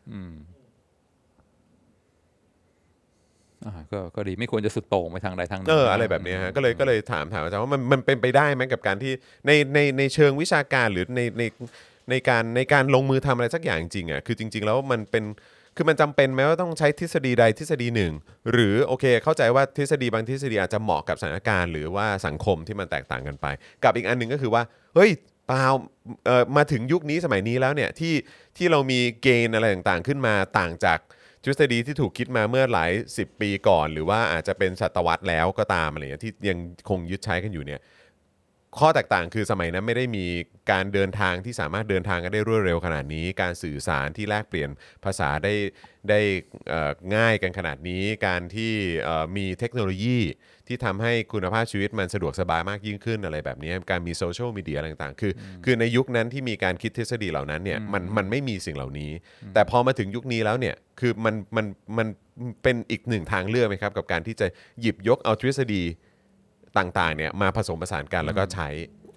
อ่าก็ก็ดีไม่ควรจะสุดโต่งไปทางใดทางหนึ่ง
เอออะไรแบบนี้ฮะก็เลยก็เลยถามถามอาจารย์ว่ามันมันเป็นไปได้ไหมกับการที่ในในในเชิงวิชาการหรือในในในการในการลงมือทำอะไรสักอย่างจริงอ่ะคือจริงๆแล้วมันเป็นคือมันจำเป็นไหมว่าต้องใช้ทฤษฎีใดทฤษฎีหนึ่งหรือโอเคเข้าใจว่าทฤษฎีบางทฤษฎีอาจจะเหมาะกับสถานการณ์หรือว่าสังคมที่มันแตกต่างกันไปกับอีกอันหนึ่งก็คือว่าเฮ้ยเปล่าเอ่อมาถึงยุคนี้สมัยนี้แล้วเนี่ยที่ที่เรามีเกณฑ์อะไรต่างๆขึ้นมาต่างจากทฤษฎีที่ถูกคิดมาเมื่อหลายสิบปีก่อนหรือว่าอาจจะเป็นศตวรรษแล้วก็ตามอะไรอย่างเงี้ยที่ยังคงยึดใช้กันอยู่เนี่ยข้อแตกต่างคือสมัยนั้นไม่ได้มีการเดินทางที่สามารถเดินทางกันได้รวดเร็วขนาดนี้การสื่อสารที่แลกเปลี่ยนภาษาได้ได้ง่ายกันขนาดนี้การที่มีเทคโนโลยีที่ทำให้คุณภาพชีวิตมันสะดวกสบายมากยิ่งขึ้นอะไรแบบนี้การมีโซเชียลมีเดียอะไรต่างๆคือคือในยุคนั้นที่มีการคิดทฤษฎีเหล่านั้นเนี่ยมันมันไม่มีสิ่งเหล่านี้แต่พอมาถึงยุคนี้แล้วเนี่ยคือมันมันมันเป็นอีกหนึ่งทางเลือกไหมครับกับการที่จะหยิบยกเอาทฤษฎีต่างๆเนี่ยมาผสมผสานกันแล้วก็ใช้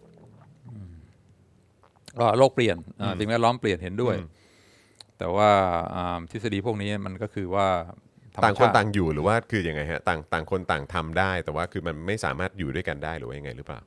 ก็โลกเปลี่ยนสิ่งแวดล้อมเปลี่ยนเห็นด้วยแต่ว่าทฤษฎีพวกนี้มันก็คือว่า
ต่างคนต่างอยู่หรือว่าคือยังไงฮะต่างต่างคนต่างทำได้แต่ว่าคือมันไม่สามารถอยู่ด้วยกันได้หรือว่ายังไงหรือเปล่า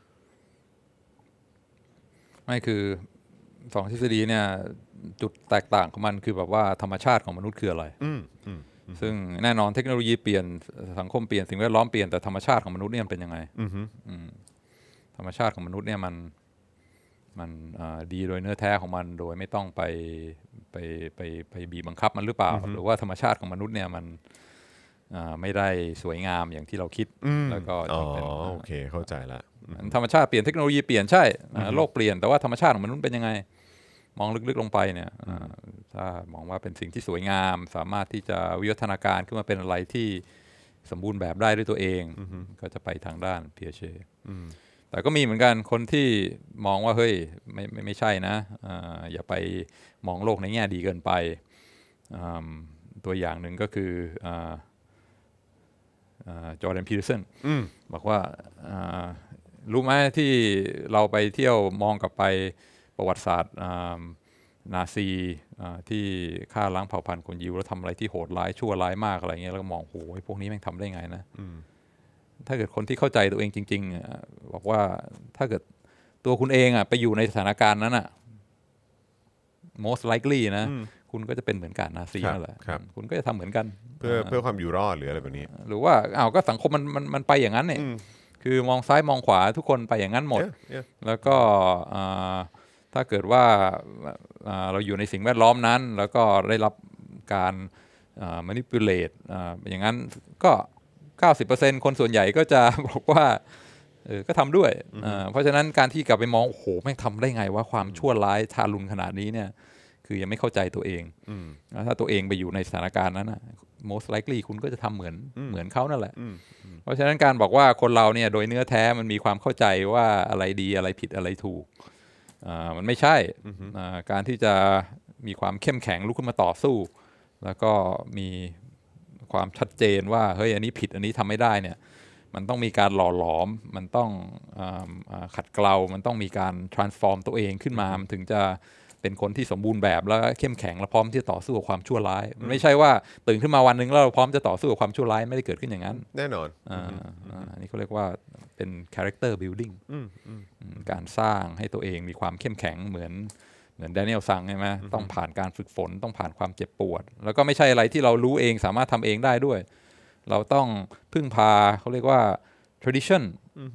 ไม่คือสองทฤษฎีเนี่ยจุดแตกต่างของมันคือแบบว่าธรรมชาติของมนุษย์คืออะไรซึ่งแน่นอนเทคโนโลยีเปลี่ยนสังคมเปลี่ยนสิ่งแวดล้อมเปลี่ยนแต่ธรรมชาติของมนุษย์เนี่ยเป็นยังไงธรรมชาติของมนุษย์เนี่ยมันมันดีโดยเนื้อแท้ของมันโดยไม่ต้องไปไปไปไปบีบบังคับมันหรือเปล่าหรือว่าธรรมชาติของมนุษย์เนี่ยมันไม่ได้สวยงามอย่างที่เราคิดแล้วก็
อ๋อโอเคเข้าใจละ
ธรรมชาติเปลี่ยนเทคโนโลยีเปลี่ยนใช่โลกเปลี่ยนแต่ว่าธรรมชาติของมนุษย์เป็นยังไงมองลึกๆลงไปเนี่ยถ้ามองว่าเป็นสิ่งที่สวยงามสามารถที่จะวิวัฒนาการขึ้นมาเป็นอะไรที่สมบูรณ์แบบได้ด้วยตัวเองก็จะไปทางด้านเพียเชแต่ก็มีเหมือนกันคนที่มองว่าเฮ้ยไม่ไม่ไม่ใช่นะอย่าไปมองโลกในแง่ดีเกินไปตัวอย่างหนึ่งก็คือจอร์แดนพีเตอร์สันบอกว่ารู้ไหมที่เราไปเที่ยวมองกลับไปประวัติศาสตร์นาซีที่ฆ่าล้างเผ่าพันธุ์คนยิวแล้วทำอะไรที่โหดร้ายชั่วร้ายมากอะไรเงี้ยแล้วก็มองโอ้ยพวกนี้แม่งทำได้ไงนะถ้าเกิดคนที่เข้าใจตัวเองจริงๆบอกว่าถ้าเกิดตัวคุณเองอ่ะไปอยู่ในสถานการณ์นั้นอ่ะ most likely นะคุณก็จะเป็นเหมือนกันนาซีนั่นแหละคุณก็จะทำเหมือนกัน
เพื่อเพื่อความอยู่รอดหรืออะไรแบบนี้
หรือว่าอ้าวก็สังคมมันมันมันไปอย่างนั้นเนี่ยคือมองซ้ายมองขวาทุกคนไปอย่างนั้นหมด
yeah, yeah.
แล้วก็ถ้าเกิดว่าเราอยู่ในสิ่งแวดล้อมนั้นแล้วก็ได้รับการ manipulate อย่างนั้นก็ เก้าสิบเปอร์เซ็นต์ คนส่วนใหญ่ก็จะบอกว่าเออก็ทำด้วยเพราะฉะนั้นการที่กลับไปมองโอ้โหแม่งทำได้ไงว่าความชั่วร้ายทารุณขนาดนี้เนี่ยคือยังไม่เข้าใจตัวเองถ้าตัวเองไปอยู่ในสถานการณ์นั้นนะ most likely คุณก็จะทำเหมือนเหมือนเขานั่นแหละเพราะฉะนั้นการบอกว่าคนเราเนี่ยโดยเนื้อแท้มันมีความเข้าใจว่าอะไรดีอะไรผิดอะไรถูกมันไม่ใช่การที่จะมีความเข้มแข็งลุกขึ้นมาต่อสู้แล้วก็มีความชัดเจนว่าเฮ้ยอันนี้ผิดอันนี้ทำไม่ได้เนี่ยมันต้องมีการหล่อหลอมมันต้องขัดเกลามันต้องมีการ transform ตัวเองขึ้นมามันถึงจะเป็นคนที่สมบูรณ์แบบแล้วเข้มแข็งและพร้อมที่จะต่อสู้กับความชั่วร้ายมันไม่ใช่ว่าตื่นขึ้นมาวันนึงแล้วเราพร้อมจะต่อสู้กับความชั่วร้ายไม่ได้เกิดขึ้นอย่างนั้น
แน่นอน
อันนี้เขาเรียกว่าเป็น character building การสร้างให้ตัวเองมีความเข้มแข็งเหมือนเหมือนแดเนียลซังใช่ไหมต้องผ่านการฝึกฝนต้องผ่านความเจ็บปวดแล้วก็ไม่ใช่อะไรที่เรารู้เองสามารถทำเองได้ด้วยเราต้องพึ่งพาเขาเรียกว่า tradition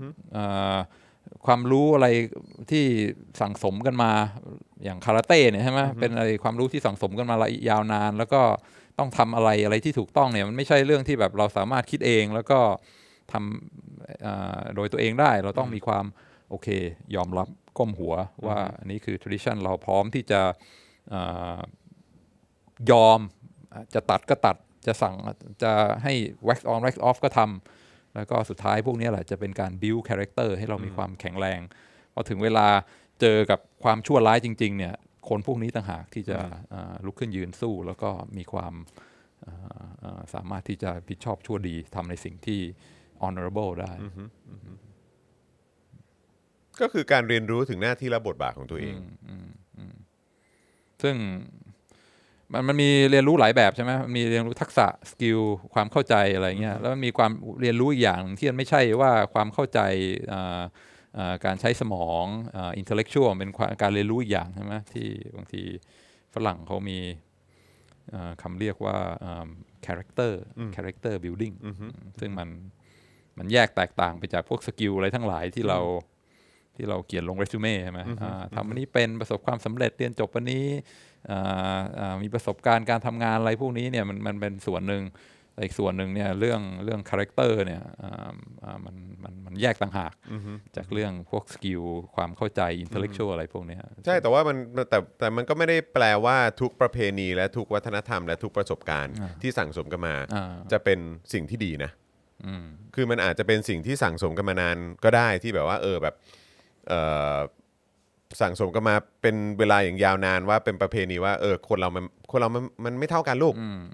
ความรู้อะไรที่สั่งสมกันมาอย่างคาราเต้เนี่ยใช่ไหมเป็นอะไรความรู้ที่สั่งสมกันมายาวนานแล้วก็ต้องทำอะไรอะไรที่ถูกต้องเนี่ยมันไม่ใช่เรื่องที่แบบเราสามารถคิดเองแล้วก็ทำโดยตัวเองได้เราต้องมีความโอเคยอมรับก้มหัวว่าอันนี้คือ tradition เราพร้อมที่จะยอมจะตัดก็ตัดจะสั่งจะให้ wax on wax off ก็ทำแล้วก็สุดท้ายพวกนี้แหละจะเป็นการ build character ให้เรามีความแข็งแรงพอถึงเวลาเจอกับความชั่วร้ายจริงๆเนี่ยคนพวกนี้ต่างหากที่จะลุกขึ้นยืนสู้แล้วก็มีความสามารถที่จะผิดชอบชั่วดีทำในสิ่งที่ honorable ได้
ก็คือการเรียนรู้ถึงหน้าที่และบทบาทของตัวเอง
ซึ่งมันมันมีเรียนรู้หลายแบบใช่ไหมมีเรียนรู้ทักษะสกิลความเข้าใจอะไรเงี้ยแล้วมันมีความเรียนรู้อีกอย่างที่มันไม่ใช่ว่าความเข้าใจการใช้สมองอินเทลเล็กชวลเป็นการเรียนรู้อีกอย่างใช่ไหมที่บางทีฝรั่งเขามีคำเรียกว่า character character building ซึ่งมันมันแยกแตกต่างไปจากพวกสกิลอะไรทั้งหลายที่เราที่เราเขียนลงเรซูเม่ใช่ไหมทำวันนี้เป็นประสบความสำเร็จเรียนจบวันนี้มีประสบการณ์การทำงานอะไรพวกนี้เนี่ยมันมันเป็นส่วนหนึ่งแต่อีกส่วนหนึ่งเนี่ยเรื่องเรื่องคาแรคเตอร์เนี่ยมันมันมันแยกต่างหากจากเรื่องพวกสกิลความเข้าใจอินเทลเล็กชวลอะไรพวกนี้
ใช่แต่ว่ามันแต่แต่มันก็ไม่ได้แปลว่าทุกประเพณีและทุกวัฒนธรรมและทุกประสบการณ์ที่สั่งสมกันมาจะเป็นสิ่งที่ดีนะคือมันอาจจะเป็นสิ่งที่สั่งสมกันมานานก็ได้ที่แบบว่าเออแบบสั่งสมกันมาเป็นเวลาอย่างยาวนานว่าเป็นประเพณีว่าเออคนเรามันคนเรามันมันไม่เท่ากันลูก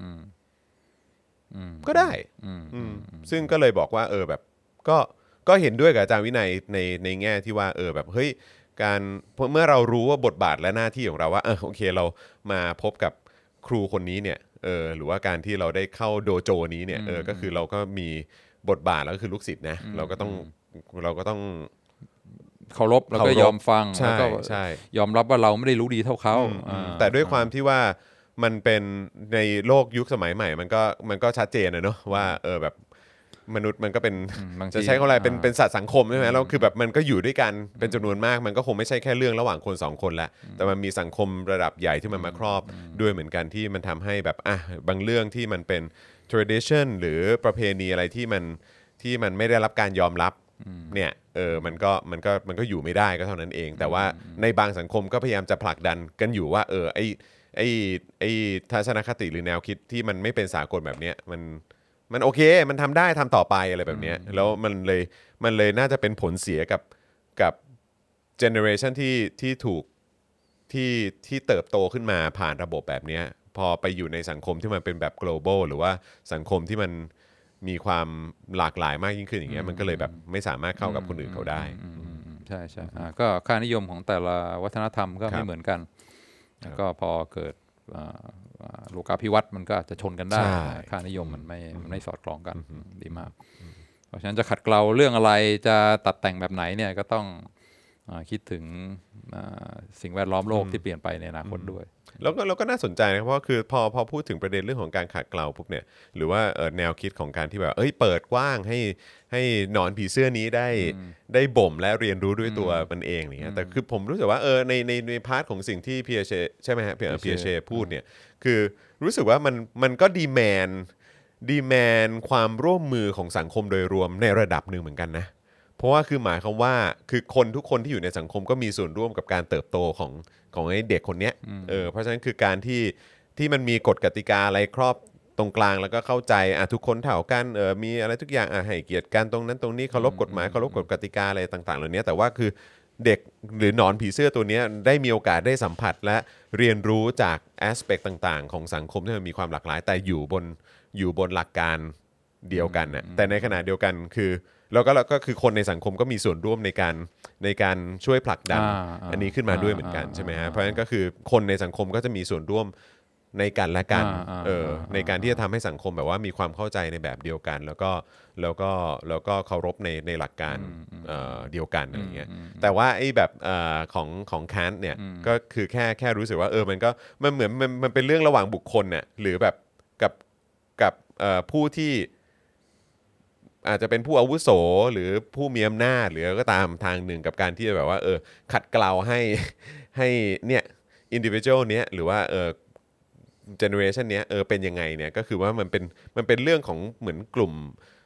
ก็ได้ซึ่งก็เลยบอกว่าเออแบบก็ก็เห็นด้วยกับอาจารย์วินัยในในแง่ที่ว่าเออแบบเฮ้ยการเมื่อเรารู้ว่าบทบาทและหน้าที่ของเราว่าเออโอเคเรามาพบกับครูคนนี้เนี่ยเออหรือว่าการที่เราได้เข้าโดโจนี้เนี่ยเออก็คือเราก็มีบทบาทแล้วก็คือลูกศิษย์นะเราก็ต้องเราก็ต้อง
เคารพแล้วก็ยอมฟังแล้วก็ยอมรับว่าเราไม่ได้รู้ดีเท่าเขา
แต่ด้วยความที่ว่ามันเป็นในโลกยุคสมัยใหม่มันก็มันก็ชัดเจนนะเนาะว่าเออแบบมนุษย์มันก็เป็นจะใช้คำอะไรเป็นเป็นสัตว์สังคมใช่ไหมแล้วคือแบบมันก็อยู่ด้วยกันเป็นจำนวนมากมันก็คงไม่ใช่แค่เรื่องระหว่างคนสองคนละแต่มันมีสังคมระดับใหญ่ที่มันมาครอบด้วยเหมือนกันที่มันทำให้แบบอ่ะบางเรื่องที่มันเป็น tradition หรือประเพณีอะไรที่มันที่มันไม่ได้รับการยอมรับเนี่ยเออมันก็มันก็มันก็อยู่ไม่ได้ก็เท่านั้นเองแต่ว่าในบางสังคมก็พยายามจะผลักดันกันอยู่ว่าเออไอไอ้ไอ้ทัศนคติหรือแนวคิดที่มันไม่เป็นสากลแบบนี้มันมันโอเคมันทำได้ทำต่อไปอะไรแบบนี้แล้วมันเลยมันเลยน่าจะเป็นผลเสียกับกับเจเนอเรชันที่ที่ถูกที่ที่เติบโตขึ้นมาผ่านระบบแบบนี้พอไปอยู่ในสังคมที่มันเป็นแบบ global หรือว่าสังคมที่มันมีความหลากหลายมากยิ่งขึ้นอย่างเงี้ยมันก็เลยแบบไม่สามารถเข้ากับคนอื่นเขาได้
ใช่ใช่ก็ค่านิยมของแต่ละวัฒนธรรมก็ไม่เหมือนกันก็พอเกิดโลกาภิวัตน์มันก็จะชนกันได้ค่านิยมมันไม่มันไม่สอดคล้องกันดีมากเพราะฉะนั้นจะขัดเกลาเรื่องอะไรจะตัดแต่งแบบไหนเนี่ยก็ต้องคิดถึงสิ่งแวดล้อมโลกที่เปลี่ยนไปในอนาคตด้วย
แล้วก็เราก็น่าสนใจนะเพราะคือพอพอพูดถึงประเด็นเรื่องของการขัดเกลาปุ๊บเนี่ยหรือว่าแนวคิดของการที่แบบเอ้ยเปิดกว้างให้ให้หนอนผีเสื้อนี้ได้ได้บ่มและเรียนรู้ด้วยตัวมันเองอะไรเงี้ยแต่คือผมรู้สึกว่าเออในในในพาร์ทของสิ่งที่พีเอเชใช่ไหมฮะพีเอเชพูดเนี่ยคือรู้สึกว่ามันมันก็ดีแมนดีแมนความร่วมมือของสังคมโดยรวมในระดับหนึ่งเหมือนกันนะเพราะว่าคือหมายความว่าคือคนทุกคนที่อยู่ในสังคมก็มีส่วนร่วมกับการเติบโตของของไอ้เด็กคนเนี้ยเออเพราะฉะนั้นคือการที่ที่มันมีกฎกติกาอะไรครอบตรงกลางแล้วก็เข้าใจอ่ะทุกคนเท่ากันเออมีอะไรทุกอย่างอ่ะให้เกียรติกันตรงนั้นตรงนี้เคารพกฎหมายเคารพกฎกติกาอะไรต่างๆเหล่านี้แต่ว่าคือเด็กหรือหนอนผีเสื้อตัวนี้ได้มีโอกาสได้สัมผัสและเรียนรู้จากแอสเปกต่างๆของสังคมที่มันมีความหลากหลายแต่อยู่บนอยู่บนหลักการเดียวกันนะแต่ในขณะเดียวกันคือแล้วก็แล้วก็คือคนในสังคมก็มีส่วนร่วมในการในการช่วยผลักดัน อ, อันนี้ขึ้นมาด้วยเหมือนกันใช่ไหมฮะเพราะฉะนั้นก็คือคนในสังคมก็จะมีส่วนร่วมในกันและกันเออในการที่จะทำให้สังคมแบบว่ามีความเข้าใจในแบบเดียวกันแล้วก็แล้วก็แล้วก็เคารพในในหลักการเอ่อเดียวกันอะไรเงี้ยแต่ว่าไอ้แบบเอ่อของของแคนต์เนี่ยก็คือแค่แค่รู้สึกว่าเออมันก็มันเหมือนมันมันเป็นเรื่องระหว่างบุคคลเนี่ยหรือแบบกับกับเอ่อผู้ที่อาจจะเป็นผู้อาวุโสหรือผู้มีอำนาจหรือก็ตามทางหนึ่งกับการที่แบบว่าเออขัดเกลาให้ให้เนี่ยอินดิวิชวลเนี้ยหรือว่าเออเจเนอเรชันเนี้ยเออเป็นยังไงเนี่ยก็คือว่ามันเป็นมันเป็นเรื่องของเหมือนกลุ่ม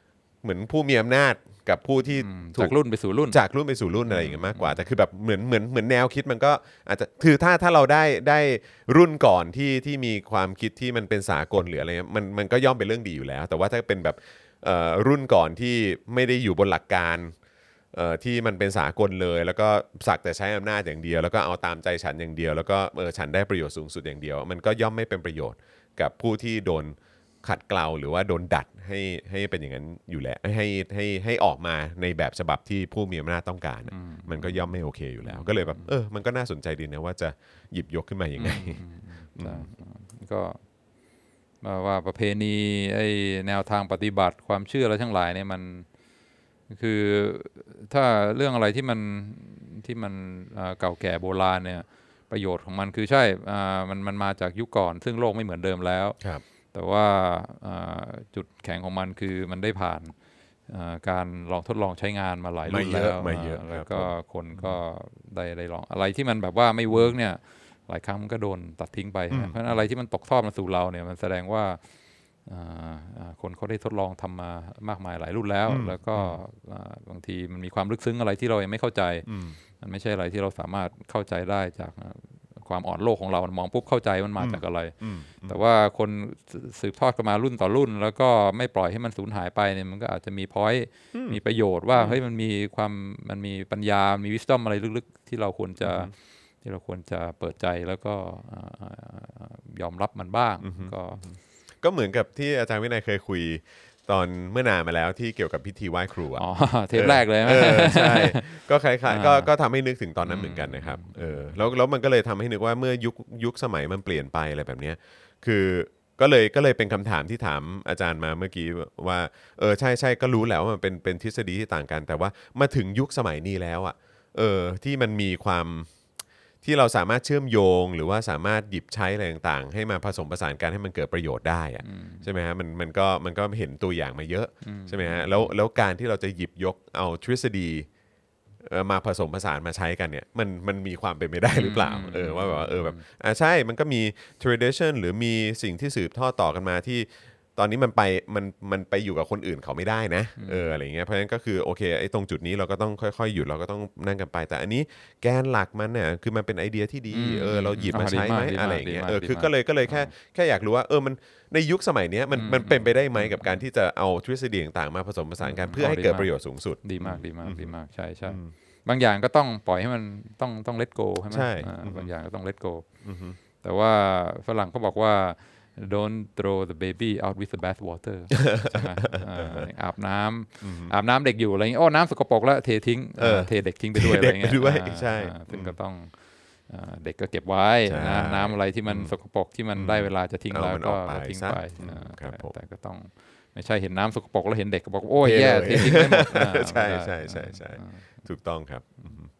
เหมือนผู้มีอำนาจกับผู้ที่ถู
จากรุ่นไปสู่รุ่น
จากรุ่นไปสู่รุ่นอะไรอย่างเงี้ยมากกว่าแต่คือแบบเหมือนเหมือนเหมือนแนวคิดมันก็อาจจะคือถ้าถ้าเราได้ได้รุ่นก่อนที่ที่มีความคิดที่มันเป็นสากลหรืออะไรเงี้ยมันมันก็ย่อมเป็นเรื่องดีอยู่แล้วแต่ว่าถ้าเป็นแบบเอ่อรุ่นก่อนที่ไม่ได้อยู่บนหลักการเอ่อที่มันเป็นสากลเลยแล้วก็สักแต่ใช้อำนาจอย่างเดียวแล้วก็เอาตามใจฉันอย่างเดียวแล้วก็เออฉันได้ประโยชน์สูงสุดอย่างเดียวมันก็ย่อมไม่เป็นประโยชน์กับผู้ที่โดนขัดเกลาหรือว่าโดนดัดให้ให้เป็นอย่างนั้นอยู่แล้วให้ให้ให้ออกมาในแบบฉบับที่ผู้มีอำนาจต้องการมันก็ย่อมไม่โอเคอยู่แล้วก็เลยแบบเออมันก็น่าสนใจดีนะว่าจะหยิบยกขึ้นมาอย่างไง
ก็ว่าประเพณีไอ้แนวทางปฏิบัติความเชื่ออะไรทั้งหลายเนี่ยมันคือถ้าเรื่องอะไรที่มันที่มันเก่าแก่โบราณเนี่ยประโยชน์ของมันคือใช่มันมันมาจากยุคก่อนซึ่งโลกไม่เหมือนเดิมแล้วแต่ว่าจุดแข็งของมันคือมันได้ผ่านการลองทดลองใช้งานมาหลายรุ่นแล้วแล้วก็คนก็ได้ได้ลองอะไรที่มันแบบว่าไม่เวิร์กเนี่ยหลายครั้งมันก็โดนตัดทิ้งไปเพราะฉะนั้นอะไรที่มันตกทอดมาสู่เราเนี่ยมันแสดงว่าคนเขาได้ทดลองทำมามากมายหลายรุ่นแล้วแล้วก็บางทีมันมีความลึกซึ้งอะไรที่เรายังไม่เข้าใจมันไม่ใช่อะไรที่เราสามารถเข้าใจได้จากความอ่อนโลกของเรามองปุ๊บเข้าใจมันมาจากอะไรแต่ว่าคนสืบทอดกันมารุ่นต่อรุ่นแล้วก็ไม่ปล่อยให้มันสูญหายไปเนี่ยมันก็อาจจะมีพอยต์มีประโยชน์ว่าเฮ้ยมันมีความมันมีปัญญามีวิสตอมอะไรลึกๆที่เราควรจะที่เราควรจะเปิดใจแล้วก็ยอมรับมันบ้างก็
ก็เหมือนกับที่อาจารย์วินัยเคยคุยตอนเมื่อนานมาแล้วที่เกี่ยวกับพิธีไหว้ครูอ่ะ
อ๋อเทปแรกเลย
เออใช่ก็คล้ายๆก็ก็ทำให้นึกถึงตอนนั้นเหมือนกันนะครับเออแล้วแล้วมันก็เลยทำให้นึกว่าเมื่อยุคยุคสมัยมันเปลี่ยนไปอะไรแบบนี้คือก็เลยก็เลยเป็นคำถามที่ถามอาจารย์มาเมื่อกี้ว่าเออใช่ใช่ก็รู้แล้วว่ามันเป็นเป็นทฤษฎีที่ต่างกันแต่ว่ามาถึงยุคสมัยนี้แล้วอ่ะเออที่มันมีความที่เราสามารถเชื่อมโยงหรือว่าสามารถหยิบใช้อะไรต่างๆให้มาผสมผสานกันให้มันเกิดประโยชน์ได้อะใช่ไหมฮะมันมันก็มันก็เห็นตัวอย่างมาเยอะใช่ไหมฮะแล้วแล้วการที่เราจะหยิบยกเอาทฤษฎีมาผสมผสานมาใช้กันเนี่ยมันมันมีความเป็นไปได้หรือเปล่าเออว่าแบบเออแบบอ่าใช่มันก็มี tradition หรือมีสิ่งที่สืบทอดต่อกันมาที่ตอนนี้มันไปมันมันไปอยู่กับคนอื่นเขาไม่ได้นะเอออะไรเงี้ยเพราะฉะนั้นก็คือโอเคไอ้ตรงจุดนี้เราก็ต้องค่อยๆหยุดเราก็ต้องนั่งกันไปแต่อันนี้แกนหลักมันเนี่ยคือมันเป็นไอเดียที่ดีเออเราหยิบมาใช้ไหมอะไรเงี้ยเออคือก็เลยก็เลยแค่แค่อยากรู้ว่าเออมันในยุคสมัยนี้มันมันเป็นไปได้ไหมกับการที่จะเอาทฤษฎีต่างๆมาผสมผสานกันเพื่อให้เกิดประโยชน์สูงสุด
ดีมากดีมากดีมากใช่ใช่บางอย่างก็ต้องปล่อยให้มันต้องต้อง let go ใช่ไหมบางอย่างก็ต้อง let go แต่ว่าฝรั่งเขาบอกว่าdon't throw the baby out with the bath water ใช่ไหมอาบน้ำอาบน้ำเด็กอยู่อะไรเงี้ยโอ้น้ำสกปรกแล้วเททิ้งเทเด็กทิ้งไปด้วยอะไรเงี้ย
ใช่
ซึ่งก็ต้องเด็กก็เก็บไว้นะน้ำอะไรที่มันสกปรกที่มันได้เวลาจะทิ้งแล้วก็ทิ้งไปแต่ก็ต้องไม่ใช่เห็นน้ำสกปรกแล้วเห็นเด็กก็บอกโอ้ยแย่เททิ้งไม่หมด
ใช่ใช่ใช่ใช่ถูกต้องครับ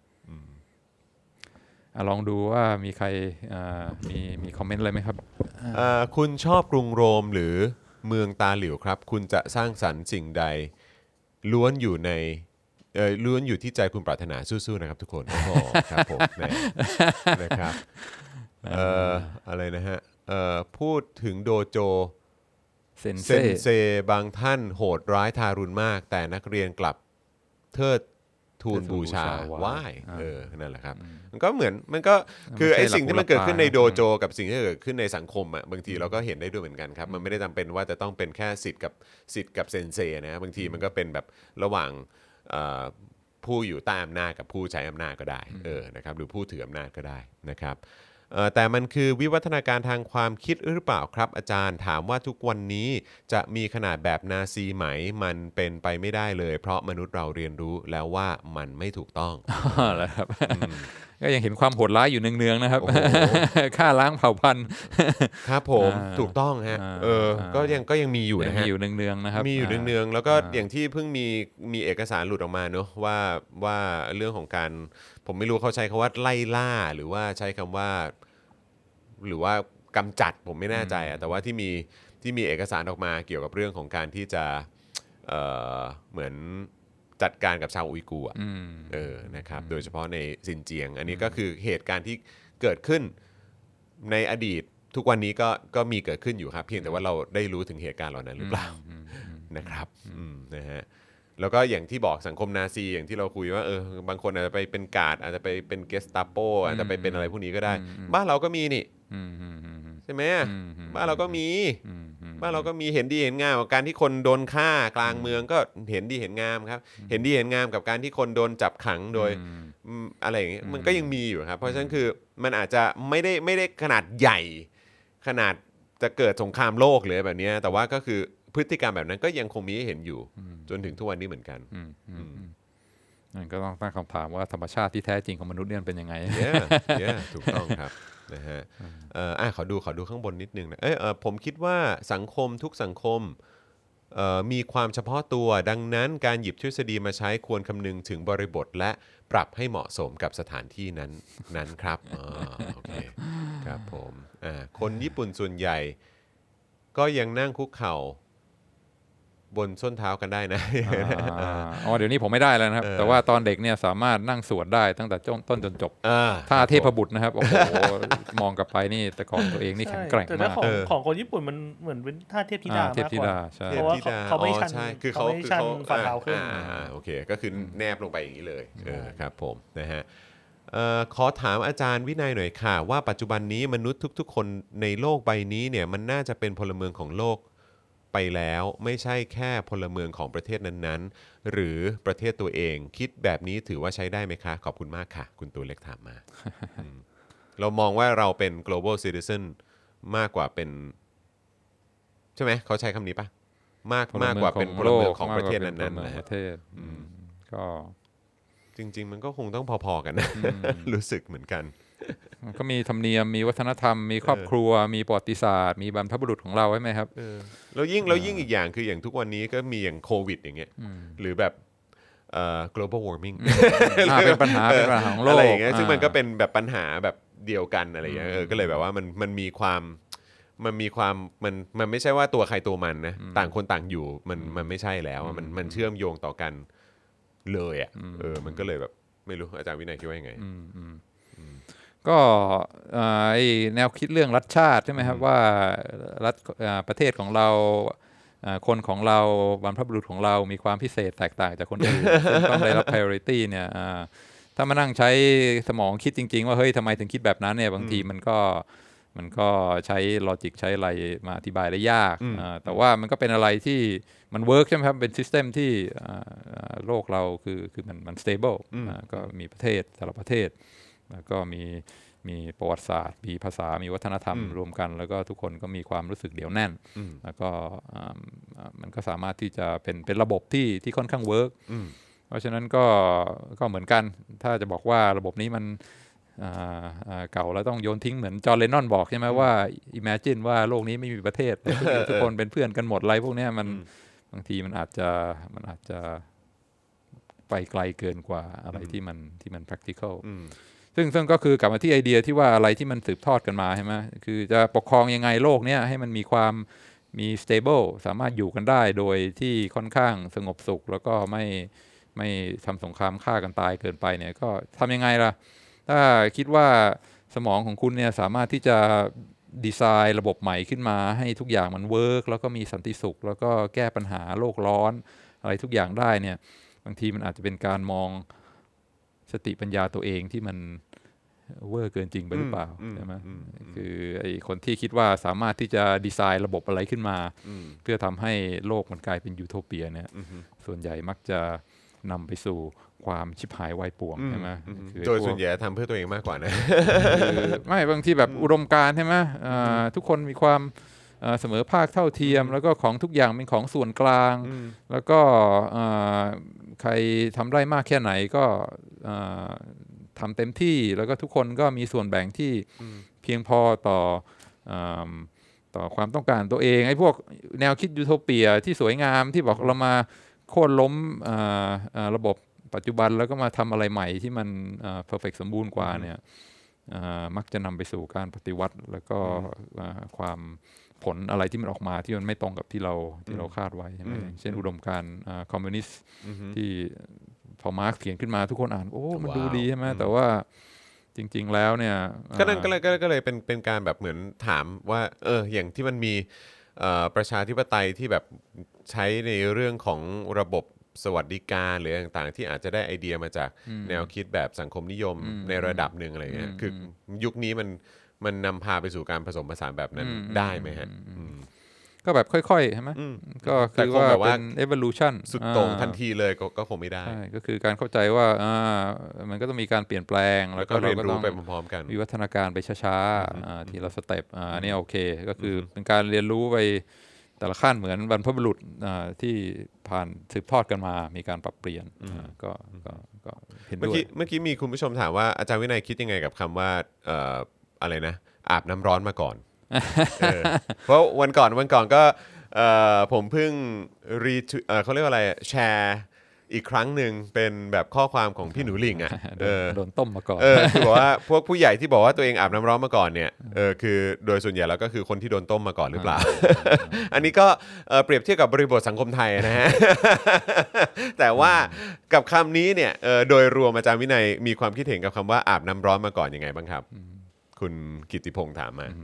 ลองดูว่ามีใครมีมีคอมเมนต์อะไรไหมครับ
คุณชอบกรุงโรมหรือเมืองตาหลิวครับคุณจะสร้างสรรค์สิ่งใดล้วนอยู่ในเอ่อล้วนอยู่ที่ใจคุณปรารถนาสู้ๆนะครับทุกคนโอ้โหครับผมนะครับเอ่ออะไรนะฮะเอ่อพูดถึงโดโจ
เซน
เซบางท่านโหดร้ายทารุณมากแต่นักเรียนกลับเทิดทูลบูชาไหว้เออนั่นแหละครับมันก็เหมือนมันก็คือไอ้สิ่งที่มันเกิดขึ้นในโดโจกับสิ่งที่เกิดขึ้นในสังคมอ่ะบางทีเราก็เห็นได้ด้วยเหมือนกันครับมันไม่ได้จำเป็นว่าจะต้องเป็นแค่ศิษย์กับศิษย์กับเซนเซนะบางทีมันก็เป็นแบบระหว่างผู้อยู่ใต้อำนาจกับผู้ใช้อำนาจก็ได้เออนะครับหรือผู้ถืออำนาจก็ได้นะครับแต่มันคือวิวัฒนาการทางความคิดหรือเปล่าครับอาจารย์ถามว่าทุกวันนี้จะมีขนาดแบบนาซีไหมมันเป็นไปไม่ได้เลยเพราะมนุษย์เราเรียนรู้แล้วว่ามันไม่ถูกต้อง
แล้วครับก็ยังเห็นความโหดร้ายอยู่เนืองๆนะครับฆ่าล้างเผ่าพันธุ์
ครับผมถูกต้องฮะเออก็ยังก็ยังมีอยู่นะฮะ
มีอยู่เนืองๆนะครับ
มีอยู่เนืองๆแล้วก็อย่างที่เพิ่งมีมีเอกสารหลุดออกมาเนอะว่าว่าเรื่องของการผมไม่รู้เขาใช้คำว่าไล่ล่าหรือว่าใช้คำว่าหรือว่ากำจัดผมไม่แน่ใจอะแต่ว่าที่มีที่มีเอกสารออกมาเกี่ยวกับเรื่องของการที่จะเอ่อเหมือนจัดการกับชาวอุยกูร์เออนะครับโดยเฉพาะในซินเจียงอันนี้ก็คือเหตุการณ์ที่เกิดขึ้นในอดีตทุกวันนี้ก็ก็มีเกิดขึ้นอยู่ครับเพียงแต่ว่าเราได้รู้ถึงเหตุการณ์เหล่านั้นหรือเปล่านะครับอืมนะฮะแล้วก็อย่างที่บอกสังคมนาซีอย่างที่เราคุยว่าเออบางคนอาจจะไปเป็นการ์ดอาจจะไปเป็นเกสตาโปอาจจะไปเป็นอะไรพวกนี้ก็ได้บ้านเราก็มีนี่ใช่ไหมบ้านเราก็มีบ้านเราก็มีเห็นดีเห็นงามกับการที่คนโดนฆ่ากลางเมืองก็เห็นดีเห็นงามครับเห็นดีเห็นงามกับการที่คนโดนจับขังโดยอะไรอย่างเงี้ยมันก็ยังมีอยู่ครับเพราะฉะนั้นคือมันอาจจะไม่ได้ไม่ได้ขนาดใหญ่ขนาดจะเกิดสงครามโลกเลยแบบนี้แต่ว่าก็คือพฤติกรรมแบบนั้นก็ยังคงมีให้เห็นอยู่จนถึงทุกวันนี้เหมือนกัน
นั่นก็ต้องตั้งคำถามว่าธรรมชาติที่แท้จริงของมนุษย์เนี่ยเป็นยังไง
เยอะถูกต้องครับนะฮะเอ่ออ่ะขอดูขอดูข้างบนนิดนึงนะเอ้ยเออผมคิดว่าสังคมทุกสังคมเอ่อมีความเฉพาะตัวดังนั้นการหยิบทฤษฎีมาใช้ควรคำนึงถึงบริบทและปรับให้เหมาะสมกับสถานที่นั้นนั้นครับอ๋อโอเคครับผมอ่าคนญี่ปุ่นส่วนใหญ่ก็ยังนั่งคุกเข่าบนส้นเท้ากันได้นะ
อ๋อเดี๋ยวนี้ผมไม่ได้แล้วนะครับแต่ว่าตอนเด็กเนี่ยสามารถนั่งสวดได้ตั้งแต่ต้นจนจบท่าเทพบุตรนะครับโอ้โหมองกลับไปนี่แต่ก่อนตัวเองนี่แข็งแกร่งมาก
แต่ของของคนญี่ปุ่นมันเหมือนเป็นท่าเทพธิดามากกว่าเพราะว่าเขาไม่ชัน
คือเขาคือเขาฝ่าเท้าขึ้นโอเคก็คือแนบลงไปอย่างนี้เลยครับผมนะฮะขอถามอาจารย์วินัยหน่อยค่ะว่าปัจจุบันนี้มนุษย์ทุกๆคนในโลกใบนี้เนี่ยมันน่าจะเป็นพลเมืองของโลกไปแล้วไม่ใช่แค่พลเมืองของประเทศนั้นๆหรือประเทศตัวเองคิดแบบนี้ถือว่าใช้ได้ไหมคะขอบคุณมากค่ะคุณตัวเล็กถามมา เรามองว่าเราเป็น global citizen มากกว่าเป็นใช่ไหมเขาใช้คำนี้ปะมากมากกว่าเป็นพลเมืองของประเทศนั้นๆนะประเทศ
ก็
จริงๆมันก็คงต้องพอๆกันนะรู้สึกเหมือนกัน
ก็มีธรรมเนียมมีวัฒนธรรมมีครอบครัวมีประวัติศาสตร์มีบรรพบุรุษของเราใช่ไหมครับ
แล้วยิ่งแล้วยิ่งอีกอย่างคืออย่างทุกวันนี้ก็มีอย่างโควิดอย่างเงี้ยหรือแบบเอ่อ global warming
เป็นปัญหาเป็นปัญหาของโลก
อะไรอย่างเงี้ยซึ่งมันก็เป็นแบบปัญหาแบบเดียวกันอะไรอย่างเงี้ยเออก็เลยแบบว่ามันมันมีความมันมีความมันมันไม่ใช่ว่าตัวใครตัวมันนะต่างคนต่างอยู่มันมันไม่ใช่แล้วมันมันเชื่อมโยงต่อกันเลยอ่ะเออมันก็เลยแบบไม่รู้อาจารย์วินัยคิดว่ายังไง
ก็ไอแนวคิดเรื่องรัฐชาติใช่ไหมครับว่ารัฐประเทศของเราคนของเราบรรพบุรุษของเรามีความพิเศษแตกต่างจากคนอื่นซึ่งต้องได้รับ priority เนี่ยถ้ามานั่งใช้สมองคิดจริงๆว่าเฮ้ยทำไมถึงคิดแบบนั้นเนี่ยบางทีมันก็มันก็ใช้ลอจิกใช้อะไรมาอธิบายได้ยากแต่ว่ามันก็เป็นอะไรที่มันเวิร์กใช่ไหมครับเป็นซิสเต็มที่โลกเราคือคือมันมัน stable ก็มีประเทศแต่ละประเทศแล้วก็มีมีประวัติศาสตร์มีภาษามีวัฒนธรรมรวมกันแล้วก็ทุกคนก็มีความรู้สึกเดี่ยวแน่นแล้วก็มันก็สามารถที่จะเป็นเป็นระบบที่ที่ค่อนข้างเวิร์กเพราะฉะนั้นก็ก็เหมือนกันถ้าจะบอกว่าระบบนี้มันเก่าแล้วต้องโยนทิ้งเหมือนจอห์น เลนนอนบอกใช่ไหมว่า imagine ว่าโลกนี้ไม่มีประเทศทุกคนเป็นเพื่อนกันหมดอะไรพวกนี้มันบางทีมันอาจจะมันอาจจะไปไกลเกินกว่าอะไรที่มันที่มัน practical ซึ่งซึ่งก็คือกลับมาที่ไอเดียที่ว่าอะไรที่มันสืบทอดกันมาใช่ไหมคือจะปกครองยังไงโลกเนี้ยให้มันมีความมี stable สามารถอยู่กันได้โดยที่ค่อนข้างสงบสุขแล้วก็ไม่ไม่ทำสงครามฆ่ากันตายเกินไปเนี่ยก็ทำยังไงล่ะถ้าคิดว่าสมองของคุณเนี่ยสามารถที่จะดีไซน์ระบบใหม่ขึ้นมาให้ทุกอย่างมันเวิร์กแล้วก็มีสันติสุขแล้วก็แก้ปัญหาโลกร้อนอะไรทุกอย่างได้เนี่ยบางทีมันอาจจะเป็นการมองสติปัญญาตัวเองที่มันเวอร์เกินจริงไปหรือเปล่าใช่ไหมคือไอ้คนที่คิดว่าสามารถที่จะดีไซน์ระบบอะไรขึ้นมาเพื่อทำให้โลกมันกลายเป็นยูโทเปียเนี่ยส่วนใหญ่มักจะนำไปสู่ความชิบหายวายป่วงใช่ไหม
โดยส่วนใหญ่ทำเพื่อตัวเองมากกว่านะ
ไม่บางทีแบบอุดมการณ์ใช่ไหมทุกคนมีความเสมอภาคเท่าเทียมแล้วก็ของทุกอย่างเป็นของส่วนกลางแล้วก็ใครทำได้มากแค่ไหนก็ทำเต็มที่แล้วก็ทุกคนก็มีส่วนแบ่งที่เพียงพอต่อต่อความต้องการตัวเองไอ้พวกแนวคิดยูโทเปียที่สวยงามที่บอกเรามาโค่นล้มระบบปัจจุบันแล้วก็มาทำอะไรใหม่ที่มันเพอร์เฟกต์สมบูรณ์กว่าเนี่ยมักจะนำไปสู่การปฏิวัติแล้วก็ความผลอะไรที่มันออกมาที่มันไม่ตรงกับที่เราที่เราคาดไว้ใช่ไหมเช่นอุดมการณ์คอมมิวนิสต์ที่พอมาร์กซ์เขียนขึ้นมาทุกคนอ่านโอ้มันดูดีใช่ไหมแต่ว่าจริงๆแล้วเนี่ย
ก็นั่นก็เลยก็เลยเป็นเป็นการแบบเหมือนถามว่าเอออย่างที่มันมีเอ่อประชาธิปไตยที่แบบใช้ในเรื่องของระบบสวัสดิการหรือต่างๆที่อาจจะได้ไอเดียมาจากแนวคิดแบบสังคมนิยมในระดับหนึ่งอะไรเงี้ยคือยุคนี้มันมันนำพาไปสู่การผสมผสานแบบนั้นได้ไหมฮะ
ก็แบบค่อยๆใช่ไหมก็คือว่าเป็น evolution
สุดโต่งทันทีเลยก็คงไม่ได้
ใช่ก็คือการเข้าใจว่าอ่ามันก็ต้องมีการเปลี่ยนแปลง
แล้วก็เรียนรู้ไปพร้อมๆกัน
วิวัฒนาการไปช้าๆทีละสเต็ปอ่านี่โอเคก็คือเป็นการเรียนรู้ไปแต่ละขั้นเหมือนบรรพบุรุษที่ผ่านสืบทอดกันมามีการปรับเปลี่ยนก็ก็ก็เห็นด้วย
เมื่อกี้เมื่อกี้มีคุณผู้ชมถามว่าอาจารย์วินัยคิดยังไงกับคำว่าเอ่ออะไรนะอาบน้ำร้อนมาก่อน เพราะวันก่อนวันก่อนก็ผมเพิ่งรีเขาเรียกว่าอะไรแชร์อีกครั้งหนึ่งเป็นแบบข้อความของพี่หนูหลิงอ่ะ
โดนต้มมาก่อน
เออคือบอกว่าพวกผู้ใหญ่ที่บอกว่าตัวเองอาบน้ำร้อนมาก่อนเนี่ยเออคือโดยส่วนใหญ่แล้วก็คือคนที่โดนต้มมาก่อนหรือเปล่า อันนี้ก็เปรียบเทียบกับบริบทสังคมไทยนะฮะ แต่ว่ากับคำนี้เนี่ยโดยรวมอาจารย์วินัยมีความคิดเห็นกับคำว่าอาบน้ำร้อนมาก่อนยังไงบ้างครับคุณกิตติพงษ์ถามมา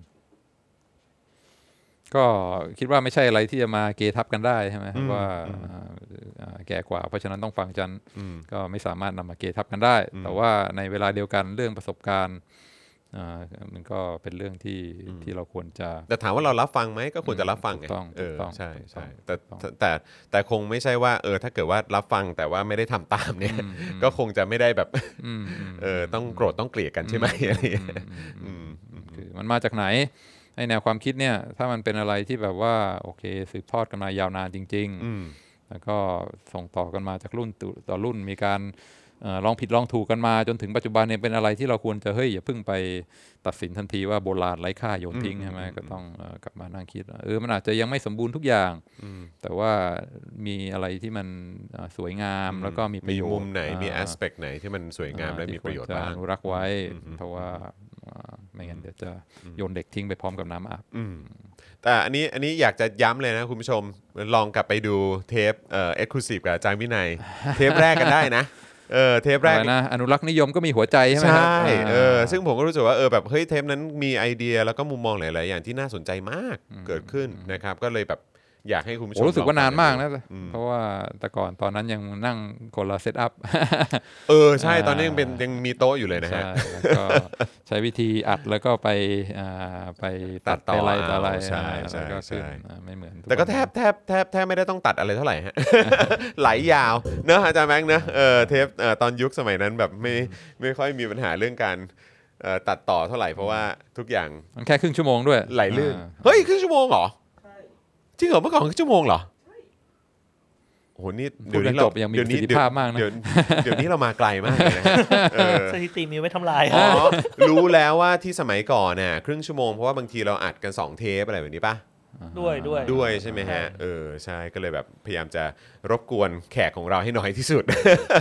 ก็คิดว่าไม่ใช่อะไรที่จะมาเกทับกันได้ใช่ไหมว่าแก่กว่าเพราะฉะนั้นต้องฟังจันก็ไม่สามารถนำมาเกทับกันได้แต่ว่าในเวลาเดียวกันเรื่องประสบการณ์มันก็เป็นเรื่องที่ที่เราควรจะ
แต่ถามว่าเรารับฟังไหมก็ควรจะรับฟังไงเออใช่ใช่แต่แต่แต่คงไม่ใช่ว่าเออถ้าเกิดว่ารับฟังแต่ว่าไม่ได้ทำตามเนี่ยก็คงจะไม่ได้แบบเออต้องโกรธต้องเกลียดกันใช่ไหมอะไร
คือมันมาจากไหนไอแนวความคิดเนี่ยถ้ามันเป็นอะไรที่แบบว่าโอเคสืบทอดกันมายาวนานจริงๆแล้วก็ส่งต่อกันมาจากรุ่นต่อรุ่นมีการลองผิดลองถูกกันมาจนถึงปัจจุบันเนี่ยเป็นอะไรที่เราควรจะเฮ้ยอย่าเพิ่งไปตัดสินทันทีว่าโบราณไร้ค่าโยนทิ้งใช่ไหมก็ต้องกลับมานั่งคิดเออมันอาจจะยังไม่สมบูรณ์ทุกอย่างแต่ว่ามีอะไรที่มันสวยงามแล้วก็มีประโยชน์
มีมุมไหนมีแอสเปกไหนที่มันสวยงามและมีประโยชน์บ้าง
อนุรักษ์ไว้เพราะว่าไม่งั้นเดี๋ยวจะโยนเด็กทิ้งไปพร้อมกับน้ำอาบ
แต่อันนี้อันนี้อยากจะย้ำเลยนะคุณผู้ชมลองกลับไปดูเทปเอ่อ Exclusive กับอาจารย์วินัยเทปแรกกันได้นะเออเทปแรก
นะอนุรักษ์นิยมก็มีหัวใจใช่ไหม
ใช่เออซึ่งผมก็รู้สึกว่าเออแบบเฮ้ยเทปนั้นมีไอเดียแล้วก็มุมมองหลายๆอย่างที่น่าสนใจมากเกิดขึ้นนะครับก็เลยแบบอยากให้คุณผู้ชม
รู้สึกว่านานมากนะเพราะว่าแต่ก่อนตอนนั้นยังนั่งคนละเซตอัพ
เออใช่ตอนนี้ยังเป็นยังมีโต๊ะอยู่เลยนะฮะ
ก็ใช้วิธีอัดแล้วก็ไปไปตัดต่ออะไรต่ออะไร
ใช่ใช่ใช่
ไม่เหมือน
แต่ก็แทบแทบแทบแทบไม่ได้ต้องตัดอะไรเท่าไหร่ฮะไหลยาวเนอะอาจารย์แบงค์เนอะเออเทปตอนยุคสมัยนั้นแบบไม่ไม่ค่อยมีปัญหาเรื่องการตัดต่อเท่าไหร่เพราะว่าทุกอย่าง
มันแค่ครึ่งชั่วโมงด้วย
ไหลลื่นเฮ้ยครึ่งชั่วโมงเหรอจริงเหรอเมื่อก่อนครึ่งชั่วโมงเหรอโอ้โหนี่
เดี๋ยวนี้เราเดี๋ยวนี้ภาพมากนะ
เดี๋ยวนี้เรามาไกลมากเลยนะ
สถิติมีไว้ทำลาย
อ๋อรู้แล้วว่าที่สมัยก่อนน่ะครึ่งชั่วโมงเพราะว่าบางทีเราอัดกันสองเทปอะไรแบบนี้ป่ะ
ด้วยด้วย
ด้วยใช่ไหมฮะเออใช่ก็เลยแบบพยายามจะรบกวนแขกของเราให้น้อยที่สุด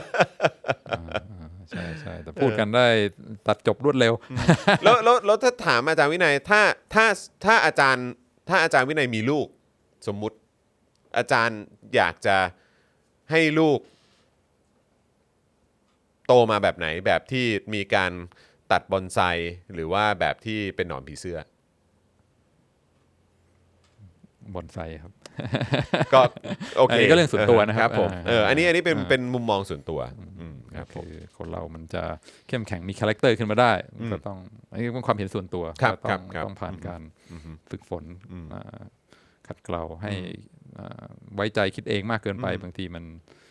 ใช่ใช่แต่พูดกันได้ตัดจบรวดเร็ว
แล้วแล้วแล้วถ้าถามอาจารย์วินัยถ้าถ้าถ้าอาจารย์ถ้าอาจารย์วินัยมีลูกสมมุติอาจารย์อยากจะให้ลูกโตมาแบบไหนแบบที่มีการตัดบอนไซหรือว่าแบบที่เป็นหนอนผีเสื้
อบอนไซครับ
ก็โอเค
ก็เรื่องส่วนตัวนะครับ
ผมเอออันนี้อันนี้เป็นเป็นมุมมองส่วนตัว
ครับคือคนเรามันจะเข้มแข็งมีคาแรคเตอร์ขึ้นมาได้ก็ต้องอันนี้เป็นความเห็นส่วนตัวต้องต้องผ่านการฝึกฝนขัดเกลาให้ไว้ใจคิดเองมากเกินไปบางทีมัน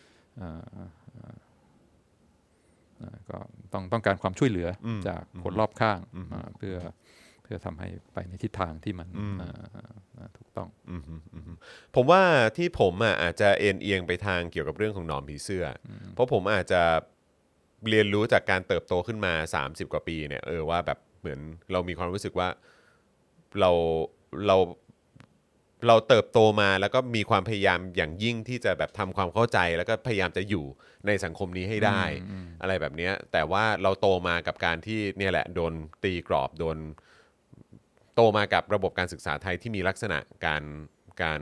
ก็ต้องต้องการความช่วยเหลือจากคนรอบข้างเพื่อเพื่อทำให้ไปในทิศทางที่มันถูกต้อง
ผมว่าที่ผมอ่ะอาจจะเอ็นเอียงไปทางเกี่ยวกับเรื่องของหนอนผีเสื้อเพราะผมอาจจะเรียนรู้จากการเติบโตขึ้นมาสามสิบกว่าปีเนี่ยเออว่าแบบเหมือนเรามีความรู้สึกว่าเราเราเราเติบโตมาแล้วก็มีความพยายามอย่างยิ่งที่จะแบบทำความเข้าใจแล้วก็พยายามจะอยู่ในสังคมนี้ให้ได้อะไรแบบนี้แต่ว่าเราโตมากับการที่เนี่ยแหละโดนตีกรอบโดนโตมากับระบบการศึกษาไทยที่มีลักษณะการการ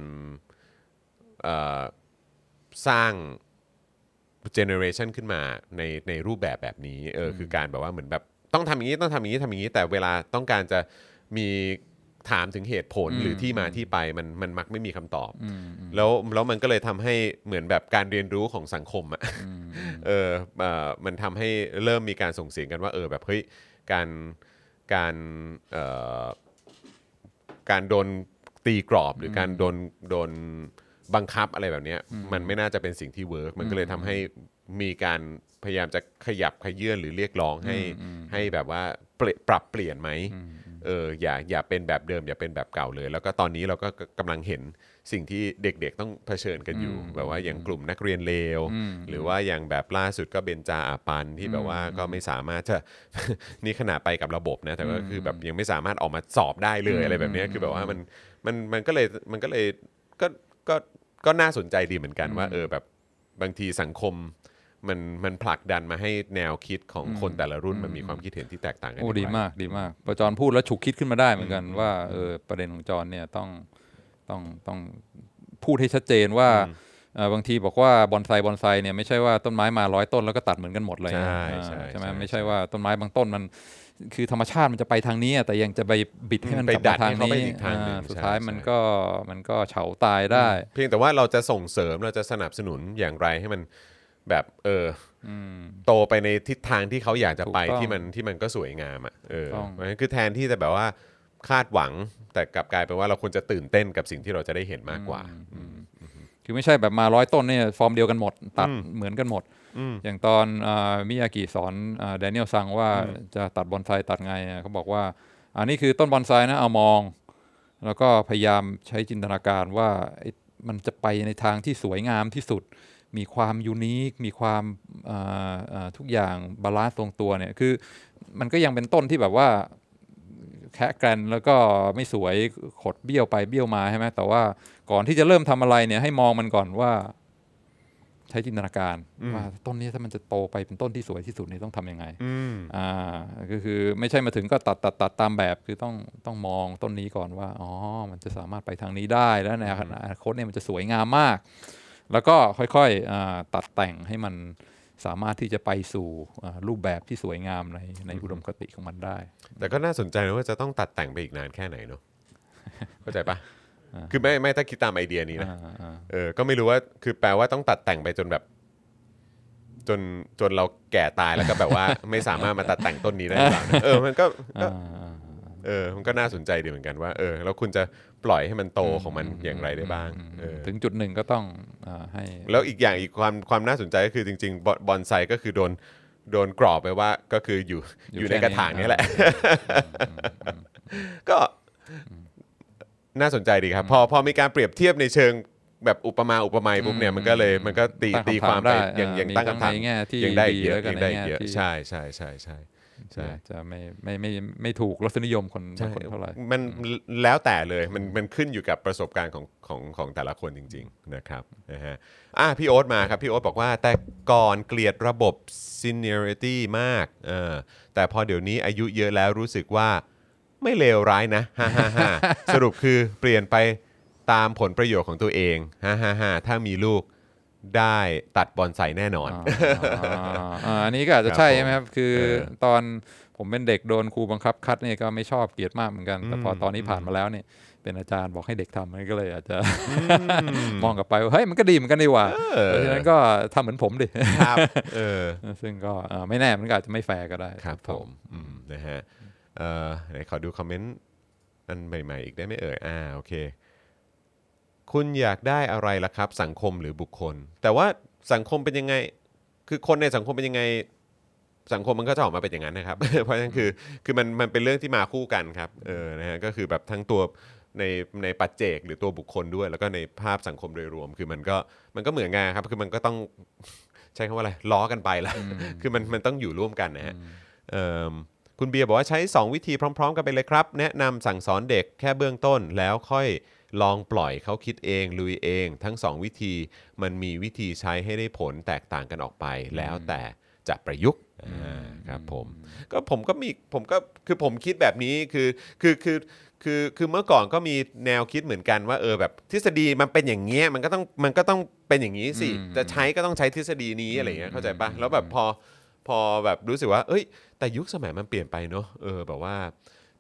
สร้างเจเนอเรชันขึ้นมาในในรูปแบบแบบนี้เออคือการแบบว่าเหมือนแบบต้องทำอย่างนี้ต้องทำอย่างนี้ทำอย่างนี้แต่เวลาต้องการจะมีถามถึงเหตุผลหรือที่มาที่ไปมันมันมักไม่มีคำตอบแล้วแล้วมันก็เลยทำให้เหมือนแบบการเรียนรู้ของสังคมอ่ะเออเอ่อมันทำให้เริ่มมีการส่งเสียงกันว่าเออแบบเฮ้ยการการเอ่อการโดนตีกรอบหรือการโดนโดนบังคับอะไรแบบนี้มันไม่น่าจะเป็นสิ่งที่เวิร์กมันก็เลยทำให้มีการพยายามจะขยับขยื่นหรือเรียกร้องให้ให้แบบว่าปรับเปลี่ยนไหมเอออย่าอย่าเป็นแบบเดิมอย่าเป็นแบบเก่าเลยแล้วก็ตอนนี้เราก็กำลังเห็นสิ่งที่เด็กๆต้องเผชิญกันอยู่แบบว่าอย่างกลุ่มนักเรียนเลวหรือว่าอย่างแบบล่าสุดก็เบนจาอาปันที่แบบว่าก็ไม่สามารถจะ นี่ขนาดไปกับระบบนะแต่ก็คือแบบยังไม่สามารถออกมาสอบได้เลยอะไรแบบนี้คือแบบว่ามันมันมันก็เลยมันก็เลยก็ก็ก็น่าสนใจดีเหมือนกันว่าเออแบบบางทีสังคมมันมันผลักดันมาให้แนวคิดของคนแต่ละรุ่นมันมีความคิดเห็นที่แตกต่างกัน
โอ้ดีมากดีมากพอจอนพูดแล้วฉุกคิดขึ้นมาได้เหมือนกันว่าเออประเด็นของจอนเนี่ยต้องต้องต้องพูดให้ชัดเจนว่าบางทีบอกว่าบอนไซบอนไซเนี่ยไม่ใช่ว่าต้นไม้มาร้อยต้นแล้วก็ตัดเหมือนกันหมดเลยใช่ใช่ใช่ไหมไม่ใช่ว่าต้นไม้บางต้นมันคือธรรมชาติมันจะไปทางนี้แต่ยังจะไปบิดให้มันกลับมาทางนี้สุดท้ายมันก็มันก็เฉาตายได้
เพียงแต่ว่าเราจะส่งเสริมเราจะสนับสนุนอย่างไรให้มันแบบเออโตไปในทิศทางที่เขาอยากจะไปที่มันที่มันก็สวยงามอ่ะเออเพราะฉะนั้นคือแทนที่จะแบบว่าคาดหวังแต่กลับกลายเป็นว่าเราควรจะตื่นเต้นกับสิ่งที่เราจะได้เห็นมากกว่า
คือไม่ใช่แบบมาร้อยต้นเนี่ยฟอร์มเดียวกันหมดตัดเหมือนกันหมดอย่างตอนมิยากิสอนแดเนียลซังว่าจะตัดบอนไซตัดไงเขาบอกว่าอันนี้คือต้นบอนไซนะเอามองแล้วก็พยายามใช้จินตนาการว่ามันจะไปในทางที่สวยงามที่สุดมีความยูนิคมีความทุกอย่างบาลานซ์ตรงตัวเนี่ยคือมันก็ยังเป็นต้นที่แบบว่าแคะกันแล้วก็ไม่สวยขดเบี้ยวไปเบี้ยวมาใช่ไหมแต่ว่าก่อนที่จะเริ่มทำอะไรเนี่ยให้มองมันก่อนว่าใช้จินตนาการว่าต้นนี้ถ้ามันจะโตไปเป็นต้นที่สวยที่สุดนี่ต้องทำยังไงอ่าก็คือไม่ใช่มาถึงก็ตัดตัดตัดตามแบบคือต้องต้องมองต้นนี้ก่อนว่าอ๋อมันจะสามารถไปทางนี้ได้แล้วในอนาคตเนี่ยมันจะสวยงามมากแล้วก็ค่อยๆตัดแต่งให้มันสามารถที่จะไปสู่รูปแบบที่สวยงามในในอุดมคติของมันได้
แต่ก็น่าสนใจนะว่าจะต้องตัดแต่งไปอีกนานแค่ไหนเนาะเข้าใจปะคือไม่ไม่ถ้าคิดตามไอเดียนี้นะเออก็ไม่รู้ว่าคือแปลว่าต้องตัดแต่งไปจนแบบจนจนเราแก่ตายแล้วก็แบบว่าไม่สามารถมาตัดแต่งต้นนี้ได้หรือเปล่าเออมันก็เออมันก็น่าสนใจดีเหมือนกันว่าเออแล้วคุณจะปล่อยให้มันโตของมันอย่างไรได้บ้าง
ถึงจุดหนึ่งก็ต้องให้
แล้วอีกอย่างอีกความความน่าสนใจก็คือจริงๆบอนไซก็คือโดนโดนกรอบไปว่าก็คืออยู่อยู่ในกระถางนี้แหละก็น่าสนใจดีครับพอพอมีการเปรียบเทียบในเชิงแบบอุปมาอุปไมยปุ๊บเนี่ยมันก็เลยมันก็ตีตีความไปอย่างอย่างตั้งคำถามยังได้เยอะยังได้เยอะใช่ใช่ใช่ใช่
ใช่จะไม่ไม่ไม่ไม่ถูกรสนิยมคนคนเท่าไหร่
มันแล้วแต่เลยมันมันขึ้นอยู่กับประสบการณ์ของของของแต่ละคนจริงๆนะครับนะฮะอ่ะพี่โอ๊ตมาครับพี่โอ๊ตบอกว่าแต่ก่อนเกลียดระบบ seniority มากเออแต่พอเดี๋ยวนี้อายุเยอะแล้วรู้สึกว่าไม่เลวร้ายนะฮ่าฮ่าฮ่าสรุปคือเปลี่ยนไปตามผลประโยชน์ของตัวเองฮ่าฮ่าฮ่าถ้ามีลูกได้ตัดบอนไซแน่นอน
อันนี้ก็อาจจะใช่ไหมครับคือตอนผมเป็นเด็กโดนครูบังคับคัดเนี่ยก็ไม่ชอบเกลียดมากเหมือนกันแต่พอตอนนี้ผ่านมาแล้วเนี่ยเป็นอาจารย์บอกให้เด็กทำมันก็เลยอาจจะมองกลับไปว่าเฮ้ยมันก็ดีเหมือนกันดีว่าเพราะฉะนั้นก็ทำเหมือนผมดิครับซึ่งก็ไม่แน่มันก็อาจจะไม่แฟร์ก็ได้
ครับผมนะฮะไหนขอดูคอมเมนต์อันใหม่ๆอีกได้ไหมเอ่ยอ่าโอเคคุณอยากได้อะไรล่ะครับสังคมหรือบุคคลแต่ว่าสังคมเป็นยังไงคือคนในสังคมเป็นยังไงสังคมมันก็จะออกมาเป็นอย่างนั้นนะครับ เพราะฉะนั้นคือคือมันมันเป็นเรื่องที่มาคู่กันครับเออนะฮะก็คือแบบทั้งตัวในในปัจเจกหรือตัวบุคคลด้วยแล้วก็ในภาพสังคมโดยรวมคือมันก็มันก็เหมือนกันครับคือมันก็ต้องใช้คำว่าอะไรล้อกันไปละ คือมันมันต้องอยู่ร่วมกันนะฮะคุณเบียร์บอกว่าใช้สองวิธีพร้อมๆกันไปเลยครับแนะนำสั่งสอนเด็กแค่เบื้องต้นแล้วค่อยลองปล่อยเขาคิดเองลุยเองทั้งสองวิธีมันมีวิธีใช้ให้ได้ผลแตกต่างกันออกไปแล้วแต่จะประยุกต์ครับผมก็ผมก็มีผมก็คือผมคิดแบบนี้คือคือคือคือคือเมื่อก่อนก็มีแนวคิดเหมือนกันว่าเออแบบทฤษฎีมันเป็นอย่างเงี้ยมันก็ต้องมันก็ต้องเป็นอย่างนี้สิจะใช้ก็ต้องใช้ทฤษฎีนี้อะไรเงี้ยเข้าใจป่ะแล้วแบบพอพอแบบรู้สึกว่าเอ้ยแต่ยุคสมัยมันเปลี่ยนไปเนอะเออแบบว่าเ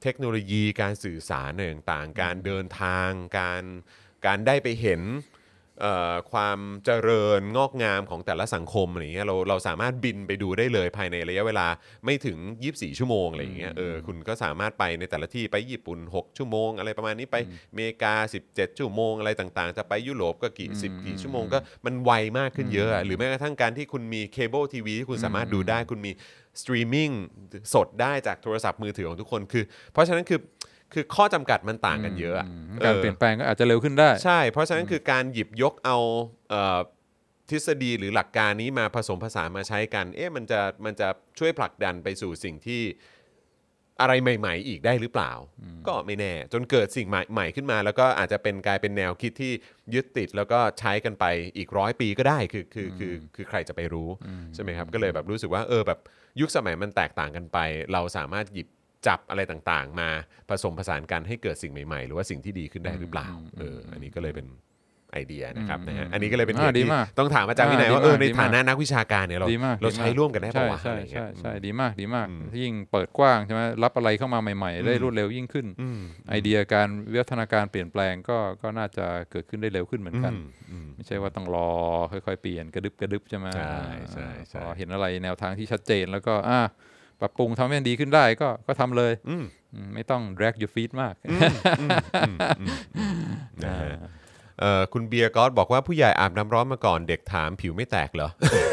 เทคโนโลยีการสื่อสารต่างๆการเดินทางการการได้ไปเห็นความเจริญงอกงามของแต่ละสังคมอะไรเงี้ยเราเราสามารถบินไปดูได้เลยภายในระยะเวลาไม่ถึงยี่สิบสี่ชั่วโมงอะไรอย่างเงี้ยเออคุณก็สามารถไปในแต่ละที่ไปญี่ปุ่นหกชั่วโมงอะไรประมาณนี้ไปอเมริกาสิบเจ็ดชั่วโมงอะไรต่างๆจะไปยุโรปก็กี่สิบกี่ชั่วโมงก็มันไวมากขึ้นเยอะหรือแม้กระทั่งการที่คุณมีเคเบิลทีวีที่คุณสามารถดูได้คุณมีสตรีมมิ่งสดได้จากโทรศัพท์มือถือของทุกคนคือเพราะฉะนั้นคือคือข้อจำกัดมันต่างกันเยอะ
การเปลี่ยนแปลงก็อาจจะเร็วขึ้นได้
ใช่เพราะฉะนั้นคือการหยิบยกเอาทฤษฎีหรือหลักการนี้มาผสมผสานมาใช้กันเอ๊ะมันจะมันจะช่วยผลักดันไปสู่สิ่งที่อะไรใหม่ๆอีกได้หรือเปล่าก็ไม่แน่จนเกิดสิ่งใหม่ๆขึ้นมาแล้วก็อาจจะเป็นกลายเป็นแนวคิดที่ยึดติดแล้วก็ใช้กันไปอีกร้อยปีก็ได้คือคือคือคือใครจะไปรู้ใช่ไหมครับก็เลยแบบรู้สึกว่าเออแบบยุคสมัยมันแตกต่างกันไปเราสามารถหยิบจับอะไรต่างๆมาผสมผสานกันให้เกิดสิ่งใหม่ๆหรือว่าสิ่งที่ดีขึ้นได้หรือเปล่าเอออันนี้ก็เลยเป็นไอเดียนะครับนะฮะอันนี้ก็เลยเป็นเหตุที่ต้องถามอาจารย์วินัยว่าเออในฐานะนักวิชาการเนี่ยเราเราใช้ร่วมกันได้ป่าววะอะไรเงี้ย
ใช่ใช่ดีมากดีมากยิ่งเปิดกว้างใช่ไหมรับอะไรเข้ามาใหม่ๆได้รวดเร็วยิ่งขึ้นไอเดียการวิวัฒนาการเปลี่ยนแปลงก็ก็น่าจะเกิดขึ้นได้เร็วขึ้นเหมือนกันไม่ใช่ว่าต้องรอค่อยๆเปลี่ยนกระดึบกระดึบใช่ไหม
ใช่ใช่
พอเห็นอะไรแนวทางที่ชัดเจนแล้วก็อ่ะปรับปรุงทำให้มันดีขึ้นได้ก็ก็ทำเลยไม่ต้อง drag your feet มาก
เอ่อคุณเบียร์ก็บอกว่าผู้ใหญ่อาบน้ำร้อนมาก่อนเด็กถามผิวไม่แตกเหรอ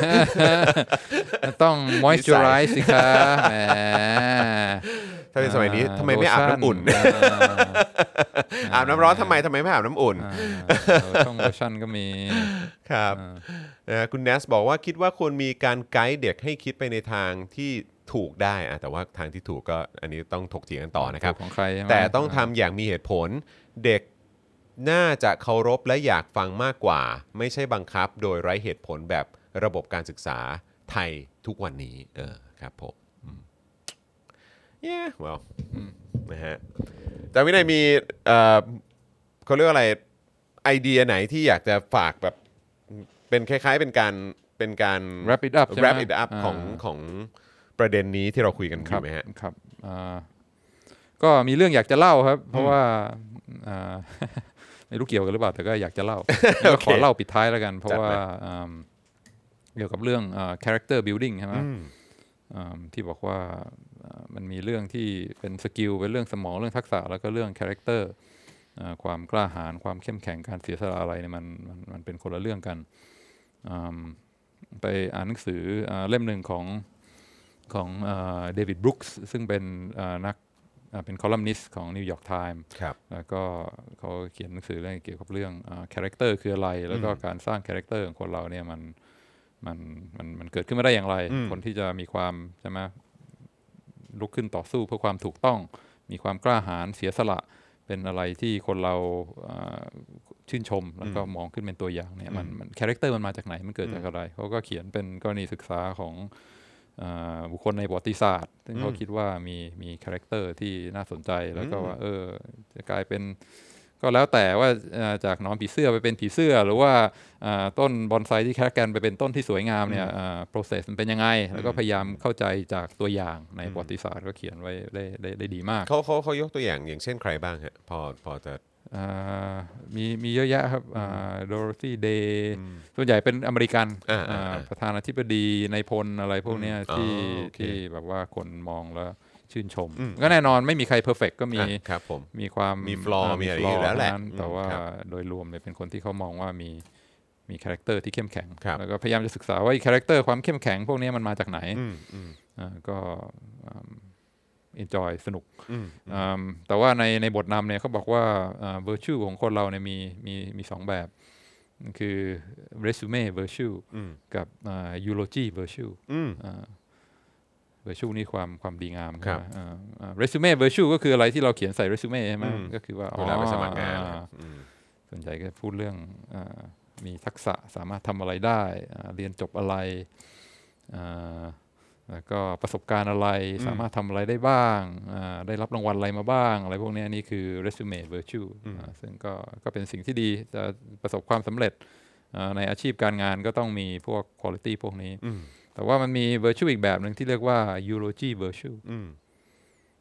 ต้อง moisturize สิคะแหม
ถ้าเป็นสมัยนี้ทำไมไม่อาบน้ำอุ่นอาบน้ำร้อนทำไมทำไมไม่อาบน้ำอุ่น
ต้องโลชั่นก็มี
ครับนะคุณเนสบอกว่าคิดว่าควรมีการไกด์เด็กให้คิดไปในทางที่ถูกได้อะแต่ว่าทางที่ถูกก็อันนี้ต้องถกเถียงกันต่อนะครับแต่ต้องทำอย่างมีเหตุผลเด็กน่าจะเคารพและอยากฟังมากกว่าไม่ใช่บังคับโดยไร้เหตุผลแบบระบบการศึกษาไทยทุกวันนี้เออครับผม yeah well นะฮะแต่วินัยมีเอ่อเขาเรียกว่าอะไรไอเดียไหนที่อยากจะฝากแบบเป็นคล้ายๆเป็นการเป็นการ
wrap it up
wrap it up ของของประเด็นนี้ที่เราคุยกันอยู่ไหมฮะ
ครับก็มีเรื่องอยากจะเล่าครับเพราะว่าไม่รู้เกี่ยวกันหรือเปล่าแต่ก็อยากจะเล่า ขอเล่าปิดท้ายแล้วกันเพราะว่าเกี่ยวกับเรื่อง character building ใช่ไหมที่บอกว่ามันมีเรื่องที่เป็นสกิลเป็นเรื่องสมองเรื่องทักษะแล้วก็เรื่อง character ความกล้าหาญความเข้มแข็งการเสียสละอะไรเนี่ยมันมันมันเป็นคนละเรื่องกันไปอ่านหนังสือเล่มหนึ่งของของเดวิดบรูคส์ซึ่งเป็นนักเป็นคอลัมนิสต์ของ New York Times แล้วก็เขาเขียนหนังสือเรื่องเกี่ยวกับเรื่องคาแรคเตอร์คืออะไรแล้วก็การสร้างคาแรคเตอร์ของคนเราเนี่ยมันมันมันมันเกิดขึ้นมาได้อย่างไรคนที่จะมีความใช่ไหมลุกขึ้นต่อสู้เพื่อความถูกต้องมีความกล้าหาญเสียสละเป็นอะไรที่คนเราชื่นชมแล้วก็มองขึ้นเป็นตัวอย่างเนี่ยมันคาแรคเตอร์มันมาจากไหนมันเกิดจากอะไรเขาก็เขียนเป็นกรณีศึกษาของบุคคลในประวัติศาสตร์ซึ่งเขาคิดว่ามีมีคาแรคเตอร์ที่น่าสนใจแล้วก็ว่าเออจะกลายเป็นก็แล้วแต่ว่าจากหนอนผีเสื้อไปเป็นผีเสื้อหรือว่าต้นบอนไซที่แค่กันไปเป็นต้นที่สวยงามเนี่ย process มันเป็นยังไงแล้วก็พยายามเข้าใจจากตัวอย่างในประวัติศาสตร์ก็เขียนไว้ได้ได้ได้ดีมาก
เขาเขาเขายกตัวอย่างอย่างเช่นใครบ้างฮะพอพอจะ
มีมีเยอะแยะครับโดโรธีเดย์ส่วนใหญ่เป็นอเมริกันประธานาธิบดีนายพลอะไรพวกนี้ที่ที่แบบว่าคนมองแล้วชื่นชมก็แน่นอนไม่มีใครเพอร์เฟกต์ก็มีมีความ
มีฟลอร์มีอะไรอยู่แล้วแหละ
แต่ว่าโดยรวมเลยเป็นคนที่เขามองว่ามีมีคาแรคเตอร์ที่เข้มแข็งแล้วก็พยายามจะศึกษาว่าคาแรคเตอร์ความเข้มแข็งพวกนี้มันมาจากไหนก็enjoy สนุกแต่ว่าในในบทนำเนี่ยเขาบอกว่า virtue ของคนเราเนี่ยมีมีมีสองแบบคือ resume virtue กับ eulogy virtue virtue นี่ความความดีงามครับ resume virtue ก็คืออะไรที่เราเขียนใส่ resume ใช่ไหมก็คือว่า
เวลาไปสมัครงาน
ส่วนใหญ่ก็พูดเรื่องมีทักษะสามารถทำอะไรได้เรียนจบอะไรแล้วก็ประสบการณ์อะไรสามารถทำอะไรได้บ้างได้รับรางวัลอะไรมาบ้างอะไรพวกนี้นี่คือ resume virtue ซึ่งก็ก็เป็นสิ่งที่ดีจะประสบความสำเร็จในอาชีพการงานก็ต้องมีพวก quality พวกนี้แต่ว่ามันมี virtue อีกแบบหนึ่งที่เรียกว่า eulogy virtue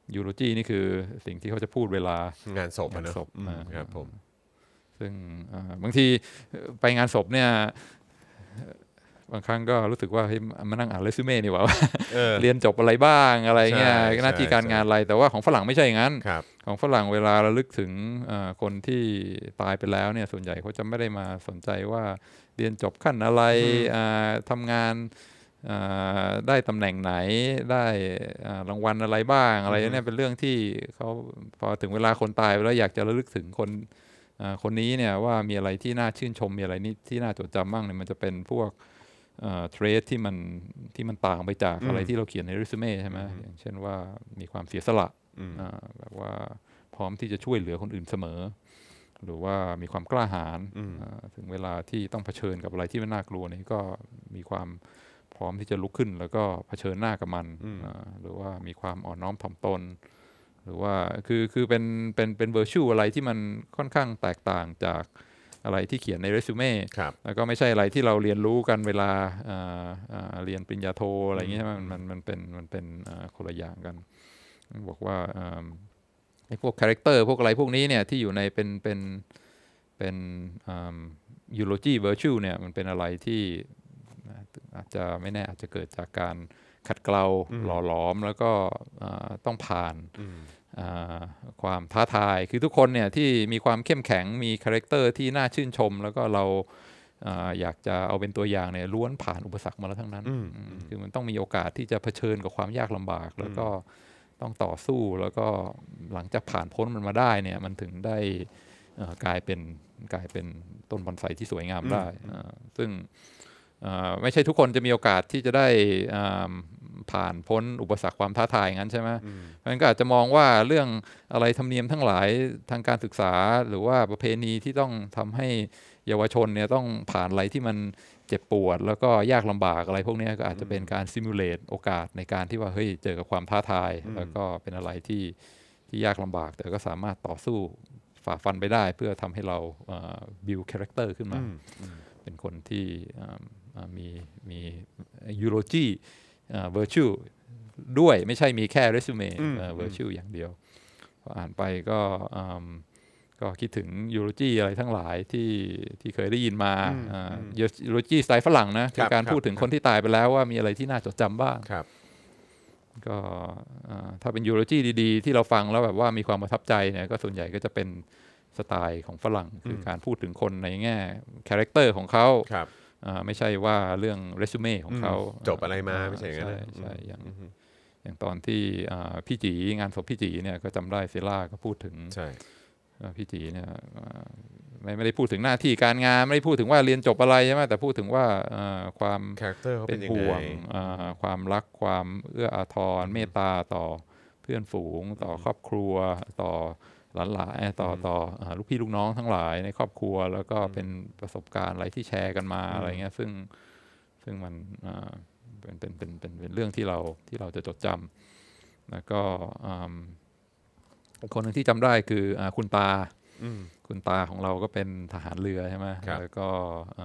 ยูโรจีนี่คือสิ่งที่เขาจะพูดเวลาง
านศพ
งานศพ
ครับผม
ซึ่งบางทีไปงานศพเนี่ยบางครั้งก็รู้สึกว่าเฮ้ยมานั่งอ่านเรซูเม่นี่หว่าเรียนจบอะไรบ้างอะไรเงี้ยหน้าที่การงานอะไรแต่ว่าของฝรั่งไม่ใช่อย่างนั้นของฝรั่งเวลาระลึกถึงคนที่ตายไปแล้วเนี่ยส่วนใหญ่เขาจะไม่ได้มาสนใจว่าเรียนจบขั้นอะไรทำงานได้ตำแหน่งไหนได้รางวัลอะไรบ้างอะไรเนี่ยเป็นเรื่องที่เขาพอถึงเวลาคนตายไปแล้วอยากจะระลึกถึงคนคนนี้เนี่ยว่ามีอะไรที่น่าชื่นชมมีอะไรนี่ที่น่าจดจำบ้างเนี่ยมันจะเป็นพวกเทรดที่มันที่มันต่างไปจากอะไรที่เราเขียนในเรซูเม่ใช่ไหมอย่างเช่นว่ามีความเสียสละแบบว่าพร้อมที่จะช่วยเหลือคนอื่นเสมอหรือว่ามีความกล้าหาญถึงเวลาที่ต้องเผชิญกับอะไรที่มันน่ากลัวนี่ก็มีความพร้อมที่จะลุกขึ้นแล้วก็เผชิญหน้ากับมันหรือว่ามีความอ่อนน้อมถ่อมตนหรือว่าคือคือเป็นเป็นเป็นเวอร์ชวลอะไรที่มันค่อนข้างแตกต่างจากอะไรที่เขียนในเรซูเม่แล้วก็ไม่ใช่อะไรที่เราเรียนรู้กันเวลาเรียนปริญญาโทอะไรอย่างเงี้ยมันมันมันเป็นมันเป็นคนละอย่างกันบอกว่าไอ้พวกคาแรคเตอร์พวกอะไรพวกนี้เนี่ยที่อยู่ในเป็นเป็นเป็นยูโรจีเวอร์ชวลเนี่ยมันเป็นอะไรที่อาจจะไม่แน่อาจจะเกิดจากการขัดเกลาหล่อหลอมแล้วก็ต้องผ่านความท้าทายคือทุกคนเนี่ยที่มีความเข้มแข็งมีคาแรคเตอร์ที่น่าชื่นชมแล้วก็เราอยากจะเอาเป็นตัวอย่างเนี่ยล้วนผ่านอุปสรรคมาแล้วทั้งนั้นคือมันต้องมีโอกาสที่จะเผชิญกับความยากลำบากแล้วก็ต้องต่อสู้แล้วก็หลังจากผ่านพ้นมันมาได้เนี่ยมันถึงได้กลายเป็นกลายเป็นต้นบอนไซที่สวยงามได้ซึ่งไม่ใช่ทุกคนจะมีโอกาสที่จะได้ผ่านพ้นอุปสรรคความท้าทายงั้นใช่ไหมเพราะฉะนั้นก็อาจจะมองว่าเรื่องอะไรธรรมเนียมทั้งหลายทางการศึกษาหรือว่าประเพณีที่ต้องทำให้เยาวชนเนี่ยต้องผ่านอะไรที่มันเจ็บปวดแล้วก็ยากลำบากอะไรพวกนี้ก็อาจจะเป็นการซิมูเลตโอกาสในการที่ว่าเฮ้ยเจอกับความท้าทายแล้วก็เป็นอะไรที่ที่ยากลำบากแต่ก็สามารถต่อสู้ฝ่าฟันไปได้เพื่อทำให้เราบิวคาแรคเตอร์ขึ้นมาเป็นคนที่มีมียูโรจีเวอร์ชวลด้วยไม่ใช่มีแค่เรซูเม่เวอร์ชวลอย่างเดียวพออ่านไปก็ก็คิดถึงยูโรจีอะไรทั้งหลายที่ที่เคยได้ยินมายูโรจีสไตล์ฝรั่งนะคือการพูดถึงคนที่ตายไปแล้วว่ามีอะไรที่น่าจดจำบ้างก็ถ้าเป็นยูโรจีดีๆที่เราฟังแล้วแบบว่ามีความประทับใจเนี่ยก็ส่วนใหญ่ก็จะเป็นสไตล์ของฝรั่งคือการพูดถึงคนในแง่คาแรคเตอร์ของเขาไม่ใช่ว่าเรื่องเรซูเม่ของเขา
จบอะไรมาไม่ใช่อย่างนั้น
ใช่อย่างอย่างตอนที่พี่จีงานศพพี่จีเนี่ยก็จำได้เซล่าก็พูดถึงพี่จีเนี่ยไม่ไม่ได้พูดถึงหน้าที่การงานไม่ได้พูดถึงว่าเรียนจบอะไรใช่ไหมแต่พูดถึงว่าความเป็นห่วงความรักความเอื้ออาทรเมตตาต่อเพื่อนฝูงต่อครอบครัวต่อหลานๆต่อต่อลูกพี่ลูกน้องทั้งหลายในครอบครัวแล้วก็เป็นประสบการณ์อะไรที่แชร์กันมาอะไรเงี้ยซึ่งซึ่งมันเป็นเป็นเป็นเป็นเป็นเรื่องที่เราที่เราจะจดจำแล้วก็คนหนึ่งที่จำได้คือคุณตาคุณตาของเราก็เป็นทหารเรือใช่ไหมแล้วก็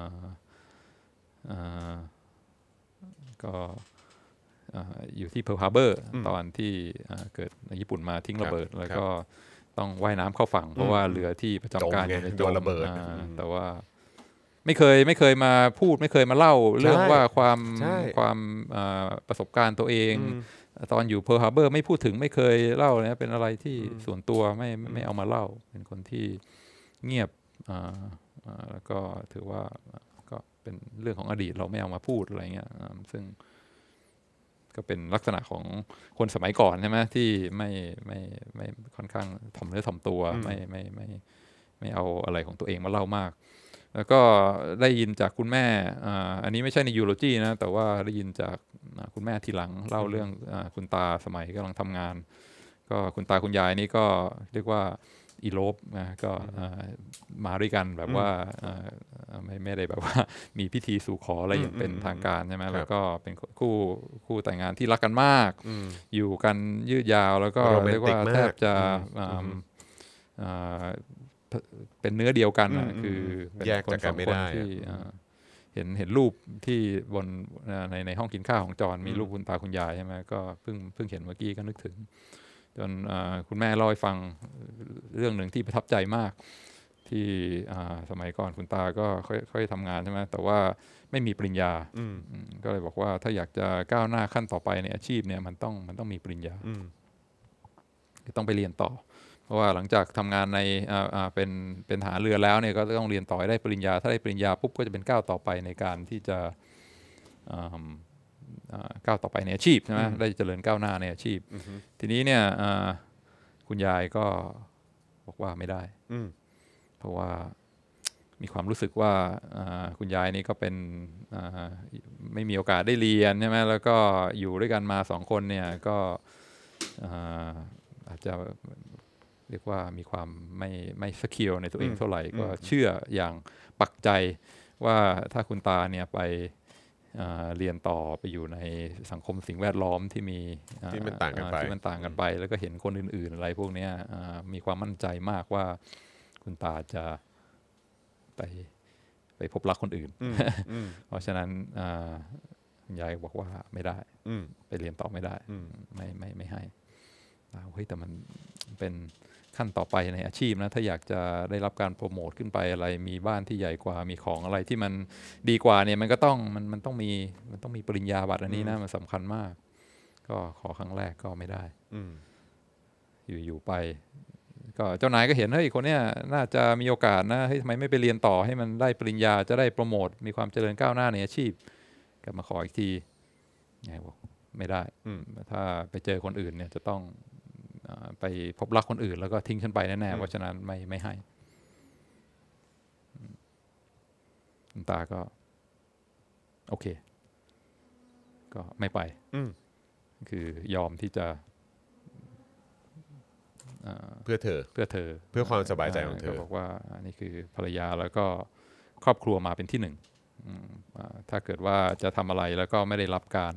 ก็อยู่ที่เพิร์ลฮาร์เบอร์ตอนที่เกิดญี่ปุ่นมาทิ้งระเบิดแล้วก็ต้องว่ายน้ำเข้าฝั่งเพราะว่าเรือที่ประจำการอยู่ในจมระเบิดแต่ว่าไม่เคยไม่เคยมาพูดไม่เคยมาเล่าเรื่องว่าความความประสบการณ์ตัวเองตอนอยู่เพิร์ลฮาร์เบอร์ไม่พูดถึงไม่เคยเล่านะเป็นอะไรที่ส่วนตัวไม่ไม่เอามาเล่าเป็นคนที่เงียบแล้วก็ถือว่าก็เป็นเรื่องของอดีตเราไม่เอามาพูดอะไรเงี้ยซึ่งก็เป็นลักษณะของคนสมัยก่อนใช่ไหมที่ไม่ไม่ไม่ค่อนข้างถ่อมเนื้อถ่อมตัวไม่ไม่ไม่ไม่เอาอะไรของตัวเองมาเล่ามากแล้วก็ได้ยินจากคุณแม่อันนี้ไม่ใช่ในยูโรจีนะแต่ว่าได้ยินจากคุณแม่ทีหลังเล่าเรื่องคุณตาสมัยกำลังทำงานก็คุณตาคุณยายนี่ก็เรียกว่าอีโลปนะก็มาด้วยกันแบบว่าไม่ไม่ได้แบบว่ามีพิธีสู่ขออะไรอย่างเป็นทางการใช่ไหมแล้วก็เป็นคู่คู่แต่งงานที่รักกันมากอยู่กันยืดยาวแล้วก็เรียกว่าแทบจะเป็นเนื้อเดียวกันคือเป็นคนสองคนที่เห็นเห็นรูปที่บนในในห้องกินข้าวของจอนมีรูปคุณตาคุณยายใช่ไหมก็เพิ่งเพิ่งเห็นเมื่อกี้ก็นึกถึงจนคุณแม่เล่าให้ฟังเรื่องหนึ่งที่ประทับใจมากที่สมัยก่อนคุณตาก็ค่อยๆทำงานใช่ไหมแต่ว่าไม่มีปริญญาก็เลยบอกว่าถ้าอยากจะก้าวหน้าขั้นต่อไปในอาชีพเนี่ยมันต้องมันต้องมีปริญญาต้องไปเรียนต่อเพราะว่าหลังจากทำงานในเป็นเป็นทหารเรือแล้วเนี่ยก็ต้องเรียนต่อให้ได้ปริญญาถ้าได้ปริญญาปุ๊บก็จะเป็นก้าวต่อไปในการที่จะก้าวต่อไปในอาชีพใช่ไหมได้เจริญก้าวหน้าในอาชีพทีนี้เนี่ยคุณยายก็บอกว่าไม่ได้เพราะว่ามีความรู้สึกว่าคุณยายนี่ก็เป็นไม่มีโอกาสได้เรียนใช่ไหมแล้วก็อยู่ด้วยกันมาสองคนเนี่ยก็อาจจะเรียกว่ามีความไม่ไม่สกิลในตัวเองเท่าไหร่ก็เชื่ออย่างปักใจว่าถ้าคุณตาเนี่ยไปเรียนต่อไปอยู่ในสังคมสิ่งแวดล้อมที่มี
ที่มันต่างกันไป
ที่มันต่างกันไปแล้วก็เห็นคนอื่นๆอะไรพวกนี้มีความมั่นใจมากว่าคุณตาจะไปไปพบรักคนอื่นเพราะฉะนั้นคุณยายบอกว่าไม่ได้ไปเรียนต่อไม่ได้ไม่ไม่ไม่ให้เฮ้ยแต่มันเป็นขั้นต่อไปในอาชีพนะถ้าอยากจะได้รับการโปรโมทขึ้นไปอะไรมีบ้านที่ใหญ่กว่ามีของอะไรที่มันดีกว่าเนี่ยมันก็ต้องมันมันต้องมีมันต้องมีปริญญาบัตรอันนี้นะมันสำคัญมากก็ขอครั้งแรกก็ไม่ได้อยู่อยู่ไปก็เจ้านายก็เห็นเฮ้ยคนเนี้ยน่าจะมีโอกาสนะเฮ้ยทำไมไม่ไปเรียนต่อให้มันได้ปริญญาจะได้โปรโมทมีความเจริญก้าวหน้าในอาชีพกลับมาขออีกทีไงบอกไม่ได้ถ้าไปเจอคนอื่นเนี่ยจะต้องไปพบรักคนอื่นแล้วก็ทิ้งฉันไปแน่ๆเพราะฉะนั้นไม่ไม่ให้คุณตาก็โอเคก็ไม่ไปคือยอมที่จะ
เพื่อเธอ
เพื่อเธอ
เพื่อความสบายใจของเธอ
บอกว่าอันนี้คือภรรยาแล้วก็ครอบครัวมาเป็นที่หนึ่งถ้าเกิดว่าจะทำอะไรแล้วก็ไม่ได้รับการ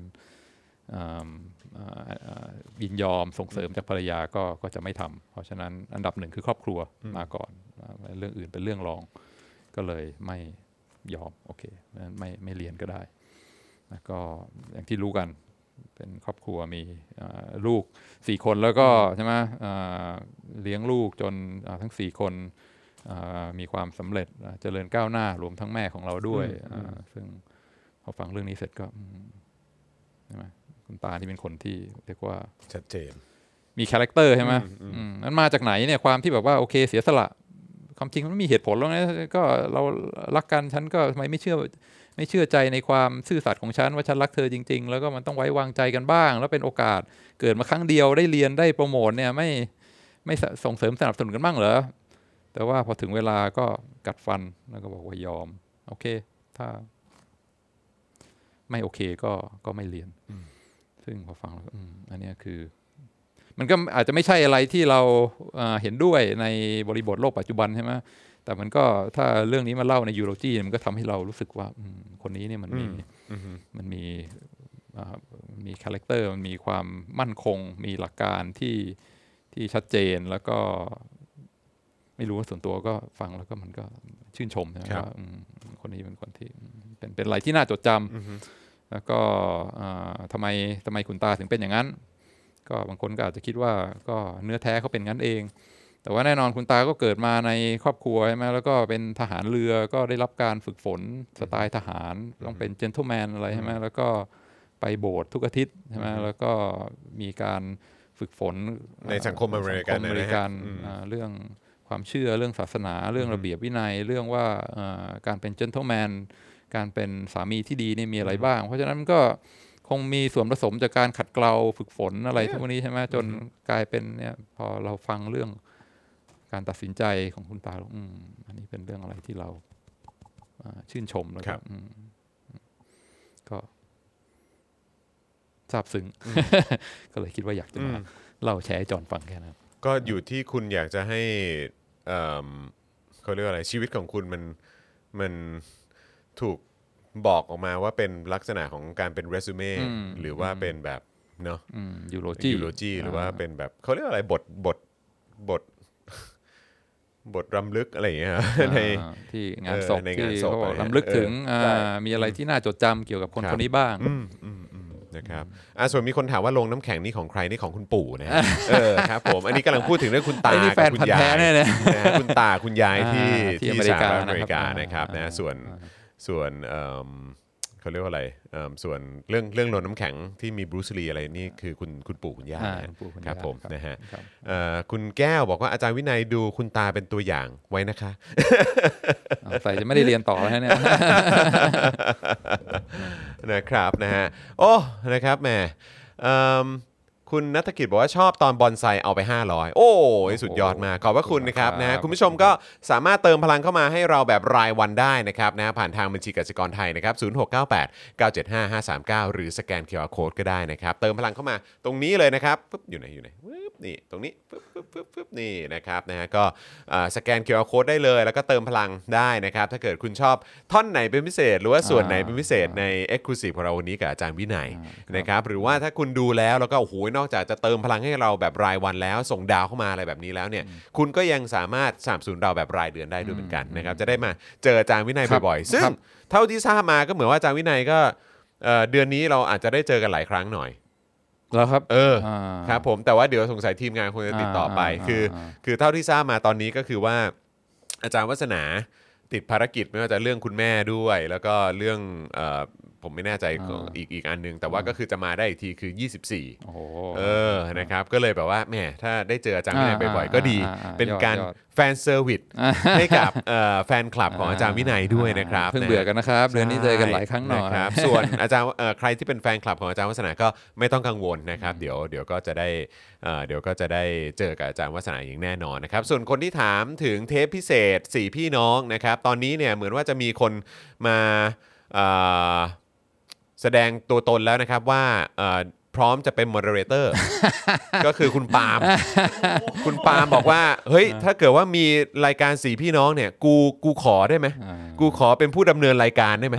ยินยอมส่งเสริมจากภรรยาก็ก็จะไม่ทำเพราะฉะนั้นอันดับหนึ่งคือครอบครัวมาก่อนเรื่องอื่นเป็นเรื่องรองก็เลยไม่ยอมโอเคไม่ไม่เรียนก็ได้แล้วก็อย่างที่รู้กันเป็นครอบครัวมีลูกสี่คนแล้วก็ใช่ไหมเลี้ยงลูกจนทั้งสี่คนมีความสำเร็จเจริญก้าวหน้ารวมทั้งแม่ของเราด้วยซึ่งพอฟังเรื่องนี้เสร็จก็ใช่ไหมคุณตาที่เป็นคนที่เรียกว่า
ชัดเจน
มีคาแรคเตอร์ใช่ไหมนั้นมาจากไหนเนี่ยความที่แบบว่าโอเคเสียสละความจริงมันมีเหตุผลแล้วนะก็เรารักกันฉันก็ทำไมไม่เชื่อไม่เชื่อใจในความซื่อสัตย์ของฉันว่าฉันรักเธอจริงๆแล้วก็มันต้องไว้วางใจกันบ้างแล้วเป็นโอกาสเกิดมาครั้งเดียวได้เรียนได้โปรโมทเนี่ยไม่ไม่ส่งเสริมสนับสนุนกันบ้างเหรอแต่ว่าพอถึงเวลาก็กัดฟันแล้วก็บอกว่ายอมโอเคถ้าไม่โอเคก็ก็ไม่เรียนซึ่งพอฟังแล้วอันนี้คือมันก็อาจจะไม่ใช่อะไรที่เราเห็นด้วยในบริบทโลกปัจจุบันใช่ไหมแต่มันก็ถ้าเรื่องนี้มาเล่าในยูโรจีมันก็ทำให้เรารู้สึกว่าคนนี้เนี่ยมันมีมันมีมีคาแรคเตอร์มันมีความมั่นคงมีหลักการที่ที่ชัดเจนแล้วก็ไม่รู้ว่าส่วนตัวก็ฟังแล้วก็มันก็ชื่นชมนะว่าคนนี้เป็นคนที่เป็นเป็นอะไรที่น่าจดจำแล้วก็ทำไมทำไมคุณตาถึงเป็นอย่างนั้นก็บางคนก็อาจจะคิดว่าก็เนื้อแท้เขาเป็นงั้นเองแต่ว่าแน่นอนคุณตาก็เกิดมาในครอบครัวใช่ไหมแล้วก็เป็นทหารเรือก็ได้รับการฝึกฝนสไตล์ทหารต้องเป็นเจนท์แมนอะไรใช่ไหมแล้วก็ไปโบสถ์ทุกอาทิตย์ใช่ไหมแล้วก็มีการฝึกฝน
ในสังคมอเมริกัน
อเมริกันเรื่องความเชื่อเรื่องศาสนาเรื่องระเบียบวินัยเรื่องว่าการเป็นเจนท์แมนการเป็นสามีที่ดีนี่มีอะไรบ้างเพราะฉะนั้นก็คงมีส่วนผสมจากการขัดเกลาฝึกฝนอะไรทั้งนี้ใช่ไหมจนกลายเป็นเนี่ยพอเราฟังเรื่องการตัดสินใจของคุณตาอืมอันนี้เป็นเรื่องอะไรที่เราชื่นชมแล้วก็ก็ซาบซึ้งก็เลยคิดว่าอยากจะมาเล่าแชร์ให้จอนฟังแค่นั้น
ก็อยู่ที่คุณอยากจะให้เขาเรียกอะไรชีวิตของคุณมันมันถูกบอกออกมาว่าเป็นลักษณะของการเป็นเรซูเม่หรือว่าเป็นแบบเนาะ
ยูโรจี
ยูโรจีหรือว่าเป็นแบบเขาเรียกอะไรบทบทบทบทรำลึกอะไรอย่างเงี้ยใน
ที่งานศพที่เขารำลึกถึงมีอะไรที่น่าจดจำเกี่ยวกับคนคนนี้บ้าง
นะครับอ่ะส่วนมีคนถามว่าลงน้ำแข็งนี่ของใครนี่ของคุณปู่นะฮะเออครับผมอันนี้กำลังพูดถึงเรื่องคุณตา
ไอ้นี่แฟน
กับคุ
พัน
ณ
ธุ์
ยา
แท้
ย
แน่เลย
นะฮะคุณตาคุณยายที่
อ่าที่
ที่
อเมริ
สห
กา
รัฐอเมริกา
นะครับ
นะครับนะ
อ่า
ส่วนส่วนเอิ่มเขาเรียกว่าอะไรเอิ่มส่วนเรื่องเรื่องลงน้ำแข็งที่มีบรูซลีอะไรนี่คือคุณคุณปู่คุณย่า
อ่า
นะ
คุณปู่คุณ
ครับ
ย่า
ผม
ครับ
นะฮะ
ครับ
เอ่อคุณแก้วบอกว่าอาจารย์วินัยดูคุณตาเป็นตัวอย่างไว้นะคะ
เอาใส่จะไม่ได้เรียนต่อแล้วฮะเนี่ย
นะครับนะฮะโอ้นะครับแหมเอิ่มคุณนัฐกิจบอกว่าชอบตอนบอนไซเอาไป ห้าร้อย โอ้ยสุดยอดมากขอบพระคุณนะครับนะฮะคุณผู้ชมก็สามารถเติมพลังเข้ามาให้เราแบบรายวันได้นะครับนะผ่านทางบัญชีกสิกรไทยนะครับศูนย์ หก เก้า แปด เก้า เจ็ด ห้า ห้า สาม เก้า หรือสแกน คิว อาร์ Code ก็ได้นะครับเติมพลังเข้ามาตรงนี้เลยนะครับปึ๊บอยู่ไหนอยู่ไหนปึ๊บนี่ตรงนี้ปึ๊บปึ๊บปึ๊บปึ๊บนี่นะครับนะฮะก็อ่าสแกน คิว อาร์ Code ได้เลยแล้วก็เติมพลังได้นะครับถ้าเกิดคุณชอบท่อนไหนเป็นพิเศษหรือว่าส่วนไหนเป็นพิเศษใน Exclusive ของเราวันนี้กับอาจารย์วินัยนะครับหรือว่าถ้าคุณดูแล้วแล้วก็โอ้โหนอกจากจะเติมพลังให้เราแบบรายวันแล้วส่งดาวเข้ามาอะไรแบบนี้แล้วเนี่ยคุณก็ยังสามารถสนับสนุนเราแบบรายเดือนได้ด้วยเหมือนกันนะครับจะได้มาเจออาจารย์วินัย
ครับ
บ่อยๆซึ่ง
ครับ
เท่าที่ทราบมาก็เหมือนว่าอาจารย์วินัยก็เอ่อเดือนนี้เราอาจจะได้เจอกันหลายครั้งหน่อย
แล้วครับ
เออ
อ่า
ครับผมแต่ว่าเดี๋ยวสงสัยทีมงานคงจะติดต่อไป
อ่า
คือ
อ่า
คือเท่าที่ทราบมาตอนนี้ก็คือว่าอาจารย์วัฒนาติดภารกิจไม่ว่าจะเรื่องคุณแม่ด้วย แล้วก็เรื่องเอ่อผมไม่แน่ใจอีกอีกอันนึงแต่ว่าก็คือจะมาได้อีกทีคือยี่สิบสี่
โอ้โห
เออนะครับก็เลยแบบว่าแหมถ้าได้เจออาจารย์วินัยบ่อยๆก็ดี
อ่าอ่าอ่า
เป็น
ยอด
การ
ยอด
แฟนเซอร์วิสให้กับเอ่อแฟนคลับของอาจารย์วินัยด้วยนะครับ
เพิ่ง
ะ
เบื่อกันนะครับเดือนนี้เจอกันหลายครั้งหน่อย
นะครับส่วนอาจารย์เอ่อใครที่เป็นแฟนคลับของอาจารย์วัฒนาก็ไม่ต้องกังวลนะครับเดี๋ยวเดี๋ยวก็จะได้เอ่อเดี๋ยวก็จะได้เจอกับอาจารย์วัฒนาอย่างแน่นอนนะครับส่วนคนที่ถามถึงเทปพิเศษสี่พี่น้องนะครับตอนนี้เนี่ยเหมือนว่าจะมีคนมาเอ่อแสดงตัวตนแล้วนะครับว่าเอ่อพร้อมจะเป็น moderator ก็คือคุณปาล์มคุณปาล์มบอกว่าเฮ้ยถ้าเกิดว่ามีรายการสี่พี่น้องเนี่ยกูกูขอได้ไหม
อ่า
กูขอเป็นผู้ดำเนินรายการได้ไหม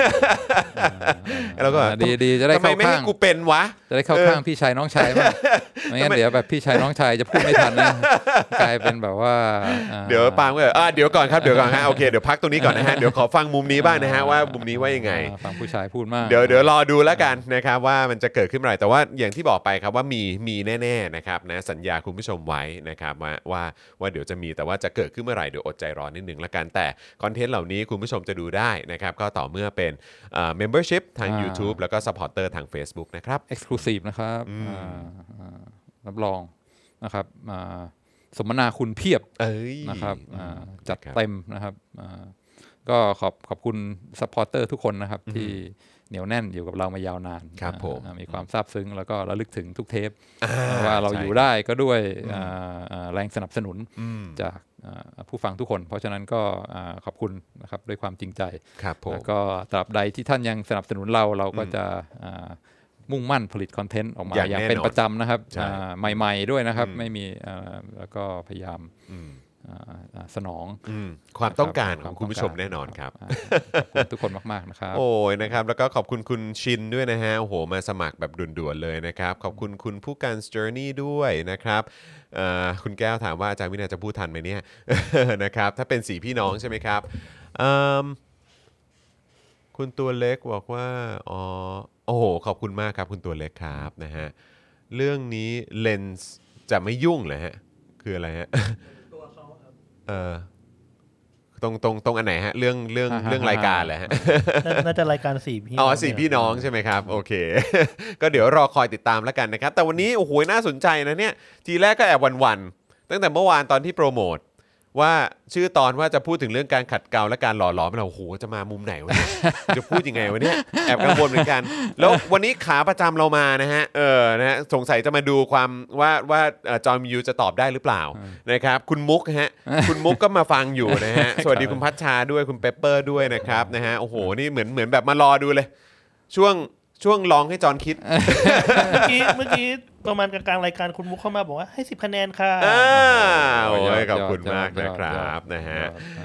แล้วก็
ดีดีจะได้
ทำไม
เข้า
ไม่
ข้า
ให้
ง
กูเป็นวะ
จะได้เข้าข้างพี่ชายน้องชายมากไม่งั้นเดี๋ยวแบบพี่ชายน้องชายจะพูดไม่ทันนะกลายเป็นแบบว่าอ่า
เดี๋ยวปาล์มก็แบบอ่ะเดี๋ยวก่อนครับเดี๋ยวก่อนฮะโอเคเดี๋ยวพักตรงนี้ก่อนนะฮะเดี๋ยวขอฟังมุมนี้บ้างนะฮะว่ามุมนี้ว่ายังไง
อ่าฟังผู้ชายพูดมาก
เดี๋ยวเดี๋ยวรอดูแล้วกันนะครับว่ามันจะเกิดขึ้นเมื่อไหร่แต่ว่าอย่างที่บอกไปครับว่ามีมีแน่ๆนะครับนะสัญญาคุณผู้ชมไว้นะครับว่าว่าว่าเดี๋ยวจะมีแต่ว่าจะเกิดขึ้นเมื่อไหร่เดี๋ยวอดใจรอนิดนึงแล้วกันแต่คอนเทนต์เหล่านี้คุณผู้ชมจะดูได้นะครับก็ต่อเมื่อเป็นเอ่อ membership ทาง
อ่า
YouTube แล้วก็ supporter ทาง Facebook นะครับ
Exclusive นะครับอ่าอ่ารับรองนะครับอ่าสมนาคุณเพียบ
เอ้ย
นะครับอ่าจัด
ครับ
เต็มนะครับอ่าก็ขอบขอบคุณซัพพอร์เตอร์ทุกคนนะครับที่เหนียวแน่นอยู่กับเรามายาวนาน
ครับผม
อ่ามีความซาบซึ้งแล้วก็ระลึกถึงทุกเทป
อ่า
ว่าเรา
ใช่
อยู่ได้ก็ด้วยอ่าอ่าแรงสนับสนุน
อืม
จากอ่าผู้ฟังทุกคน เพราะฉะนั้นก็อ่าขอบคุณนะครับด้วยความจริงใจ
ครับผม
แล้วก็ตราบใดที่ท่านยังสนับสนุนเราเราก็จะอ่ามุ่งมั่นผลิตคอนเทนต์ออกมา
อย่าง
อย่าง
แน่นอน
เป็นประจำนะครับ
ใช่
อ่าใหม่ๆด้วยนะครับ
อืม
ไม่มีอ่าแล้วก็พยายาม
อืม
อ่าอ่าสนอง
อืมความต้องการ
นะ
ข
รั
อบ งคุณผู้ชมแน่นอนครับ
อ่าขอบคุณทุกคนมากๆนะครับ
โอ้ยนะครับแล้วก็ขอบคุณคุณชินด้วยนะฮะโอ้โหมาสมัครแบบด่วนๆเลยนะครับขอบคุณคุณผู้การ Journey ด้วยนะครับเอ่อคุณแก้วถามว่าอาจารย์วินัยจะพูดทันไหมเนี่ย นะครับถ้าเป็นสี่พี่น้องใช่ไหมครับเอิ่มคุณตัวเล็กบอกว่าอ๋อโอ้โหขอบคุณมากครับคุณตัวเล็กครับนะฮะเรื่องนี้เลนส์จะไม่ยุ่งเหรอฮะคืออะไรฮะ
ตัวเขาครับ
เออตรงตรงตรงอันไหนฮะเรื่องเรื่อง
อ่าฮะ
เรื่องรายการเหรอฮะ
น่าน่าจะรายการสี่พี่
อ๋อ
น้ง
สี่
เนี่ย
พี่น้องใช่ไหมครับ โอเค ก็เดี๋ยวรอคอยติดตามแล้วกันนะครับ แต่วันนี้โอ้โหน่าสนใจนะเนี่ย ทีแรกก็แอบหวันๆตั้งแต่เมื่อวานตอนที่โปรโมทว่าชื่อตอนว่าจะพูดถึงเรื่องการขัดเกลาและการหล่อหลอมเราโอ้โหจะมามุมไหนวะเนี่ย จะพูดยังไงวะเนี่ยแอบกังวลเหมือนกัน แล้ววันนี้ขาประจำเรามานะฮะเออนะฮะสงสัยจะมาดูความว่าว่าเอ่อจอห์นยูจะตอบได้หรือเปล่านะครับคุณมุกฮะคุณมุกก็มาฟังอยู่นะฮะสวัสดีคุณพัชชาด้วยคุณเปปเปอร์ด้วยนะครับนะฮะโอ้โหนี่เหมือนเหมือนแบบมารอดูเลย ช่วงช่วงลองให้จอห์นคิด
เมื่อกี้เมื่อกี้ประมาณกลางๆรายการคุณมุกเข้ามาบอกว่าให้สิบคะแนนค่ะ
อ้าว
โอ้ย
โอ้ย
ยอด
ขอบคุณ
ยอด
มาก
ยอด
นะครับ
ยอด
นะฮะ
ยอด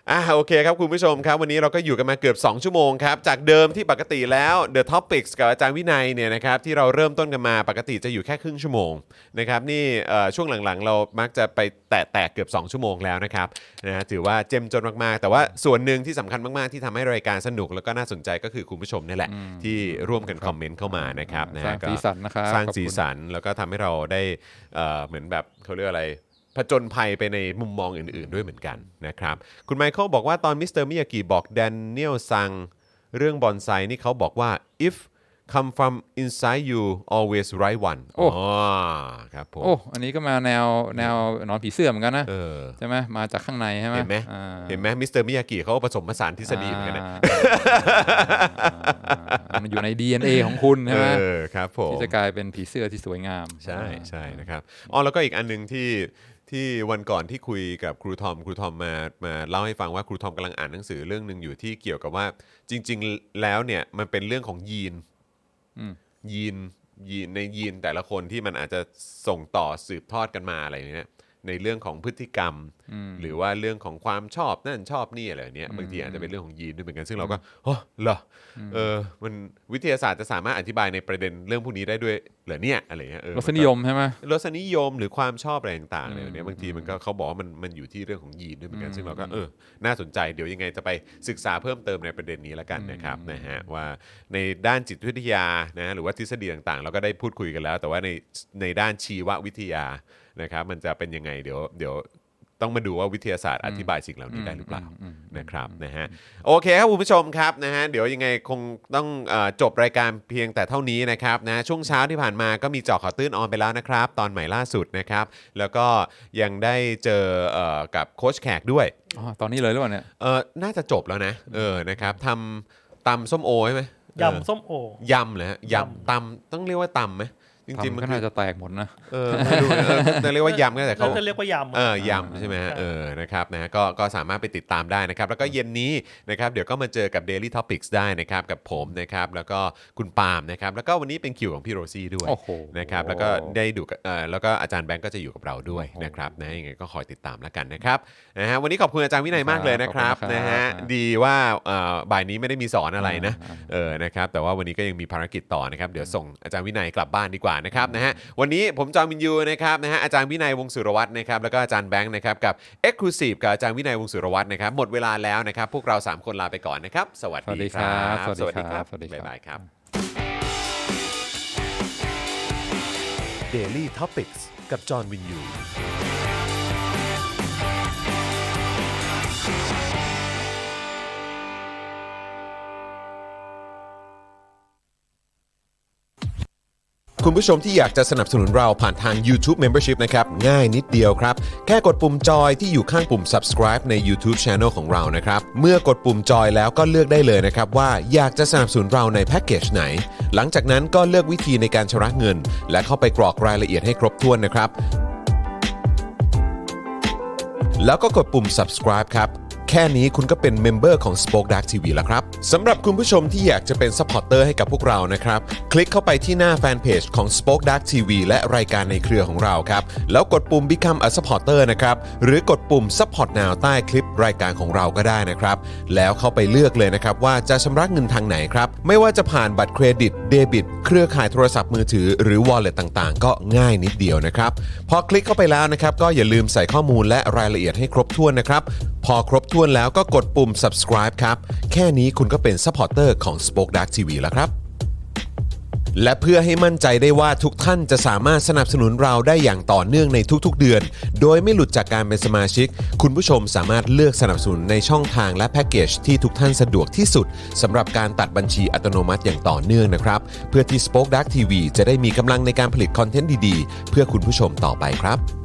อ่าโอเคครับคุณผู้ชมครับวันนี้เราก็อยู่กันมาเกือบสองชั่วโมงครับจากเดิมที่ปกติแล้ว The Topics กับอาจารย์วินัยเนี่ยนะครับที่เราเริ่มต้นกันมาปกติจะอยู่แค่ครึ่งชั่วโมงนะครับนี่เอ่อช่วงหลังๆเรามักจะไปแตะแตะเกือบสองชั่วโมงแล้วนะครับนะถือว่าเจ้มจนมากๆแต่ว่าส่วนหนึ่งที่สำคัญมากๆที่ทำให้รายการสนุกแล้วก็น่าสนใจก็คือคุณผู้ชมนี่แหละที่ร่วมกันคอมเมนต์เข้ามานะครับนะ
สร้าง
ก็
สีสันนะครับ
สร้าง
ขอบคุณ
สีสันแล้วก็ทำให้เราได้เอ่อเหมือนแบบเขาเรียกอะไรผจญภัยไปในมุมมองอื่นๆด้วยเหมือนกันนะครับคุณไมเคิลบอกว่าตอนมิสเตอร์มิยากิบอกแดเนียลซังเรื่องบอนไซนี่เขาบอกว่า if come from inside you always right one
โอ้
ครับผม
โอ้อันนี้ก็มาแนวแนวหนอนผีเสื้อเหมือนกันนะ
เออ
ใช่ไหมมาจากข้างในใช่ไหม
เห็นไหม
อ่า
เห็นไหมมิสเตอร์มิยากิเขาก็ผสมผสานทฤษฎีเหมือนกันนะ
อ่ามันอยู่ใน ดี เอ็น เอ ของคุณใช่ไหม
เออครับผม
ที่จะกลายเป็นผีเสื้อที่สวยงาม
ใช่ใช่นะครับอ๋อแล้วก็อีกอันนึงที่ที่วันก่อนที่คุยกับครูทอมครูทอมมามาเล่าให้ฟังว่าครูทอมกำลังอ่านหนังสือเรื่องนึงอยู่ที่เกี่ยวกับว่าจริงๆแล้วเนี่ยมันเป็นเรื่องของยีน
อืม
ยีนยีนในยีนแต่ละคนที่มันอาจจะส่งต่อสืบทอดกันมาอะไรอย่างเงี้ยในเรื่องของพฤติกรรม หรือว่าเรื่องของความชอบนั่นชอบนี่อะไรเนี้ยบางทีอาจจะเป็นเรื่องของยีนด้วยเหมือนกันซึ่งเราก็โอ้เหรอเออมันวิทยาศาสตร์จะสามารถอธิบายในประเด็นเรื่องพวกนี้ได้ด้วยเหรอเนี่ยอะไรเงี้ยเออ
รสนิยมใช่ไหม
รสนิยมหรือความชอบอะไรต่างๆอะไรเนี้ยบางทีมันก็เขาบอกว่ามันมันอยู่ที่เรื่องของยีนด้วยเหมือนกันซึ่งเราก็เออน่าสนใจเดี๋ยวยังไงจะไปศึกษาเพิ่มเติมในประเด็นนี้แล้วกันนะครับนะฮะว่าในด้านจิตวิทยานะหรือว่าทฤษฎีต่างๆเราก็ได้พูดคุยกันแล้ว แต่ว่าในในด้านชีววิทยานะครับมันจะเป็นยังไงเดี๋ยวเดี๋ยวต้องมาดูว่าวิทยาศาสตร์อธิบายสิ่งเหล่านี้ได้หรือเปล่านะครับนะฮะโอเคครับคุณผู้ชมครับนะฮะเดี๋ยวยังไงคงต้องเอ่อจบรายการเพียงแต่เท่านี้นะครับนะช่วงเช้าที่ผ่านมาก็มีเจาะข่าวตื้นออนไปแล้วนะครับตอนใหม่ล่าสุดนะครับแล้วก็ยังได้เจอเอ่อกับโค้ชแขกด้วย
อ๋อตอนนี้เลยหรือเปล่าเนี่ย
เออน่าจะจบแล้วนะเออนะครับทำตำส้มโอใช่ไหม
ยำส้มโอย
ำเลยฮะยำตำต้องเรียกว่าตำไหมจริงๆ
ทำ
มัน
ก็น่าจะแตกหมดนะ
เออไม่รู้เออจะเรียกว่ายำก็แต่เขา
เราจะเรียกว่ายำ
เออยำใช่ไหมฮะเออนะครับนะก็ก็สามารถไปติดตามได้นะครับแล้วก็เย็นนี้นะครับเดี๋ยวก็มาเจอกับ Daily Topics ได้นะครับกับผมนะครับแล้วก็คุณปาล์มนะครับแล้วก็วันนี้เป็นคิวของพี่โรซี่ด้วย
โอ้โห
นะครับแล้วก็ได้ดูกับเออแล้วก็อาจารย์แบงก์ก็จะอยู่กับเราด้วยนะครับนะยังไงก็คอยติดตามแล้วกันนะครับนะฮะวันนี้ขอบคุณอาจารย์วินัยมากเลยนะครับ
ขอบคุณครับ
นะฮะดีว่าเอ่อบ่ายนี้ไม่ได้มีสอนอะไรนะเออนะครับแต่ว่าวันนี้ก็ยังมีภารกิจต่อนะครับเดี๋ยวส่งอาจารย์วินัยกลับบ้านดีกว่านะครับนะฮะวันนี้ผมจอห์นวินยูนะครับนะฮะอาจารย์วินัยวงศ์สุรวัตรนะครับแล้วก็อาจารย์แบงค์นะครับกับ Exclusive กับอาจารย์วินัยวงศ์สุรวัตรนะครับหมดเวลาแล้วนะครับพวกเราสามคนลาไปก่อนนะครับสวัสดีครับ
สวัสดีครับสวัสดีครับ
บ๊ายบายครับ
Daily Topics กับจอห์นวินยู
คุณผู้ชมที่อยากจะสนับสนุนเราผ่านทาง YouTube Membership นะครับง่ายนิดเดียวครับแค่กดปุ่มจอยที่อยู่ข้างปุ่ม Subscribe ใน YouTube Channel ของเรานะครับเมื่อกดปุ่มจอยแล้วก็เลือกได้เลยนะครับว่าอยากจะสนับสนุนเราในแพ็กเกจไหนหลังจากนั้นก็เลือกวิธีในการชำระเงินและเข้าไปกรอกรายละเอียดให้ครบถ้วนนะครับแล้วก็กดปุ่ม Subscribe ครับแค่นี้คุณก็เป็นเมมเบอร์ของ Spoke Dark ที วี แล้วครับสำหรับคุณผู้ชมที่อยากจะเป็นซัพพอร์ตเตอร์ให้กับพวกเรานะครับคลิกเข้าไปที่หน้าแฟนเพจของ Spoke Dark ที วี และรายการในเครือของเราครับแล้วกดปุ่ม Become a supporter นะครับหรือกดปุ่ม Support Now ใต้คลิปรายการของเราก็ได้นะครับแล้วเข้าไปเลือกเลยนะครับว่าจะชำระเงินทางไหนครับไม่ว่าจะผ่านบัตรเครดิตเดบิตเครือข่ายโทรศัพท์มือถือหรือ Wallet ต่างๆก็ง่ายนิดเดียวนะครับพอคลิกเข้าไปแล้วนะครับก็อย่าลืมใส่ข้อมูลและรายละเอียดให้ครบถ้วนนะครับพอครบถ้วนแล้วก็กดปุ่ม Subscribe ครับแค่นี้คุณก็เป็นซัพพอร์ตเตอร์ของ Spoke Dark ที วี แล้วครับและเพื่อให้มั่นใจได้ว่าทุกท่านจะสามารถสนับสนุนเราได้อย่างต่อเนื่องในทุกๆเดือนโดยไม่หลุดจากการเป็นสมาชิกคุณผู้ชมสามารถเลือกสนับสนุนในช่องทางและแพ็กเกจที่ทุกท่านสะดวกที่สุดสำหรับการตัดบัญชีอัตโนมัติอย่างต่อเนื่องนะครับเพื่อที่ Spoke Dark ที วี จะได้มีกำลังในการผลิตคอนเทนต์ดีๆเพื่อคุณผู้ชมต่อไปครับ